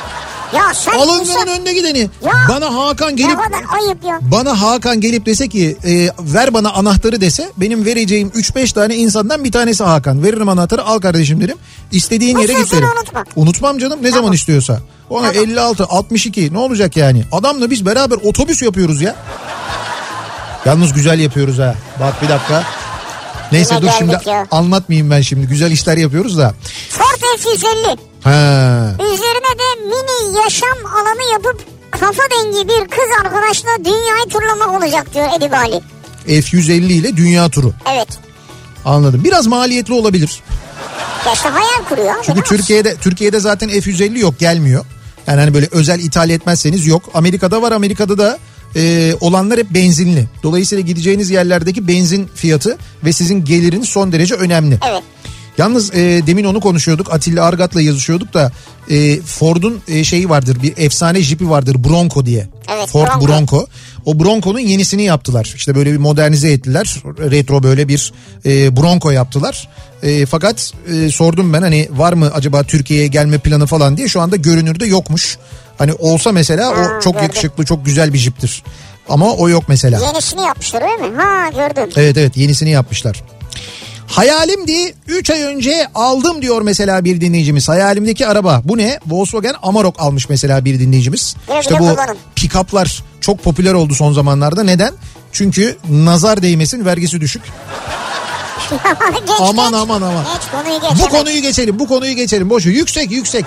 S2: Ya sen
S1: Alınganın
S2: insan...
S1: önüne gideni.
S2: Ya,
S1: bana Hakan gelip
S2: ne kadar ayıp ya.
S1: Bana Hakan gelip dese ki e, ver bana anahtarı dese, benim vereceğim üç beş tane insandan bir tanesi Hakan. Veririm anahtarı, al kardeşim derim. İstediğin
S2: Bu
S1: yere git derim.
S2: Unutma.
S1: Unutmam canım, ne tamam. zaman istiyorsa. Ona tamam. elli altı altmış iki ne olacak yani? Adamla biz beraber otobüs yapıyoruz ya. Yalnız güzel yapıyoruz ha. Bak bir dakika. Neyse
S2: Yine
S1: dur şimdi
S2: ya.
S1: Anlatmayayım ben şimdi. Güzel işler yapıyoruz da.
S2: Ford F yüz elli.
S1: Ha.
S2: Üzerine de mini yaşam alanı yapıp kafa dengi bir kız arkadaşla dünyayı turlamak olacak diyor Edip Ali.
S1: F yüz elli ile dünya turu.
S2: Evet.
S1: Anladım. Biraz maliyetli olabilir.
S2: Ya işte hayal kuruyor.
S1: Çünkü Türkiye'de Türkiye'de zaten F yüz elli yok, gelmiyor. Yani hani böyle özel ithal etmezseniz yok. Amerika'da var. Amerika'da da e, olanlar hep benzinli. Dolayısıyla gideceğiniz yerlerdeki benzin fiyatı ve sizin geliriniz son derece önemli.
S2: Evet.
S1: Yalnız e, demin onu konuşuyorduk. Atilla Argat'la yazışıyorduk da e, Ford'un e, şeyi vardır, bir efsane jipi vardır, Bronco diye.
S2: Evet,
S1: Ford
S2: Bronco.
S1: Bronco. O Bronco'nun yenisini yaptılar. İşte böyle bir modernize ettiler. Retro böyle bir e, Bronco yaptılar. E, fakat e, sordum ben hani var mı acaba Türkiye'ye gelme planı falan diye. Şu anda görünürde yokmuş. Hani olsa mesela ha, o çok gördüm. Yakışıklı, çok güzel bir jiptir. Ama o yok mesela.
S2: Yenisini yapmışlar öyle mi? Ha, gördüm.
S1: Evet evet, yenisini yapmışlar. Hayalimdi, üç ay önce aldım diyor mesela bir dinleyicimiz. Hayalimdeki araba bu ne? Volkswagen Amarok almış mesela bir dinleyicimiz.
S2: Güle
S1: işte
S2: güle
S1: bu
S2: kullanın.
S1: pick-up'lar çok popüler oldu son zamanlarda. Neden? Çünkü nazar değmesin, vergisi düşük.
S2: geç,
S1: aman
S2: geç.
S1: aman aman.
S2: Geç, konuyu geç,
S1: bu
S2: evet.
S1: konuyu geçelim, bu konuyu geçelim. Boşu yüksek yüksek.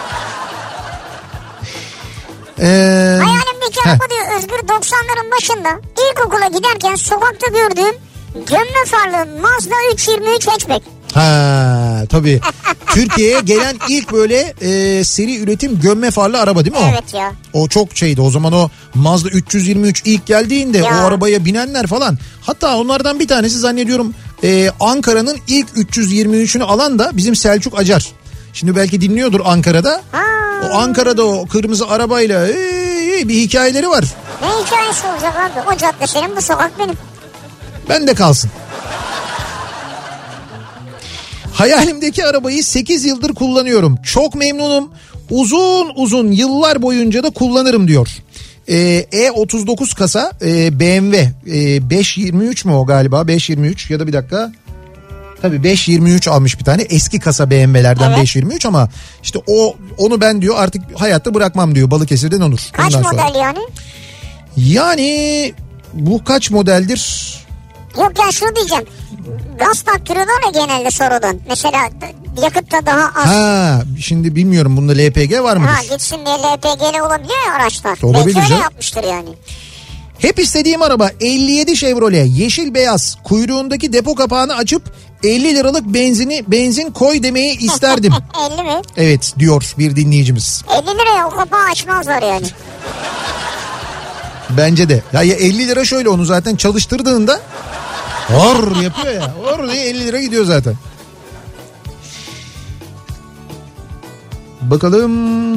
S1: Ee,
S2: Hayalimdeki araba diyor Özgür, doksanların başında ilkokula giderken sokakta gördüğüm gömme farlı Mazda üç yirmi üç hatchback.
S1: Ha tabii. Türkiye'ye gelen ilk böyle e, seri üretim gömme farlı araba değil mi o?
S2: Evet ya.
S1: O çok şeydi o zaman, o Mazda üç yüz yirmi üç ilk geldiğinde ya. O arabaya binenler falan. Hatta onlardan bir tanesi zannediyorum e, Ankara'nın ilk üç yüz yirmi üçünü alan da bizim Selçuk Acar. Şimdi belki dinliyordur Ankara'da.
S2: Ha.
S1: O Ankara'da o kırmızı arabayla ee, bir hikayeleri var.
S2: Ne hikayesi olacak abi? O cadde senin, bu sokak benim.
S1: Ben de kalsın. Hayalimdeki arabayı sekiz yıldır kullanıyorum. Çok memnunum. Uzun uzun yıllar boyunca da kullanırım diyor. Ee, E otuz dokuz kasa e, B M W e, beş yirmi üç mü o galiba? beş yirmi üç ya da bir dakika. Tabii beş yirmi üç almış bir tane. Eski kasa B M W'lerden evet. beş yirmi üç ama işte o onu ben diyor artık hayatta bırakmam diyor. Balıkesir'den olur.
S2: Kaç
S1: Ondan
S2: model
S1: sonra.
S2: yani?
S1: Yani bu kaç modeldir?
S2: Yok ya şunu diyeceğim. Gaz taktırıyorlar ya genelde sonradan. Mesela yakıtta daha az.
S1: Ha şimdi bilmiyorum, bunda L P G var mıdır?
S2: Ha gitsin diye L P G'li olabiliyor ya araçlar.
S1: Olabilir
S2: belki öyle
S1: canım.
S2: yapmıştır yani.
S1: Hep istediğim araba elli yedi Chevrolet yeşil beyaz, kuyruğundaki depo kapağını açıp elli liralık benzini benzin koy demeyi isterdim.
S2: elli mi?
S1: Evet diyor bir dinleyicimiz.
S2: elli liraya o kapağı açmazlar yani.
S1: Bence de. Ya, ya elli lira şöyle, onu zaten çalıştırdığında hor yapıyor ya. Hor diye elli lira gidiyor zaten. Bakalım.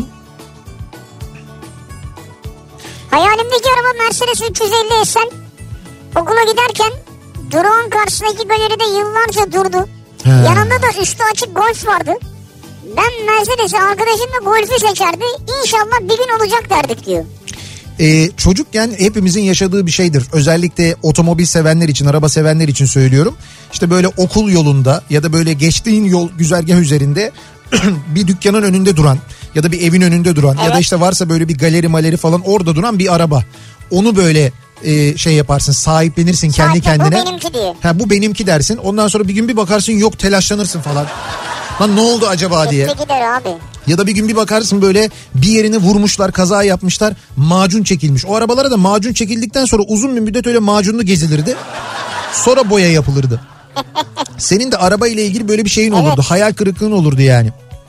S2: Hayalimdeki araba Mercedes üç yüz elli S L. Okula giderken durağın karşısındaki galeride yıllarca durdu. He. Yanında da üstü açık Golf vardı. Ben Mercedes'i, arkadaşım da Golf'ü seçerdi. İnşallah bir gün olacak derdik diyor.
S1: Ee, çocukken hepimizin yaşadığı bir şeydir. Özellikle otomobil sevenler için, araba sevenler için söylüyorum. İşte böyle okul yolunda ya da böyle geçtiğin yol güzergah üzerinde bir dükkanın önünde duran ya da bir evin önünde duran evet. ya da işte varsa böyle bir galeri maleri falan orada duran bir araba. Onu böyle e, şey yaparsın, sahiplenirsin kendi
S2: Sahip,
S1: kendine.
S2: Bu benimki diye.
S1: Ha, bu benimki dersin. Ondan sonra bir gün bir bakarsın yok, telaşlanırsın falan. Lan ne oldu acaba diye.
S2: Gider abi.
S1: Ya da bir gün bir bakarsın böyle bir yerini vurmuşlar, kaza yapmışlar, macun çekilmiş. O arabalara da macun çekildikten sonra uzun bir müddet öyle macunlu gezilirdi. Sonra boya yapılırdı. Senin de araba ile ilgili böyle bir şeyin olurdu. Evet. Hayal kırıklığın olurdu yani.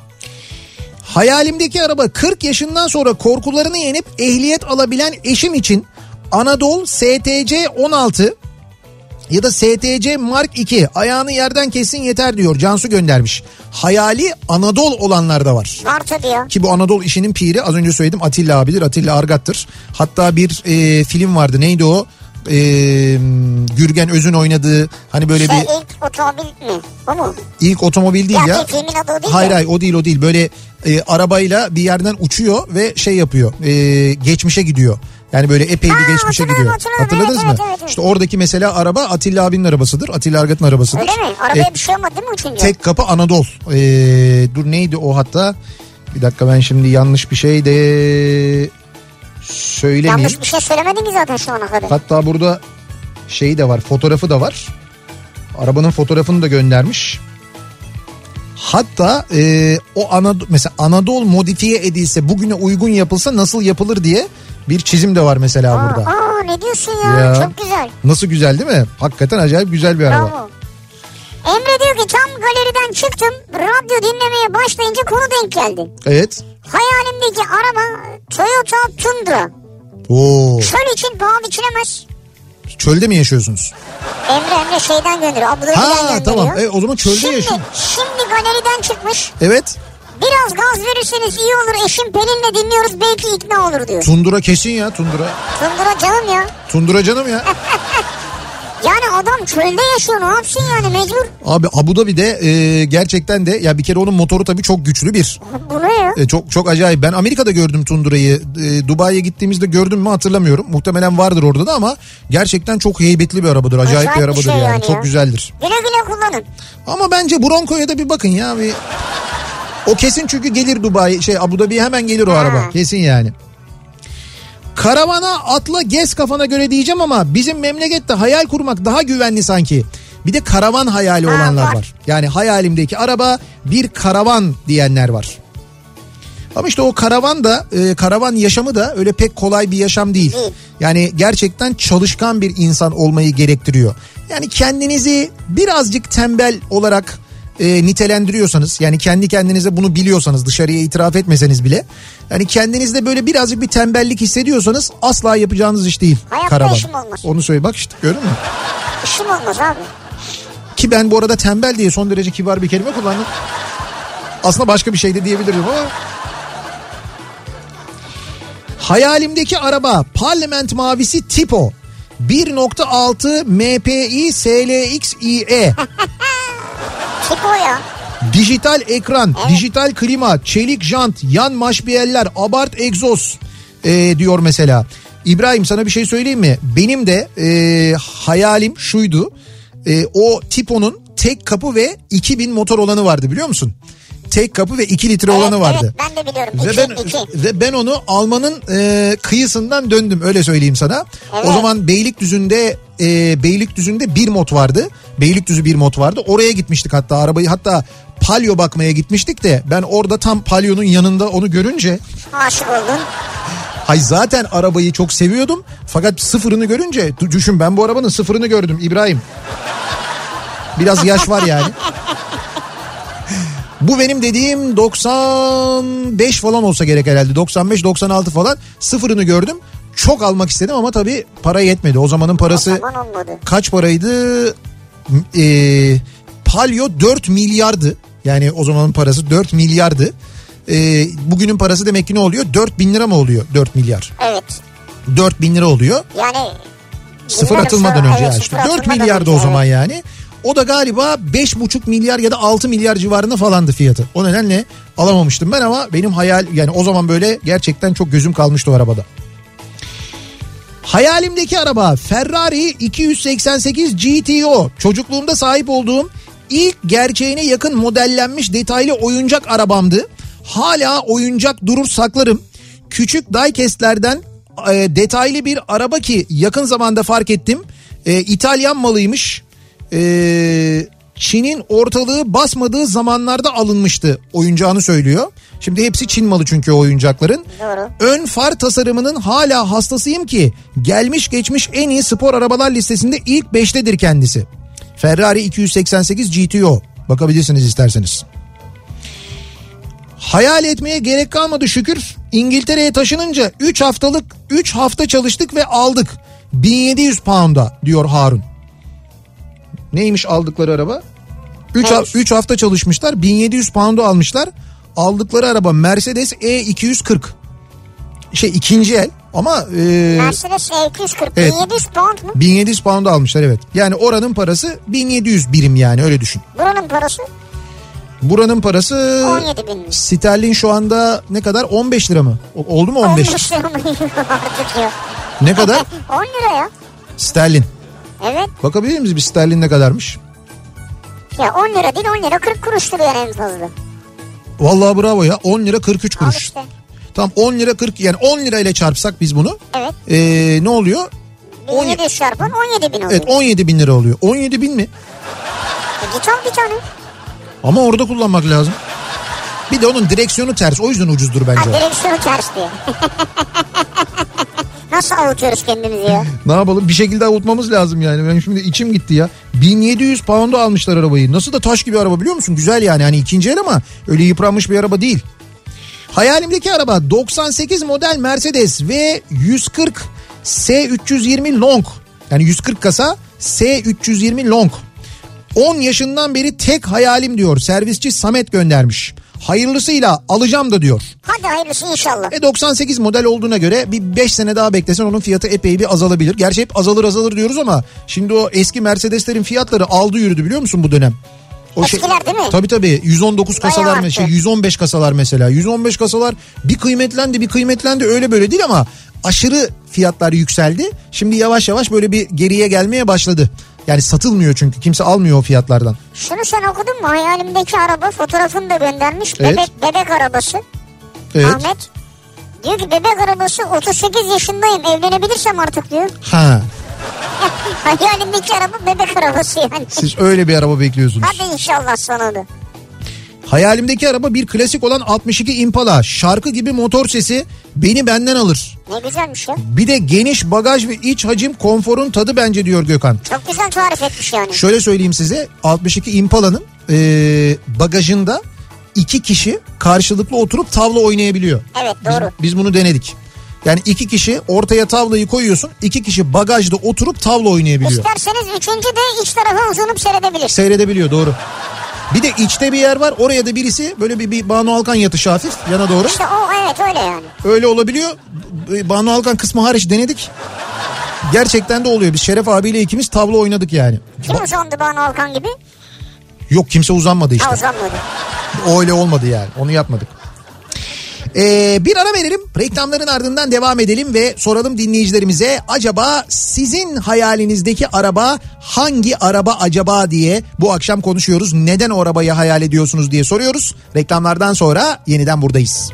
S1: Hayalimdeki araba kırk yaşından sonra korkularını yenip ehliyet alabilen eşim için Anadolu S T C on altı ya da S T C Mark iki, ayağını yerden kessin yeter diyor. Cansu göndermiş. Hayali Anadolu olanlar da var.
S2: Var tabii ya.
S1: Ki bu Anadolu işinin piri, az önce söyledim, Atilla abidir, Atilla Argat'tır. Hatta bir e, film vardı, neydi o? E, Gürgen Öz'ün oynadığı hani böyle
S2: şey,
S1: bir...
S2: ilk otomobil mi? O mu?
S1: İlk otomobil değil ya.
S2: Ya filmin adı o değil
S1: Hayır
S2: mi?
S1: hayır o değil o değil. Böyle e, arabayla bir yerden uçuyor ve şey yapıyor. E, geçmişe gidiyor. Yani böyle epey bir geçmişe gidiyor. Hatırladınız
S2: evet,
S1: mı?
S2: Evet, evet.
S1: İşte oradaki mesela araba Atilla abinin arabasıdır. Atilla Argat'ın arabasıdır.
S2: Öyle mi? Arabaya
S1: e,
S2: bir şey olmadı değil mi uçunca?
S1: Tek kapı Anadolu. E, dur neydi o hatta? Bir dakika, ben şimdi yanlış bir şey de söylemeyeyim.
S2: Yanlış bir şey söylemedin ki zaten şu ana kadar.
S1: Hatta burada şeyi de var, fotoğrafı da var. Arabanın fotoğrafını da göndermiş. Hatta e, o Anadolu, mesela Anadolu modifiye edilse, bugüne uygun yapılsa nasıl yapılır diye bir çizim de var mesela
S2: aa,
S1: burada.
S2: Aa ne diyorsun ya? ya çok güzel.
S1: Nasıl güzel değil mi? Hakikaten acayip güzel bir araba.
S2: Bravo. Emre diyor ki tam galeriden çıktım, radyo dinlemeye başlayınca konu denk geldi.
S1: Evet.
S2: Hayalimdeki araba Toyota Tundra.
S1: Oo.
S2: Çöl için paha biçilemez.
S1: Çölde mi yaşıyorsunuz?
S2: Emre Emre şeyden gönderiyor. Abdülhamid'den gönderiyor.
S1: Tamam. E, o zaman çölde
S2: şimdi,
S1: yaşıyor.
S2: Şimdi galeriden çıkmış.
S1: Evet.
S2: Biraz gaz verirseniz iyi olur. Eşim Pelin'le dinliyoruz. Belki ikna olur diyor.
S1: Tundra kesin ya, Tundra.
S2: Tundra canım ya.
S1: Tundra canım ya.
S2: Yani adam çölde yaşıyor, ne yapsın yani, mecbur.
S1: Abi Abu Dhabi'de e, gerçekten de ya bir kere onun motoru tabii çok güçlü bir.
S2: Bu ne ya?
S1: E, çok çok acayip. Ben Amerika'da gördüm Tundra'yı. E, Dubai'ye gittiğimizde gördüm mü hatırlamıyorum. Muhtemelen vardır orada da ama gerçekten çok heybetli bir arabadır. Acayip, acayip bir arabadır bir şey yani. yani. Çok güzeldir.
S2: Güle güle kullanın.
S1: Ama bence Bronco'ya da bir bakın ya. Bir... O kesin, çünkü gelir Dubai, şey Abu Dhabi'ye hemen gelir o ha. araba. Kesin yani. Karavana atla gez kafana göre diyeceğim ama bizim memlekette hayal kurmak daha güvenli sanki. Bir de karavan hayali ha, olanlar var. var. Yani hayalimdeki araba bir karavan diyenler var. Ama işte o karavan da e, karavan yaşamı da öyle pek kolay bir yaşam değil. Yani gerçekten çalışkan bir insan olmayı gerektiriyor. Yani kendinizi birazcık tembel olarak e, nitelendiriyorsanız, yani kendi kendinize bunu biliyorsanız, dışarıya itiraf etmeseniz bile, yani kendinizde böyle birazcık bir tembellik hissediyorsanız asla yapacağınız iş değil.
S2: Hayatta
S1: karavan.
S2: işim olmaz.
S1: Onu söyle bak işte, gördün mü?
S2: İşim olmaz abi.
S1: Ki ben bu arada tembel diye son derece kibar bir kelime kullandım. Aslında başka bir şey de diyebilirdim ama. Hayalimdeki araba Parlament mavisi Tipo. bir nokta altı M P I S L X I E.
S2: Tipo ya.
S1: Dijital ekran,
S2: evet. Dijital
S1: klima, çelik jant, yan maşbiyeller, abart egzoz ee, diyor mesela. İbrahim, sana bir şey söyleyeyim mi? Benim de e, hayalim şuydu. E, o Tipo'nun tek kapı ve iki bin motor olanı vardı, biliyor musun? Tek kapı ve iki litre
S2: evet,
S1: olanı vardı.
S2: Evet, ben de biliyorum.
S1: Ve
S2: iki,
S1: ben,
S2: iki.
S1: ve ben onu almanın e, kıyısından döndüm, öyle söyleyeyim sana. Evet. O zaman Beylikdüzü'nde e, Beylikdüzü'nde bir mod vardı. Beylikdüzü bir mod vardı. Oraya gitmiştik hatta, arabayı hatta Palio bakmaya gitmiştik de ben orada tam Palio'nun yanında onu görünce
S2: aşık oldun.
S1: Hay zaten arabayı çok seviyordum. Fakat sıfırını görünce, düşün, ben bu arabanın sıfırını gördüm İbrahim. Biraz yaş var yani. Bu benim dediğim doksan beş falan olsa gerek herhalde. doksan beş doksan altı falan, sıfırını gördüm. Çok almak istedim ama tabii para yetmedi. O zamanın parası
S2: o zaman
S1: kaç paraydı? Ee, Palio dört milyardı. Yani o zamanın parası dört milyardı. Ee, bugünün parası demek ki ne oluyor? dört bin lira mı oluyor? dört milyar.
S2: Evet.
S1: dört bin lira oluyor.
S2: Yani
S1: sıfır atılmadan
S2: sonra,
S1: önce
S2: evet,
S1: işte. dört milyardı o zaman evet. Yani. O da galiba beş buçuk milyar ya da altı milyar civarında falandı fiyatı. O nedenle alamamıştım ben ama benim hayal, yani o zaman böyle gerçekten çok gözüm kalmıştı o arabada. Hayalimdeki araba Ferrari iki yüz seksen sekiz G T O. Çocukluğumda sahip olduğum ilk gerçeğine yakın modellenmiş detaylı oyuncak arabamdı. Hala oyuncak durur saklarım. Küçük diecast'lerden e, detaylı bir araba ki yakın zamanda fark ettim. E, İtalyan malıymış. Ee, Çin'in ortalığı basmadığı zamanlarda alınmıştı oyuncağını söylüyor. Şimdi hepsi Çin malı çünkü o oyuncakların.
S2: Doğru.
S1: Ön far tasarımının hala hastasıyım ki gelmiş geçmiş en iyi spor arabalar listesinde ilk beştedir kendisi. Ferrari iki yüz seksen sekiz G T O. Bakabilirsiniz isterseniz. Hayal etmeye gerek kalmadı şükür. İngiltere'ye taşınınca üç haftalık üç hafta çalıştık ve aldık. bin yedi yüz pound'a diyor Harun. Neymiş aldıkları araba? üç hafta çalışmışlar, bin yedi yüz pound'u almışlar. Aldıkları araba Mercedes E iki yüz kırk. Şey ikinci el ama... E,
S2: Mercedes E iki yüz kırk,
S1: evet,
S2: bin yedi yüz pound mu?
S1: bin yedi yüz pound'u almışlar evet. Yani oranın parası bin yedi yüz birim, yani öyle düşün.
S2: Buranın parası?
S1: Buranın parası...
S2: on yedi bin.
S1: Sterlin şu anda ne kadar? on beş lira mı? Oldu mu on beş?
S2: on beş lira mı artık ya?
S1: Ne kadar?
S2: on lira ya.
S1: Sterlin.
S2: Evet.
S1: Bakabilir miyiz bir sterlin ne kadarmış?
S2: Ya on lira değil, on lira kırk kuruştur yani en fazla.
S1: Vallahi bravo ya, on lira kırk üç kuruş.
S2: Işte.
S1: Tam on lira kırk, yani on lira ile çarpsak biz bunu.
S2: Evet.
S1: Ee, ne oluyor?
S2: bin yedi yüz çarpın on yedi bin oluyor.
S1: Evet, on yedi bin lira oluyor. on yedi bin mi?
S2: E git al bir tane.
S1: Ama orada kullanmak lazım. Bir de onun direksiyonu ters, o yüzden ucuzdur bence.
S2: Ha, direksiyonu ters diye. Nasıl avutuyoruz kendimizi ya?
S1: Ne yapalım, bir şekilde avutmamız lazım yani. Ben şimdi içim gitti ya. bin yedi yüz pound'a almışlar arabayı. Nasıl da taş gibi araba, biliyor musun? Güzel yani, hani ikinci el ama öyle yıpranmış bir araba değil. Hayalimdeki araba doksan sekiz model Mercedes ve yüz kırk S üç yüz yirmi Long. Yani yüz kırk kasa S üç yüz yirmi Long. on yaşından beri tek hayalim diyor. Servisçi Samet göndermiş. Hayırlısıyla alacağım da diyor.
S2: Hadi hayırlısı inşallah.
S1: E doksan sekiz model olduğuna göre bir beş sene daha beklesen onun fiyatı epey bir azalabilir. Gerçi hep azalır azalır diyoruz ama şimdi o eski Mercedeslerin fiyatları aldı yürüdü, biliyor musun bu dönem? O
S2: Eskiler
S1: şey,
S2: değil mi?
S1: Tabii tabii yüz on dokuz kasalar mesela, şey, yüz on beş kasalar mesela. yüz on beş kasalar bir kıymetlendi bir kıymetlendi, öyle böyle değil ama aşırı fiyatlar yükseldi. Şimdi yavaş yavaş böyle bir geriye gelmeye başladı. Yani satılmıyor çünkü kimse almıyor o fiyatlardan.
S2: Şunu sen okudun mu? Hayalimdeki araba fotoğrafını da göndermiş.
S1: Evet.
S2: Bebek, bebek arabası.
S1: Evet.
S2: Ahmet. Diyor ki bebek arabası, otuz sekiz yaşındayım, evlenebilirsem artık diyor.
S1: Ha.
S2: Hayalimdeki araba bebek arabası yani.
S1: Siz öyle bir araba bekliyorsunuz.
S2: Hadi inşallah sana da.
S1: Hayalimdeki araba bir klasik olan altmış iki Impala. Şarkı gibi motor sesi beni benden alır.
S2: Ne güzelmiş ya.
S1: Bir de geniş bagaj ve iç hacim konforun tadı bence diyor Gökhan.
S2: Çok güzel tarif etmiş yani.
S1: Şöyle söyleyeyim size, altmış iki Impala'nın e, bagajında iki kişi karşılıklı oturup tavla oynayabiliyor.
S2: Evet doğru.
S1: Biz, biz bunu denedik. Yani iki kişi ortaya tavlayı koyuyorsun. İki kişi bagajda oturup tavla oynayabiliyor.
S2: İsterseniz üçüncü de iç tarafa uzanıp seyredebilir.
S1: Seyredebiliyor doğru. Bir de içte bir yer var. Oraya da birisi böyle bir, bir Banu Alkan yatışı hafif yana doğru.
S2: İşte o evet öyle yani.
S1: Öyle olabiliyor. Banu Alkan kısmı hariç denedik. Gerçekten de oluyor. Biz Şeref abiyle ikimiz tavla oynadık yani.
S2: Kim uzandı Banu Alkan gibi?
S1: Yok kimse uzanmadı işte.
S2: Ha uzanmadı.
S1: O öyle olmadı yani. Onu yapmadık. Ee, bir ara verelim. Reklamların ardından devam edelim ve soralım dinleyicilerimize. Acaba sizin hayalinizdeki araba hangi araba acaba diye bu akşam konuşuyoruz. Neden o arabayı hayal ediyorsunuz diye soruyoruz. Reklamlardan sonra yeniden buradayız.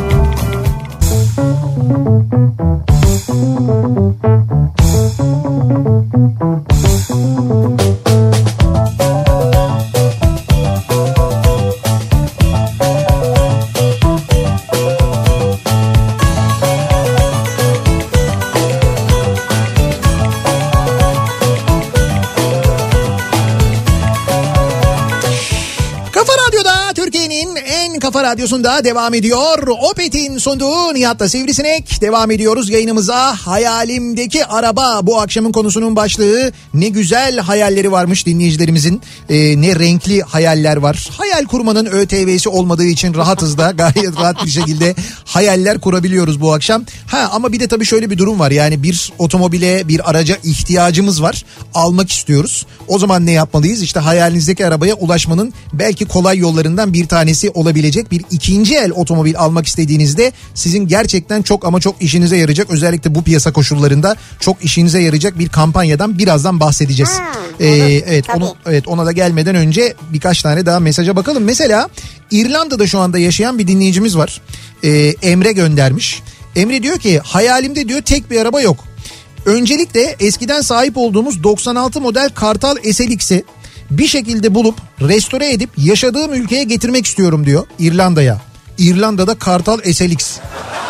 S1: Kafa Radyosu'nda devam ediyor. Opet'in sunduğu Nihat'la Sivrisinek. Devam ediyoruz yayınımıza. Hayalimdeki araba bu akşamın konusunun başlığı. Ne güzel hayalleri varmış dinleyicilerimizin. Ee, ne renkli hayaller var. Hayal kurmanın ÖTV'si olmadığı için rahatız da gayet rahat bir şekilde hayaller kurabiliyoruz bu akşam. Ha ama bir de tabii şöyle bir durum var. Yani bir otomobile, bir araca ihtiyacımız var. Almak istiyoruz. O zaman ne yapmalıyız? İşte hayalinizdeki arabaya ulaşmanın belki kolay yollarından bir tanesi olabilecek bir ikinci el otomobil almak istediğinizde sizin gerçekten çok ama çok işinize yarayacak, özellikle bu piyasa koşullarında çok işinize yarayacak bir kampanyadan birazdan bahsedeceğiz.
S2: Ha,
S1: ee, evet onu evet ona da gelmeden önce birkaç tane daha mesaja bakalım. Mesela İrlanda'da şu anda yaşayan bir dinleyicimiz var. Ee, Emre göndermiş. Emre diyor ki hayalimde diyor tek bir araba yok. Öncelikle eskiden sahip olduğumuz doksan altı model Kartal S L X'i bir şekilde bulup restore edip yaşadığım ülkeye getirmek istiyorum diyor İrlanda'ya. İrlanda'da Kartal S L X.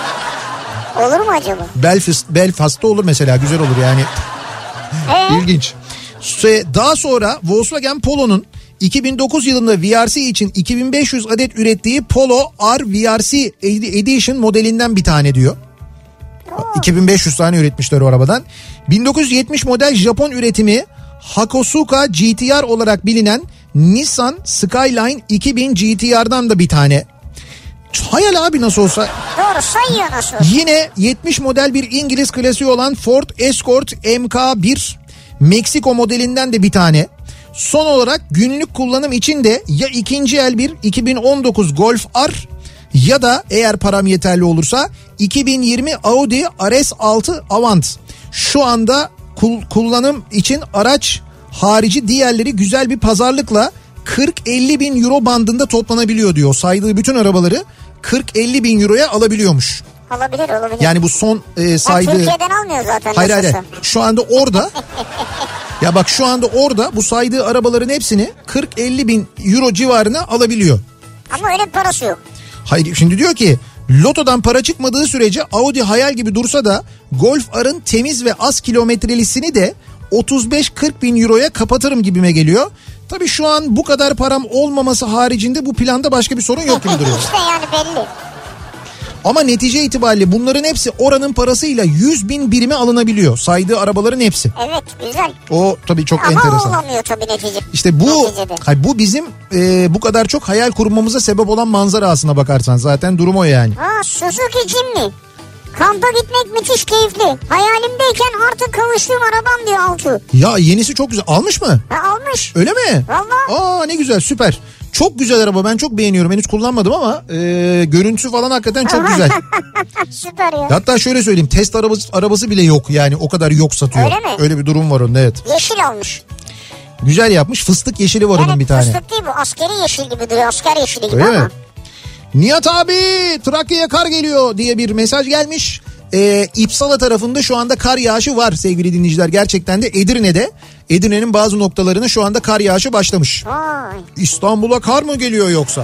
S2: Olur mu acaba?
S1: Belfast, Belfast'ta olur mesela, güzel olur yani.
S2: Ee?
S1: İlginç. Daha sonra Volkswagen Polo'nun iki bin dokuz yılında V R C için iki bin beş yüz adet ürettiği Polo R V R C Edition modelinden bir tane diyor. iki bin beş yüz tane üretmişler o arabadan. bin dokuz yüz yetmiş model Japon üretimi Hakosuka G T R olarak bilinen Nissan Skyline iki bin G T R'dan da bir tane. Hayal abi nasıl olsa.
S2: Doğru sayıyor nasıl olsa.
S1: Yine yetmiş model bir İngiliz klasiği olan Ford Escort M K bir Meksiko modelinden de bir tane. Son olarak günlük kullanım için de ya ikinci el bir iki bin on dokuz Golf R ya da eğer param yeterli olursa iki bin yirmi Audi R S altı Avant. Şu anda kul- kullanım için araç harici diğerleri güzel bir pazarlıkla kırk elli bin euro bandında toplanabiliyor diyor. Saydığı bütün arabaları kırk elli bin euroya alabiliyormuş.
S2: Olabilir olabilir.
S1: Yani bu son e, saydığı...
S2: Ya Türkiye'den almıyor zaten.
S1: Hayır hayır. Şu anda orada... ya bak şu anda orada bu saydığı arabaların hepsini kırk elli bin euro civarına alabiliyor.
S2: Ama öyle bir parası yok.
S1: Hayır şimdi diyor ki lotodan para çıkmadığı sürece Audi hayal gibi dursa da Golf R'ın temiz ve az kilometrelisini de otuz beş kırk bin euroya kapatırım gibime geliyor. Tabii şu an bu kadar param olmaması haricinde bu planda başka bir sorun yok gibi duruyor.
S2: İşte yani belli.
S1: Ama netice itibariyle bunların hepsi oranın parasıyla yüz bin birime alınabiliyor. Saydığı arabaların hepsi.
S2: Evet güzel.
S1: O tabii çok
S2: ama
S1: enteresan.
S2: Ama olamıyor tabii netice.
S1: İşte bu hayır, bu bizim e, bu kadar çok hayal kurmamıza sebep olan manzara aslına bakarsan zaten durum o yani.
S2: Ha Suzuki Jimny. Kampa gitmek müthiş keyifli. Hayalimdeyken artık kavuştuğum arabam diyor Altuğ.
S1: Ya yenisi çok güzel. Almış mı?
S2: Ha almış.
S1: Öyle mi?
S2: Valla.
S1: Aa ne güzel, süper. Çok güzel araba, ben çok beğeniyorum. Henüz kullanmadım ama e, görüntüsü falan hakikaten çok güzel.
S2: Süper ya.
S1: Hatta şöyle söyleyeyim, test arabası, arabası bile yok yani, o kadar yok satıyor.
S2: Öyle mi?
S1: Öyle bir durum var onun, evet.
S2: Yeşil almış.
S1: Güzel yapmış, fıstık yeşili var
S2: yani
S1: onun bir tane.
S2: Fıstık değil bu, askeri yeşil gibi duruyor, asker yeşili gibi.
S1: Öyle
S2: ama.
S1: mi? Nihat abi Trakya'ya kar geliyor diye bir mesaj gelmiş. Ee, İpsala tarafında şu anda kar yağışı var sevgili dinleyiciler. Gerçekten de Edirne'de, Edirne'nin bazı noktalarına şu anda kar yağışı başlamış.
S2: Vay.
S1: İstanbul'a kar mı geliyor yoksa?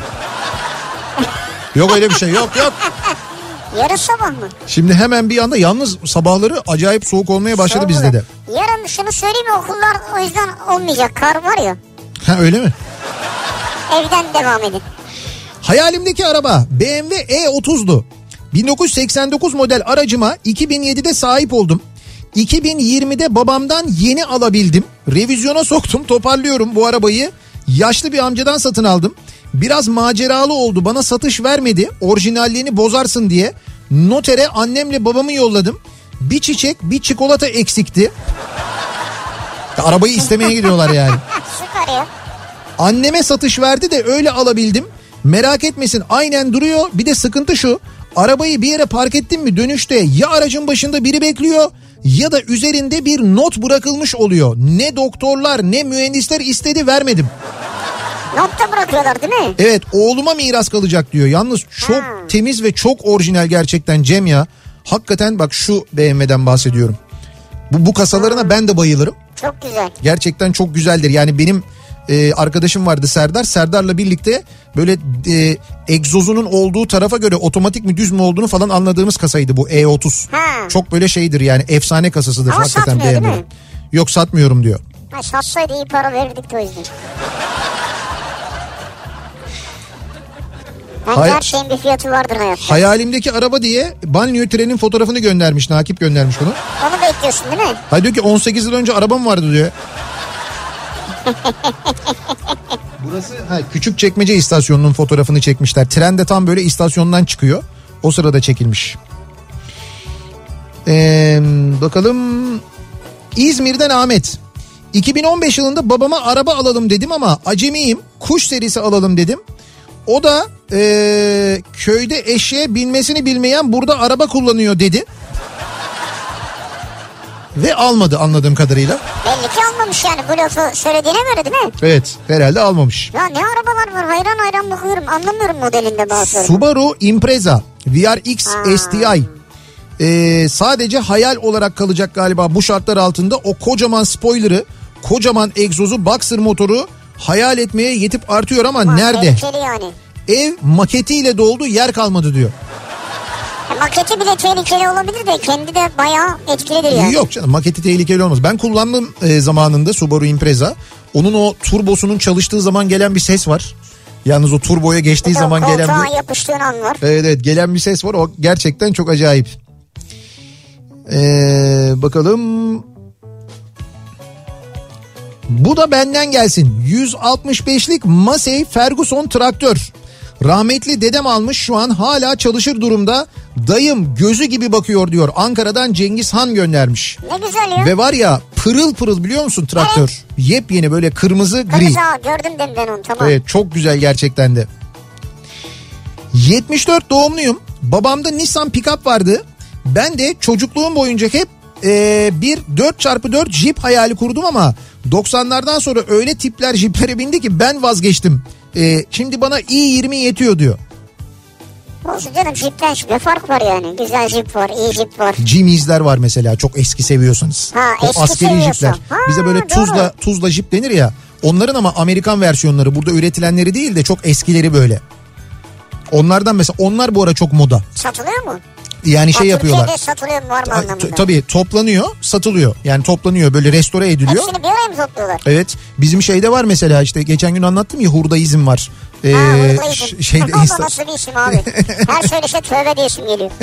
S1: Yok öyle bir şey, yok yok.
S2: Yarın sabah mı?
S1: Şimdi hemen bir anda, yalnız sabahları acayip soğuk olmaya başladı
S2: Soğuk
S1: bizde de.
S2: Yarın şunu söyleyeyim mi, okullar o yüzden olmayacak, kar var ya.
S1: Ha öyle mi?
S2: Evden devam edin.
S1: Hayalimdeki araba B M W E otuz'du. bin dokuz yüz seksen dokuz model aracıma iki bin yedide sahip oldum. iki bin yirmide babamdan yeni alabildim. Revizyona soktum, toparlıyorum bu arabayı. Yaşlı bir amcadan satın aldım. Biraz maceralı oldu, bana satış vermedi. Orijinalliğini bozarsın diye. Notere annemle babamı yolladım. Bir çiçek, bir çikolata eksikti. Arabayı istemeye gidiyorlar yani.
S2: Süper ya.
S1: Anneme satış verdi de öyle alabildim. Merak etmesin, aynen duruyor. Bir de sıkıntı şu. Arabayı bir yere park ettim mi dönüşte ya aracın başında biri bekliyor ya da üzerinde bir not bırakılmış oluyor. Ne doktorlar ne mühendisler istedi, vermedim.
S2: Not da bırakıyorlar değil mi?
S1: Evet, oğluma miras kalacak diyor. Yalnız çok hmm. temiz ve çok orijinal gerçekten Cem ya. Hakikaten bak, şu B M W'den bahsediyorum. Bu, bu kasalarına hmm. ben de bayılırım.
S2: Çok güzel.
S1: Gerçekten çok güzeldir. Yani benim e, arkadaşım vardı Serdar. Serdar'la birlikte böyle e, egzozunun olduğu tarafa göre otomatik mi düz mü olduğunu falan anladığımız kasaydı bu E otuz.
S2: Ha.
S1: Çok böyle şeydir yani, efsane kasasıdır.
S2: Ama
S1: hakikaten
S2: satmıyor değil mi?
S1: Yok, satmıyorum diyor.
S2: Ha, satsaydı iyi para verirdik de o yüzden.
S1: Hay-
S2: her şeyin bir fiyatı vardır hayatta.
S1: Hayalimdeki araba diye banliyö trenin fotoğrafını göndermiş. Nakip göndermiş bunu.
S2: Onu bekliyorsun değil mi?
S1: Hayır, diyor ki on sekiz yıl önce arabam vardı diyor. Burası ha, Küçükçekmece istasyonunun fotoğrafını çekmişler. Tren de tam böyle istasyondan çıkıyor. O sırada çekilmiş. Ee, bakalım. İzmir'den Ahmet. iki bin on beş yılında babama araba alalım dedim ama acemiyim. Kuş serisi alalım dedim. O da ee, köyde eşeğe binmesini bilmeyen burada araba kullanıyor dedi. Ve almadı anladığım kadarıyla.
S2: Belli ki almamış yani, bu lafı söylediğine göre değil mi?
S1: Evet, herhalde almamış.
S2: Ya ne arabalar var, hayran hayran bakıyorum, anlamıyorum modelinde bazıları.
S1: Subaru Impreza V R X ha. S T I ee, sadece hayal olarak kalacak galiba bu şartlar altında. O kocaman spoiler'ı, kocaman egzozu, boxer motoru hayal etmeye yetip artıyor ama, ama nerede?
S2: Yani.
S1: Ev maketiyle doldu, yer kalmadı diyor.
S2: Maketi bile tehlikeli olabilir de kendi de bayağı etkilidir yani.
S1: Yok canım, maketi tehlikeli olmaz. Ben kullandım e, zamanında Subaru Impreza. Onun o turbosunun çalıştığı zaman gelen bir ses var. Yalnız o turboya geçtiği
S2: bir
S1: zaman gelen bir...
S2: yapıştığın an var.
S1: Evet evet, gelen bir ses var. O gerçekten çok acayip. Ee, bakalım. Bu da benden gelsin. yüz altmış beşlik Massey Ferguson traktör. Rahmetli dedem almış, şu an hala çalışır durumda. Dayım gözü gibi bakıyor diyor. Ankara'dan Cengiz Han göndermiş.
S2: Ne güzel ya.
S1: Ve var ya, pırıl pırıl biliyor musun traktör? Evet. Yepyeni böyle kırmızı gri.
S2: Kırmızı, gördüm ben onu, tamam.
S1: Evet, çok güzel gerçekten de. yetmiş dört doğumluyum. Babamda Nissan pick-up vardı. Ben de çocukluğum boyunca hep e, bir dört çarpı dört Jeep hayali kurdum ama doksanlardan sonra öyle tipler Jeeplere bindi ki ben vazgeçtim. E, şimdi bana i yirmi yetiyor diyor.
S2: Olsun canım, Jeep'ten ne fark var yani? Güzel Jeep var, iyi Jeep var.
S1: Jimmy'sler var mesela, çok eski seviyorsanız.
S2: Ha,
S1: o
S2: eski
S1: askeri Jeep'ler.
S2: Ha,
S1: bize böyle
S2: doğru.
S1: tuzla tuzla Jeep denir ya. Onların ama Amerikan versiyonları, burada üretilenleri değil de çok eskileri böyle. Onlardan mesela, onlar bu ara çok moda.
S2: Satılıyor mu?
S1: Yani şey
S2: ha,
S1: yapıyorlar.
S2: Türkiye'de satılıyor mu, var mı anlamında?
S1: Tabii toplanıyor, satılıyor. Yani toplanıyor, böyle restore ediliyor.
S2: Hepsini bir araya mı topluyorlar?
S1: Evet. Bizim şeyde var mesela, işte geçen gün anlattım ya, hurdaizm var.
S2: Ee, ha, hurdaizm.
S1: Şeyde
S2: Allah insta- nasıl bir isim abi? Her söylese tövbe diye isim geliyor.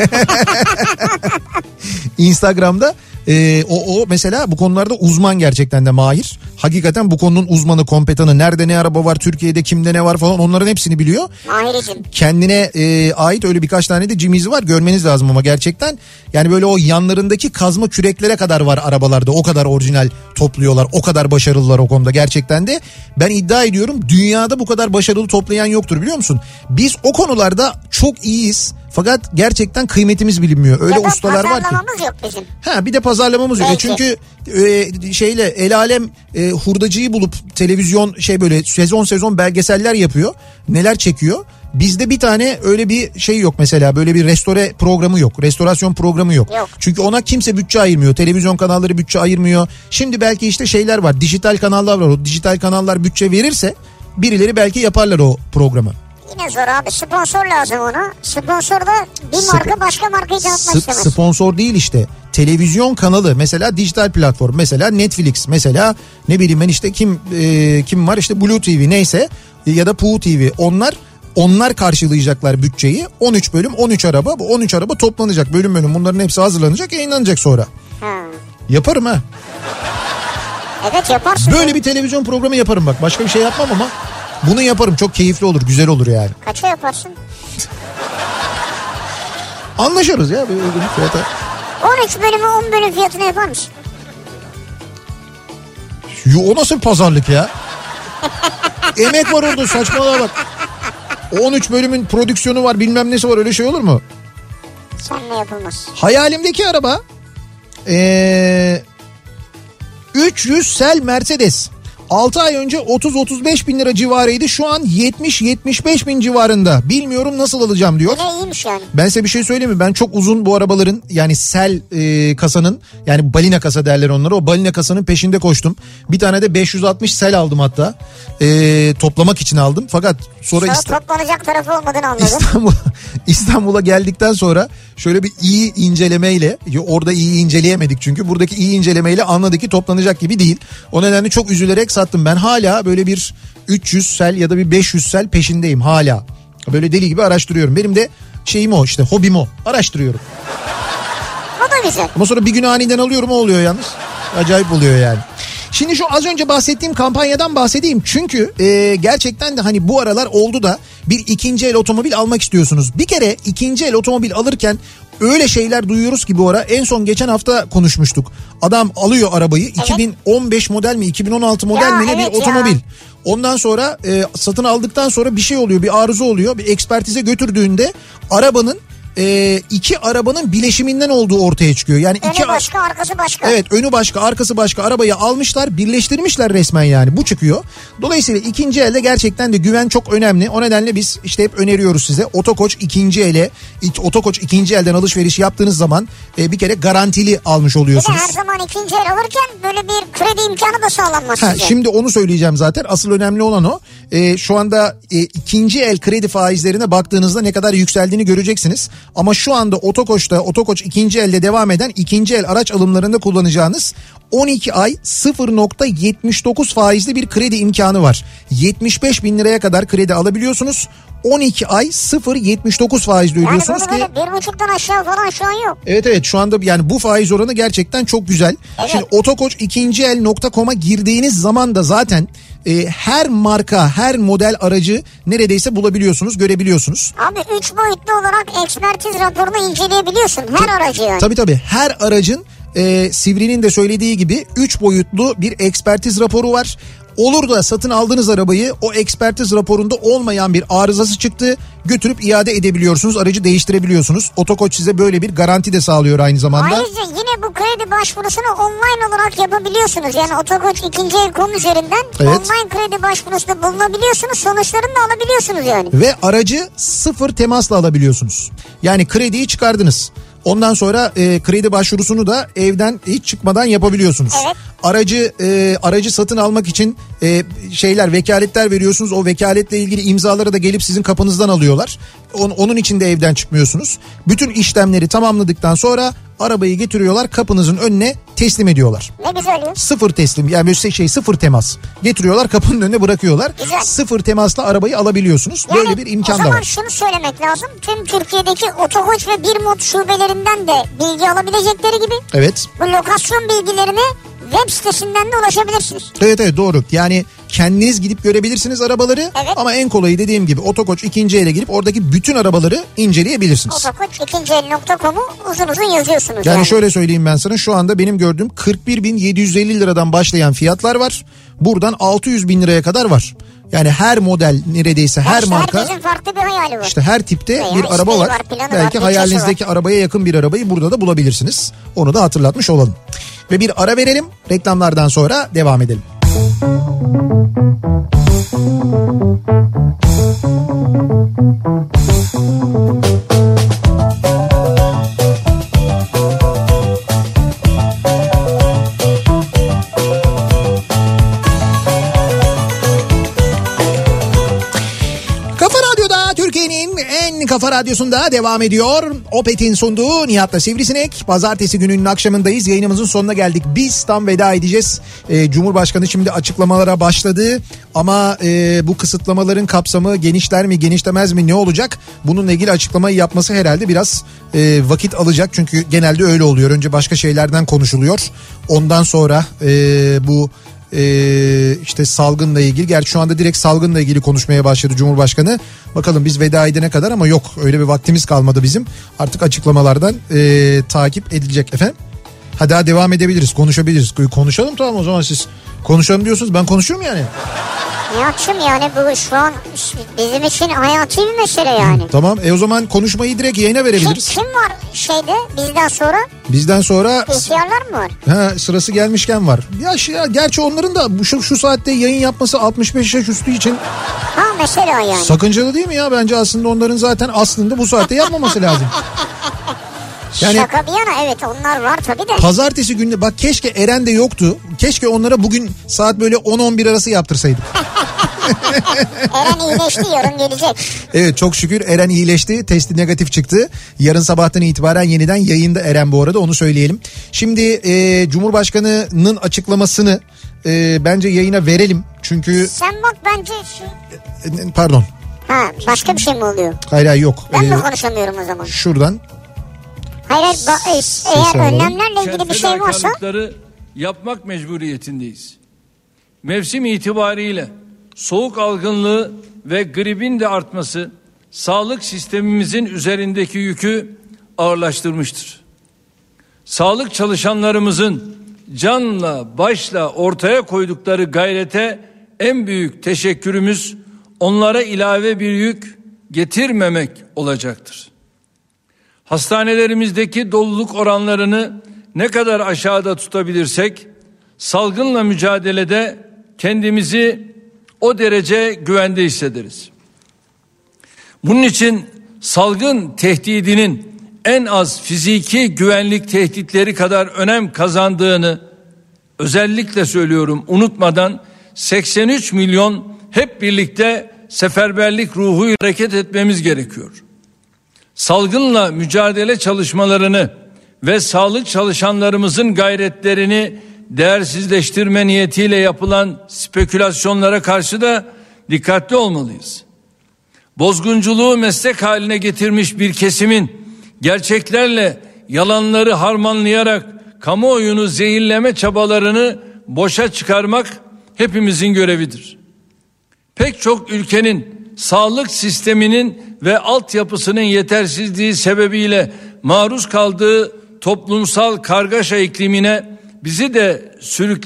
S1: Instagram'da e, o, o mesela bu konularda uzman, gerçekten de mahir. Hakikaten bu konunun uzmanı, kompetanı. Nerede ne araba var, Türkiye'de kimde ne var falan, onların hepsini biliyor.
S2: Mahiricim.
S1: Kendine e, ait öyle birkaç tane de Jimmy'si var, görmeniz lazım ama gerçekten. Yani böyle o yanlarındaki kazma küreklere kadar var arabalarda. O kadar orijinal topluyorlar. O kadar başarılılar o konuda gerçekten de. Ben iddia ediyorum, dünyada bu kadar başarılı toplayan yoktur, biliyor musun? Biz o konularda çok iyiyiz. Fakat gerçekten kıymetimiz bilinmiyor. Öyle
S2: ya
S1: ustalar var ki.
S2: Pazarlamamız yok bizim.
S1: Ha, bir de pazarlamamız yok. Çünkü e, şeyle el alem e, hurdacıyı bulup televizyon şey böyle sezon sezon belgeseller yapıyor. Neler çekiyor. Bizde bir tane öyle bir şey yok mesela, böyle bir restore programı yok. Restorasyon programı yok.
S2: yok.
S1: Çünkü ona kimse bütçe ayırmıyor. Televizyon kanalları bütçe ayırmıyor. Şimdi belki işte şeyler var, dijital kanallar var. O dijital kanallar bütçe verirse birileri belki yaparlar o programı.
S2: Yine zor abi, sponsor lazım ona. Sponsor da bir marka Sp- başka markayı tanıtmak
S1: Sp-
S2: istemez.
S1: Sponsor değil işte. televizyon kanalı, mesela dijital platform, mesela Netflix, mesela ne bileyim ben işte kim e, kim var işte Blue T V neyse ya da Poo T V, onlar onlar karşılayacaklar bütçeyi. on üç bölüm on üç araba, bu on üç araba toplanacak bölüm bölüm, bunların hepsi hazırlanacak, yayınlanacak sonra.
S2: Hmm.
S1: Yaparım ha.
S2: Evet yaparsın.
S1: Böyle bir televizyon programı yaparım bak, başka bir şey yapmam ama bunu yaparım, çok keyifli olur, güzel olur yani.
S2: Kaça yaparsın?
S1: Anlaşırız ya bir uygun fiyata.
S2: on üç bölümü on bölüm fiyatına yapar mısın?
S1: Yo, o nasıl pazarlık ya? Emek var orada, saçmalığa bak. on üç bölümün prodüksiyonu var, bilmem nesi var, öyle şey olur mu?
S2: Seninle yapılmaz.
S1: Hayalimdeki araba ee, üç yüz sel Mercedes. altı ay önce otuz otuz beş bin lira civarıydı. Şu an yetmiş yetmiş beş bin civarında. Bilmiyorum nasıl alacağım diyor.
S2: Yine iyiymiş yani.
S1: Ben size bir şey söyleyeyim mi? Ben çok uzun bu arabaların, yani sel e, kasanın, yani balina kasa derler onlara. O balina kasanın peşinde koştum. Bir tane de beş yüz altmış sel aldım hatta. E, toplamak için aldım. Fakat sonra...
S2: Sonra
S1: İsta-
S2: toplanacak tarafı olmadığını anladım.
S1: İstanbul, İstanbul'a geldikten sonra şöyle bir iyi incelemeyle, orada iyi inceleyemedik çünkü, buradaki iyi incelemeyle anladık ki toplanacak gibi değil. O nedenle çok üzülerek sattım. Ben hala böyle bir üç yüz sel ya da bir beş yüz sel peşindeyim hala. Böyle deli gibi araştırıyorum. Benim de şeyim o, işte hobim o. Araştırıyorum.
S2: O da güzel.
S1: Ama sonra bir gün aniden alıyorum, o oluyor yalnız. Acayip oluyor yani. Şimdi şu az önce bahsettiğim kampanyadan bahsedeyim. Çünkü e, gerçekten de hani bu aralar oldu da bir ikinci el otomobil almak istiyorsunuz. Bir kere ikinci el otomobil alırken öyle şeyler duyuyoruz ki bu ara. En son geçen hafta konuşmuştuk. Adam alıyor arabayı, evet. iki bin on beş model mi iki bin on altı model
S2: ya,
S1: mi ne
S2: evet
S1: bir otomobil.
S2: Ya.
S1: Ondan sonra e, satın aldıktan sonra bir şey oluyor, bir arıza oluyor. Bir ekspertize götürdüğünde arabanın e, iki arabanın bileşiminden olduğu ortaya çıkıyor. Yani
S2: önü
S1: iki
S2: başka, arkası başka.
S1: Evet, önü başka, arkası başka, arabayı almışlar, birleştirmişler resmen, yani bu çıkıyor. Dolayısıyla ikinci elde gerçekten de güven çok önemli. O nedenle biz işte hep öneriyoruz size. Otokoç ikinci ele, Otokoç ikinci elden alışveriş yaptığınız zaman e, bir kere garantili almış oluyorsunuz.
S2: Bir de her zaman ikinci el alırken böyle bir kredi imkanı da sağlanmaz
S1: ha,
S2: size.
S1: Şimdi onu söyleyeceğim zaten. Asıl önemli olan o. E, şu anda e, ikinci el kredi faizlerine baktığınızda ne kadar yükseldiğini göreceksiniz. Ama şu anda Otokoç'ta, Otokoç ikinci elde devam eden ikinci el araç alımlarında kullanacağınız on iki ay sıfır nokta yetmiş dokuz faizli bir kredi imkanı var. yetmiş beş bin liraya kadar kredi alabiliyorsunuz. on iki ay sıfır nokta yetmiş dokuz faizle ödüyorsunuz
S2: yani
S1: ki.
S2: Yani bir buçuktan aşağı falan şu an yok.
S1: Evet evet, şu anda yani bu faiz oranı gerçekten çok güzel. Evet. Şimdi otokoç ikinci el nokta com'a girdiğiniz zaman da zaten e, her marka, her model aracı neredeyse bulabiliyorsunuz, görebiliyorsunuz.
S2: Abi üç boyutlu olarak ekspertiz raporunu inceleyebiliyorsun her Ta- aracı yani.
S1: Tabii tabii, her aracın e, Sivri'nin de söylediği gibi üç boyutlu bir ekspertiz raporu var. Olur da satın aldığınız arabayı o ekspertiz raporunda olmayan bir arızası çıktı, götürüp iade edebiliyorsunuz, aracı değiştirebiliyorsunuz. Otokoç size böyle bir garanti de sağlıyor aynı zamanda.
S2: Ayrıca yine bu kredi başvurusunu online olarak yapabiliyorsunuz. Yani Otokoç ikinci el nokta com üzerinden evet. online kredi başvurusunda bulunabiliyorsunuz, sonuçlarını da alabiliyorsunuz yani.
S1: Ve aracı sıfır temasla alabiliyorsunuz. Yani krediyi çıkardınız. Ondan sonra e, kredi başvurusunu da evden hiç çıkmadan yapabiliyorsunuz.
S2: Evet.
S1: Aracı e, aracı satın almak için e, şeyler, vekaletler veriyorsunuz. O vekaletle ilgili imzaları da gelip sizin kapınızdan alıyorlar. On, onun için de evden çıkmıyorsunuz. Bütün işlemleri tamamladıktan sonra arabayı getiriyorlar, kapınızın önüne teslim ediyorlar.
S2: Ne güzel ya.
S1: Sıfır teslim, yani böyle şey sıfır temas. Getiriyorlar, kapının önüne bırakıyorlar.
S2: Güzel.
S1: Sıfır temasla arabayı alabiliyorsunuz.
S2: Yani
S1: böyle bir imkan da var.
S2: O zaman şunu söylemek lazım. Tüm Türkiye'deki Otokoç ve Birmot şubelerinden de bilgi alabilecekleri gibi.
S1: Evet.
S2: Bu lokasyon bilgilerine web sitesinden de ulaşabilirsiniz.
S1: Evet evet, doğru. Yani kendiniz gidip görebilirsiniz arabaları.
S2: Evet.
S1: Ama en kolayı dediğim gibi Otokoç ikinci ele girip oradaki bütün arabaları inceleyebilirsiniz.
S2: Otokoç ikinci el nokta com'u uzun uzun yazıyorsunuz.
S1: Yani,
S2: yani
S1: şöyle söyleyeyim ben sana, şu anda benim gördüğüm kırk bir bin yedi yüz elli liradan başlayan fiyatlar var. Buradan altı yüz bin liraya kadar var. Yani her model, neredeyse her
S2: işte
S1: marka.
S2: Herkesin farklı bir hayali var.
S1: İşte her tipte
S2: Veya
S1: bir araba var.
S2: var
S1: Belki
S2: var,
S1: hayalinizdeki
S2: var.
S1: arabaya yakın bir arabayı burada da bulabilirsiniz. Onu da hatırlatmış olalım. Ve bir ara verelim. Reklamlardan sonra devam edelim. Kafa Kafa Radyosu'nda devam ediyor. Opet'in sunduğu Nihat'la Sivrisinek. Pazartesi gününün akşamındayız. Yayınımızın sonuna geldik. Biz tam veda edeceğiz. Ee, Cumhurbaşkanı şimdi açıklamalara başladı. Ama e, bu kısıtlamaların kapsamı genişler mi genişlemez mi ne olacak? Bununla ilgili açıklamayı yapması herhalde biraz e, vakit alacak. Çünkü genelde öyle oluyor. Önce başka şeylerden konuşuluyor. Ondan sonra e, bu... Ee, işte salgınla ilgili, gerçi şu anda direkt salgınla ilgili konuşmaya başladı Cumhurbaşkanı. Bakalım biz veda edene kadar, ama yok öyle bir vaktimiz kalmadı bizim. Artık açıklamalardan e, takip edilecek efendim. Ha, daha devam edebiliriz, konuşabiliriz. Konuşalım, tamam o zaman siz konuşalım diyorsunuz, ben konuşurum yani.
S2: Nihat'cığım yani bu şu an bizim için hayati bir mesele yani.
S1: Tamam e o zaman konuşmayı direkt yayına verebiliriz.
S2: Kim, kim var şeyde bizden sonra?
S1: Bizden sonra...
S2: İhtiyarlar mı var?
S1: Ha, sırası gelmişken var. Ya, şey, ya gerçi onların da bu şu, şu saatte yayın yapması altmış beş yaş üstü için...
S2: Ha mesela yani.
S1: Sakıncalı değil mi ya? Bence aslında onların zaten aslında bu saatte yapmaması lazım.
S2: Yani, şaka bir yana evet onlar var tabii de.
S1: Pazartesi günü bak, keşke Eren de yoktu. Keşke onlara bugün saat böyle on on bir arası yaptırsaydık.
S2: Eren iyileşti, yarın gelecek.
S1: Evet, çok şükür Eren iyileşti. Testi negatif çıktı. Yarın sabahtan itibaren yeniden yayında Eren, bu arada onu söyleyelim. Şimdi e, Cumhurbaşkanı'nın açıklamasını e, bence yayına verelim. Çünkü...
S2: Sen bak bence...
S1: E, pardon.
S2: Ha, başka bir şey mi oluyor?
S1: Hayır hayır yok.
S2: Ben
S1: ee,
S2: mi konuşamıyorum o zaman?
S1: Şuradan.
S2: Hayır hayır ba- eğer önlemlerle ilgili bir şey varsa...
S5: yapmak mecburiyetindeyiz. Mevsim itibariyle soğuk algınlığı ve gripin de artması sağlık sistemimizin üzerindeki yükü ağırlaştırmıştır. Sağlık çalışanlarımızın canla başla ortaya koydukları gayrete en büyük teşekkürümüz onlara ilave bir yük getirmemek olacaktır. Hastanelerimizdeki doluluk oranlarını ne kadar aşağıda tutabilirsek salgınla mücadelede kendimizi o derece güvende hissederiz. Bunun için salgın tehdidinin en az fiziki güvenlik tehditleri kadar önem kazandığını özellikle söylüyorum unutmadan seksen üç milyon hep birlikte seferberlik ruhuyla hareket etmemiz gerekiyor. Salgınla mücadele çalışmalarını ve sağlık çalışanlarımızın gayretlerini değersizleştirme niyetiyle yapılan spekülasyonlara karşı da dikkatli olmalıyız. Bozgunculuğu meslek haline getirmiş bir kesimin gerçeklerle yalanları harmanlayarak kamuoyunu zehirleme çabalarını boşa çıkarmak hepimizin görevidir. Pek çok ülkenin sağlık sisteminin ve altyapısının yetersizliği sebebiyle maruz kaldığı toplumsal kargaşa iklimine bizi de sürükle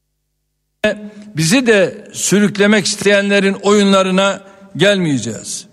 S5: bizi de sürüklemek isteyenlerin oyunlarına gelmeyeceğiz.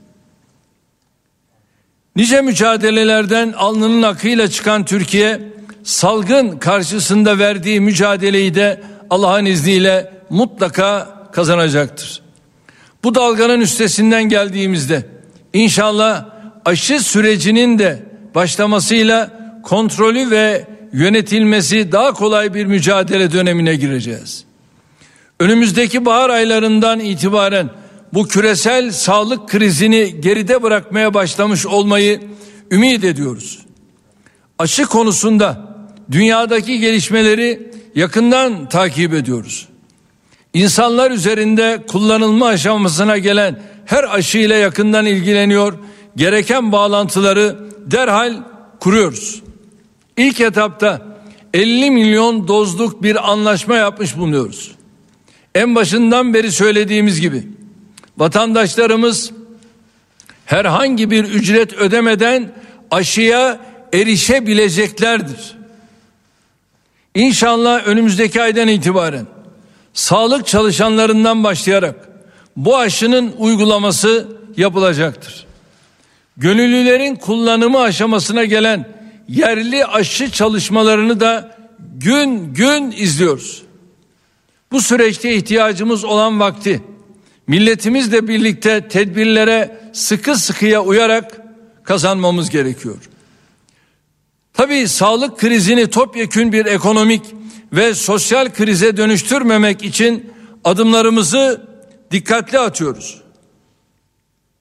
S5: Nice mücadelelerden alnının akıyla çıkan Türkiye, salgın karşısında verdiği mücadeleyi de Allah'ın izniyle mutlaka kazanacaktır. Bu dalganın üstesinden geldiğimizde inşallah aşı sürecinin de başlamasıyla kontrolü ve yönetilmesi daha kolay bir mücadele dönemine gireceğiz. Önümüzdeki bahar aylarından itibaren bu küresel sağlık krizini geride bırakmaya başlamış olmayı ümit ediyoruz. Aşı konusunda dünyadaki gelişmeleri yakından takip ediyoruz. İnsanlar üzerinde kullanılma aşamasına gelen her aşı ile yakından ilgileniyor, gereken bağlantıları derhal kuruyoruz. İlk etapta elli milyon dozluk bir anlaşma yapmış bulunuyoruz. En başından beri söylediğimiz gibi vatandaşlarımız herhangi bir ücret ödemeden aşıya erişebileceklerdir. İnşallah önümüzdeki aydan itibaren sağlık çalışanlarından başlayarak bu aşının uygulaması yapılacaktır. Gönüllülerin kullanımı aşamasına gelen yerli aşı çalışmalarını da gün gün izliyoruz. Bu süreçte ihtiyacımız olan vakti milletimizle birlikte tedbirlere sıkı sıkıya uyarak kazanmamız gerekiyor. Tabii sağlık krizini topyekün bir ekonomik ve sosyal krize dönüştürmemek için adımlarımızı dikkatli atıyoruz.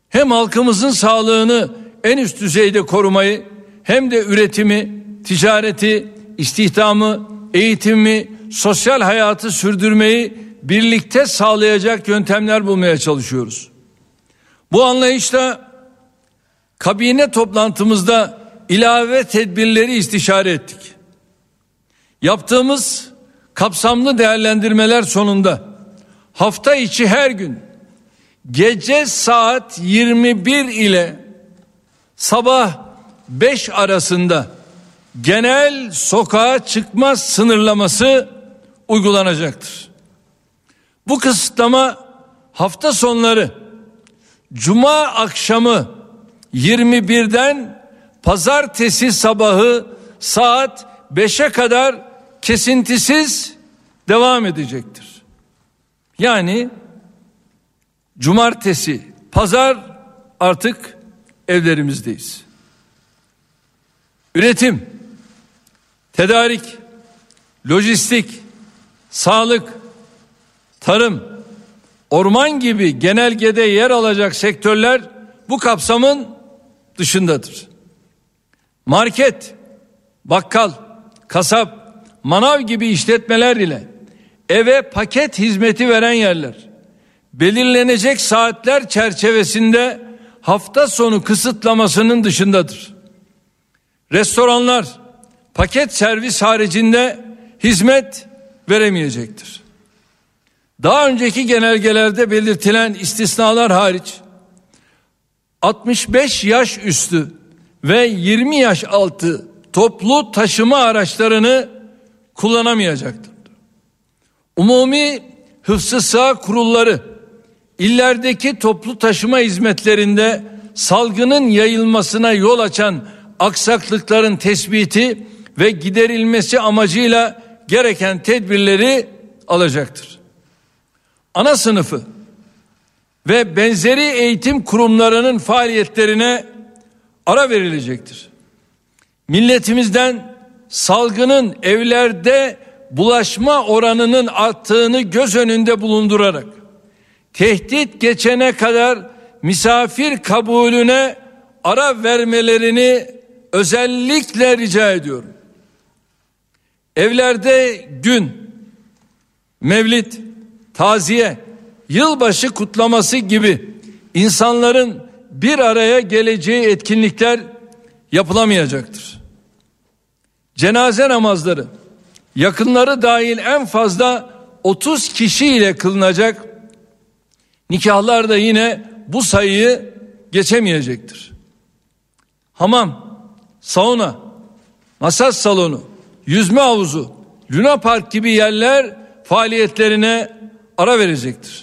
S5: hem halkımızın sağlığını en üst düzeyde korumayı hem de üretimi, ticareti, istihdamı, eğitimi, sosyal hayatı sürdürmeyi birlikte sağlayacak yöntemler bulmaya çalışıyoruz. Bu anlayışla kabine toplantımızda ilave tedbirleri istişare ettik. Yaptığımız kapsamlı değerlendirmeler sonunda hafta içi her gün gece saat yirmi bir ile sabah beş arasında genel sokağa çıkma sınırlaması uygulanacaktır. Bu kısıtlama hafta sonları Cuma akşamı yirmi birden pazartesi sabahı saat beşe kadar kesintisiz devam edecektir. Yani cumartesi, pazar artık evlerimizdeyiz. Üretim, tedarik, lojistik, sağlık, tarım, orman gibi genelgede yer alacak sektörler bu kapsamın dışındadır. Market, bakkal, kasap, manav gibi işletmeler ile eve paket hizmeti veren yerler belirlenecek saatler çerçevesinde hafta sonu kısıtlamasının dışındadır. Restoranlar paket servis haricinde hizmet veremeyecektir. Daha önceki genelgelerde belirtilen istisnalar hariç altmış beş yaş üstü ve yirmi yaş altı toplu taşıma araçlarını kullanamayacaktır. Umumi hıfzı sağ kurulları illerdeki toplu taşıma hizmetlerinde salgının yayılmasına yol açan aksaklıkların tespiti ve giderilmesi amacıyla gereken tedbirleri alacaktır. Ana sınıfı ve benzeri eğitim kurumlarının faaliyetlerine ara verilecektir. Milletimizden salgının evlerde bulaşma oranının arttığını göz önünde bulundurarak tehdit geçene kadar misafir kabulüne ara vermelerini özellikle rica ediyorum. Evlerde gün, mevlid, taziye, yılbaşı kutlaması gibi insanların bir araya geleceği etkinlikler yapılamayacaktır. Cenaze namazları yakınları dahil en fazla otuz kişi ile kılınacak. Nikahlar da yine bu sayıyı geçemeyecektir. Hamam, sauna, masaj salonu, yüzme havuzu, Luna Park gibi yerler faaliyetlerine ara verecektir.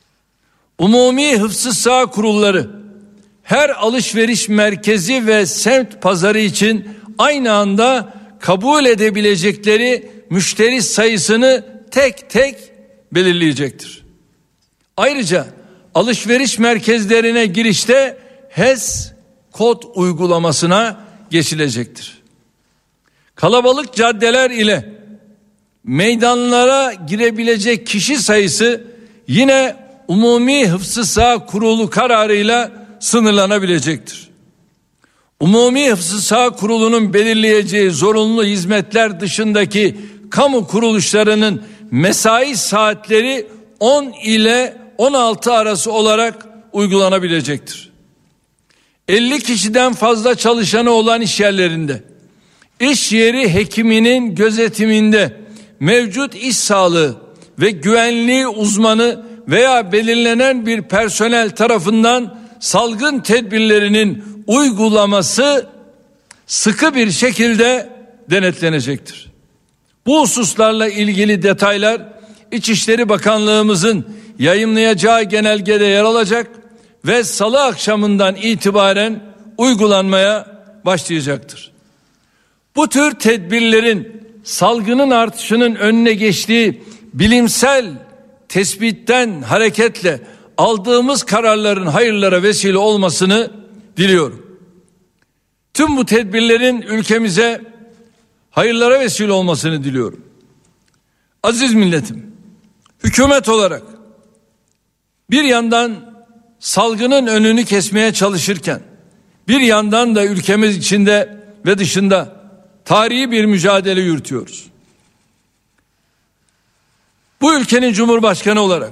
S5: Umumi hıfzı sağ kurulları her alışveriş merkezi ve semt pazarı için aynı anda kabul edebilecekleri müşteri sayısını tek tek belirleyecektir. Ayrıca alışveriş merkezlerine girişte H E S kod uygulamasına geçilecektir. Kalabalık caddeler ile meydanlara girebilecek kişi sayısı yine Umumi Hıfzı Sağ Kurulu kararıyla sınırlanabilecektir. Umumi Hıfzı Sağ Kurulu'nun belirleyeceği zorunlu hizmetler dışındaki kamu kuruluşlarının mesai saatleri on ile on altı arası olarak uygulanabilecektir. elli kişiden fazla çalışanı olan iş yerlerinde, iş yeri hekiminin gözetiminde mevcut iş sağlığı ve güvenliği uzmanı veya belirlenen bir personel tarafından salgın tedbirlerinin uygulaması sıkı bir şekilde denetlenecektir. Bu hususlarla ilgili detaylar İçişleri Bakanlığımızın yayımlayacağı genelgede yer alacak ve salı akşamından itibaren uygulanmaya başlayacaktır. Bu tür tedbirlerin salgının artışının önüne geçtiği bilimsel tespitten hareketle aldığımız kararların hayırlara vesile olmasını diliyorum. Tüm bu tedbirlerin ülkemize hayırlara vesile olmasını diliyorum. Aziz milletim, hükümet olarak bir yandan salgının önünü kesmeye çalışırken bir yandan da ülkemiz içinde ve dışında tarihi bir mücadele yürütüyoruz. Bu ülkenin Cumhurbaşkanı olarak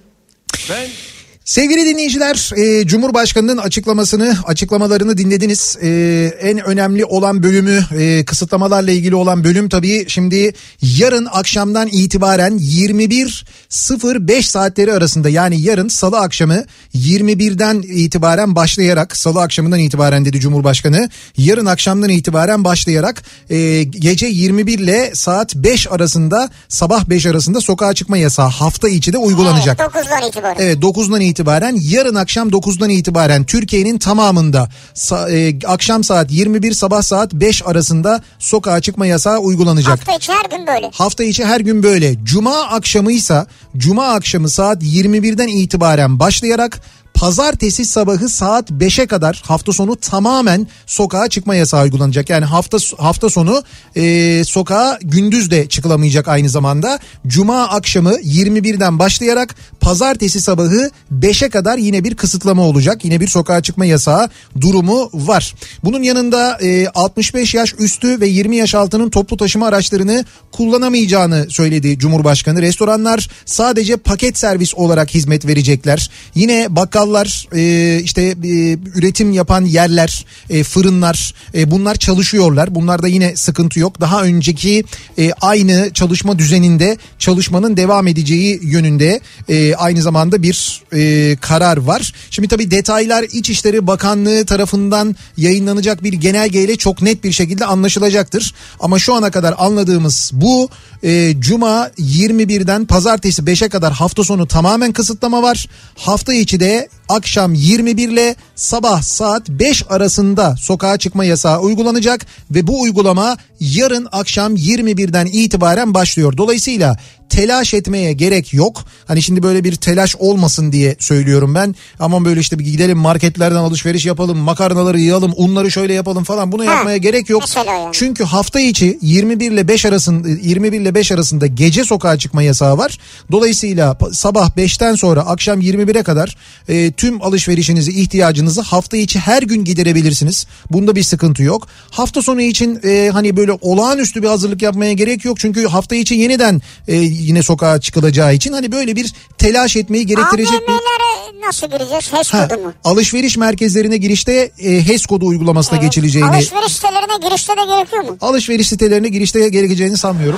S5: ben...
S1: Sevgili dinleyiciler, e, Cumhurbaşkanı'nın açıklamasını, açıklamalarını dinlediniz. E, en önemli olan bölümü, e, kısıtlamalarla ilgili olan bölüm tabii şimdi yarın akşamdan itibaren yirmi bir sıfır beş saatleri arasında, yani yarın salı akşamı yirmi birden itibaren başlayarak, salı akşamından itibaren dedi Cumhurbaşkanı, yarın akşamdan itibaren başlayarak e, gece yirmi bir ile saat beş arasında, sabah beş arasında sokağa çıkma yasağı hafta içi de uygulanacak.
S2: Evet, dokuzdan itibaren.
S1: Evet, dokuzdan itibaren. itibaren yarın akşam dokuzdan itibaren Türkiye'nin tamamında e, akşam saat yirmi bir sabah saat beş arasında sokağa çıkma yasağı uygulanacak.
S2: Hafta içi her gün böyle.
S1: Hafta içi her gün böyle. Cuma akşamıysa Cuma akşamı saat yirmi birden itibaren başlayarak pazartesi sabahı saat beşe kadar hafta sonu tamamen sokağa çıkma yasağı uygulanacak. Yani hafta hafta sonu e, sokağa gündüz de çıkılamayacak aynı zamanda. Cuma akşamı yirmi birden başlayarak pazartesi sabahı beşe kadar yine bir kısıtlama olacak. Yine bir sokağa çıkma yasağı durumu var. Bunun yanında e, altmış beş yaş üstü ve yirmi yaş altının toplu taşıma araçlarını kullanamayacağını söyledi Cumhurbaşkanı. Restoranlar sadece paket servis olarak hizmet verecekler. Yine bakkal Ee, işte e, üretim yapan yerler, e, fırınlar, e, bunlar çalışıyorlar. Bunlarda yine sıkıntı yok. Daha önceki e, aynı çalışma düzeninde çalışmanın devam edeceği yönünde e, aynı zamanda bir e, karar var. Şimdi tabii detaylar İçişleri Bakanlığı tarafından yayınlanacak bir genelgeyle çok net bir şekilde anlaşılacaktır. Ama şu ana kadar anladığımız bu. E, Cuma yirmi birden pazartesi beşe kadar hafta sonu tamamen kısıtlama var. Hafta içi de akşam yirmi bir ile sabah saat beş arasında sokağa çıkma yasağı uygulanacak ve bu uygulama yarın akşam yirmi birden itibaren başlıyor. Dolayısıyla telaş etmeye gerek yok. Hani şimdi böyle bir telaş olmasın diye söylüyorum ben. Aman böyle işte bir gidelim marketlerden alışveriş yapalım, makarnaları yiyalım, unları şöyle yapalım falan, bunu ha, yapmaya gerek yok. Yani. Çünkü hafta içi yirmi bir ile beş arasında yirmi bir ile beş arasında gece sokağa çıkma yasağı var. Dolayısıyla sabah beşten sonra akşam yirmi bire kadar e, tüm alışverişinizi, ihtiyacınızı hafta içi her gün giderebilirsiniz. Bunda bir sıkıntı yok. Hafta sonu için e, hani böyle olağanüstü bir hazırlık yapmaya gerek yok. Çünkü hafta içi yeniden e, yine sokağa çıkılacağı için hani böyle bir telaş etmeyi gerektirecek bir...
S2: A V M'lere nasıl gireceğiz? H E S kodu mu?
S1: Alışveriş merkezlerine girişte e, H E S kodu uygulamasına evet. geçileceğini...
S2: Alışveriş sitelerine girişte de gerekiyor mu?
S1: Alışveriş sitelerine girişte gerekeceğini sanmıyorum.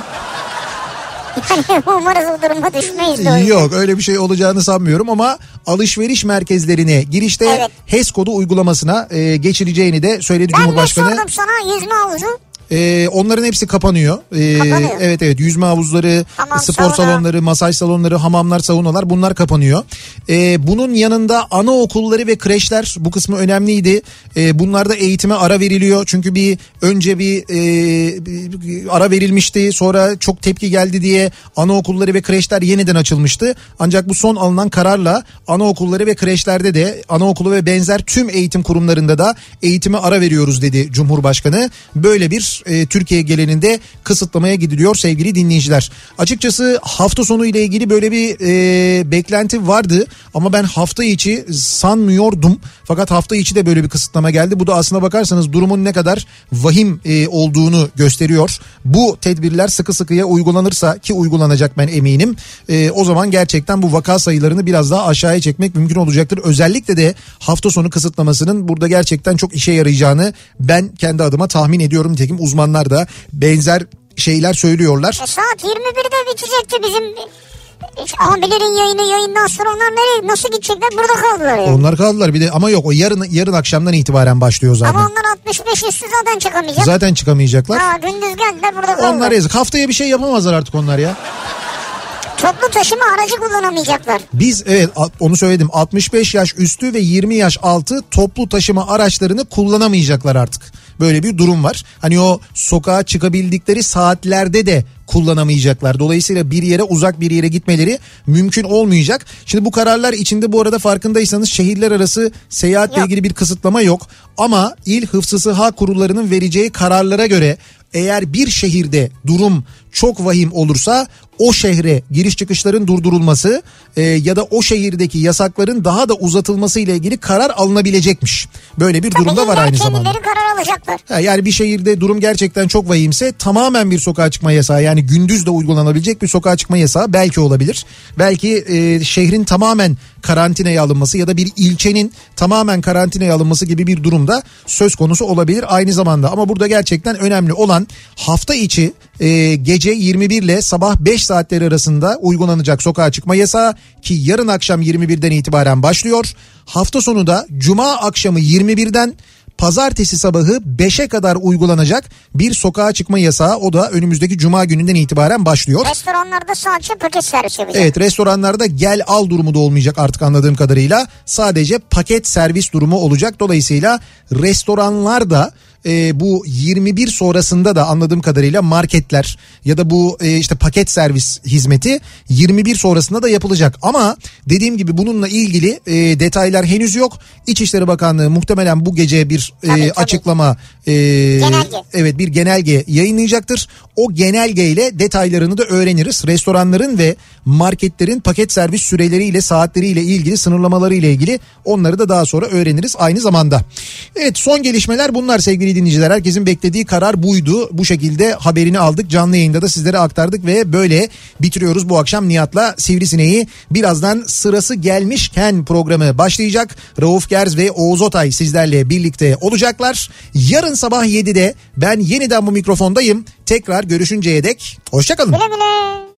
S2: Yani umarız o duruma düşmeyiz.
S1: Yok, öyle bir şey olacağını sanmıyorum ama alışveriş merkezlerine girişte evet. H E S kodu uygulamasına e, geçileceğini de söyledi ben Cumhurbaşkanı. Ben de
S2: sordum sana, yüzme havuzu.
S1: Ee, onların hepsi kapanıyor. Ee, kapanıyor. Evet evet, yüzme havuzları, Hamam, spor sauna. salonları, masaj salonları, hamamlar, saunalar, bunlar kapanıyor. Ee, bunun yanında anaokulları ve kreşler, bu kısmı önemliydi. Ee, bunlarda eğitime ara veriliyor. Çünkü bir önce bir, e, bir ara verilmişti, sonra çok tepki geldi diye anaokulları ve kreşler yeniden açılmıştı. Ancak bu son alınan kararla anaokulları ve kreşlerde de, anaokulu ve benzer tüm eğitim kurumlarında da eğitime ara veriyoruz dedi Cumhurbaşkanı. Böyle bir e, Türkiye genelinde kısıtlamaya gidiliyor sevgili dinleyiciler. Açıkçası hafta sonu ile ilgili böyle bir e, beklenti vardı ama ben hafta içi sanmıyordum. Fakat hafta içi de böyle bir kısıtlama geldi. Bu da aslına bakarsanız durumun ne kadar vahim e, olduğunu gösteriyor. Bu tedbirler sıkı sıkıya uygulanırsa, ki uygulanacak ben eminim, e, o zaman gerçekten bu vaka sayılarını biraz daha aşağıya çekmek mümkün olacaktır. Özellikle de hafta sonu kısıtlamasının burada gerçekten çok işe yarayacağını ben kendi adıma tahmin ediyorum. Nitekim uzmanlar da benzer şeyler söylüyorlar.
S2: E saat yirmi birde bitecekti bizim abilerin yayını, yayından sonra onlar nereye, nasıl gidecekler? Burada kaldılar yani.
S1: Onlar kaldılar bir de, ama yok, o yarın yarın akşamdan itibaren başlıyor zaten.
S2: Ama onlar altmış beş üstü zaten çıkamayacak.
S1: Zaten çıkamayacaklar.
S2: Ha, gündüz geldiler, burada kaldılar.
S1: Onlar yazık. Haftaya bir şey yapamazlar artık onlar ya.
S2: Toplu taşıma aracı kullanamayacaklar.
S1: Biz evet onu söyledim, altmış beş yaş üstü ve yirmi yaş altı toplu taşıma araçlarını kullanamayacaklar artık. Böyle bir durum var. Hani o sokağa çıkabildikleri saatlerde de kullanamayacaklar. Dolayısıyla bir yere, uzak bir yere gitmeleri mümkün olmayacak. Şimdi bu kararlar içinde bu arada farkındaysanız şehirler arası seyahatle ilgili bir kısıtlama yok. Ama İl Hıfzı Sıha Kurullarının vereceği kararlara göre eğer bir şehirde durum çok vahim olursa o şehre giriş çıkışların durdurulması e, ya da o şehirdeki yasakların daha da uzatılması ile ilgili karar alınabilecekmiş. Böyle bir durumda var aynı zamanda.
S2: Kendileri karar alacaklar.
S1: Ha, yani bir şehirde durum gerçekten çok vahimse tamamen bir sokağa çıkma yasağı, yani gündüz de uygulanabilecek bir sokağa çıkma yasağı belki olabilir. Belki e, şehrin tamamen karantinaya alınması ya da bir ilçenin tamamen karantinaya alınması gibi bir durumda söz konusu olabilir aynı zamanda. Ama burada gerçekten önemli olan hafta içi e, gece yirmi bir ile sabah beş saatleri arasında uygulanacak sokağa çıkma yasağı ki yarın akşam yirmi birden itibaren başlıyor. Hafta sonu da cuma akşamı yirmi birden pazartesi sabahı beşe kadar uygulanacak bir sokağa çıkma yasağı, o da önümüzdeki cuma gününden itibaren başlıyor.
S2: Restoranlarda sadece paket servis yapacak.
S1: Evet, restoranlarda gel al durumu da olmayacak artık anladığım kadarıyla. Sadece paket servis durumu olacak. Dolayısıyla restoranlar da e, bu yirmi bir sonrasında da anladığım kadarıyla marketler ya da bu e, işte paket servis hizmeti yirmi bir sonrasında da yapılacak. Ama dediğim gibi bununla ilgili e, detaylar henüz yok. İçişleri Bakanlığı muhtemelen bu gece bir e, tabii, tabii. açıklama e,
S2: genelge.
S1: Evet, bir genelge yayınlayacaktır. O genelgeyle detaylarını da öğreniriz. Restoranların ve marketlerin paket servis süreleriyle, saatleriyle ilgili, sınırlamaları ile ilgili onları da daha sonra öğreniriz aynı zamanda. Evet, son gelişmeler bunlar sevgili dinleyiciler. Herkesin beklediği karar buydu. Bu şekilde haberini aldık. Canlı yayında da sizlere aktardık ve böyle bitiriyoruz bu akşam Nihat'la Sivrisineği. Birazdan sırası gelmişken programı başlayacak. Rauf Gerz ve Oğuz Otay sizlerle birlikte olacaklar. Yarın sabah yedide ben yeniden bu mikrofondayım. Tekrar görüşünceye dek hoşça kalın.
S2: Güle güle.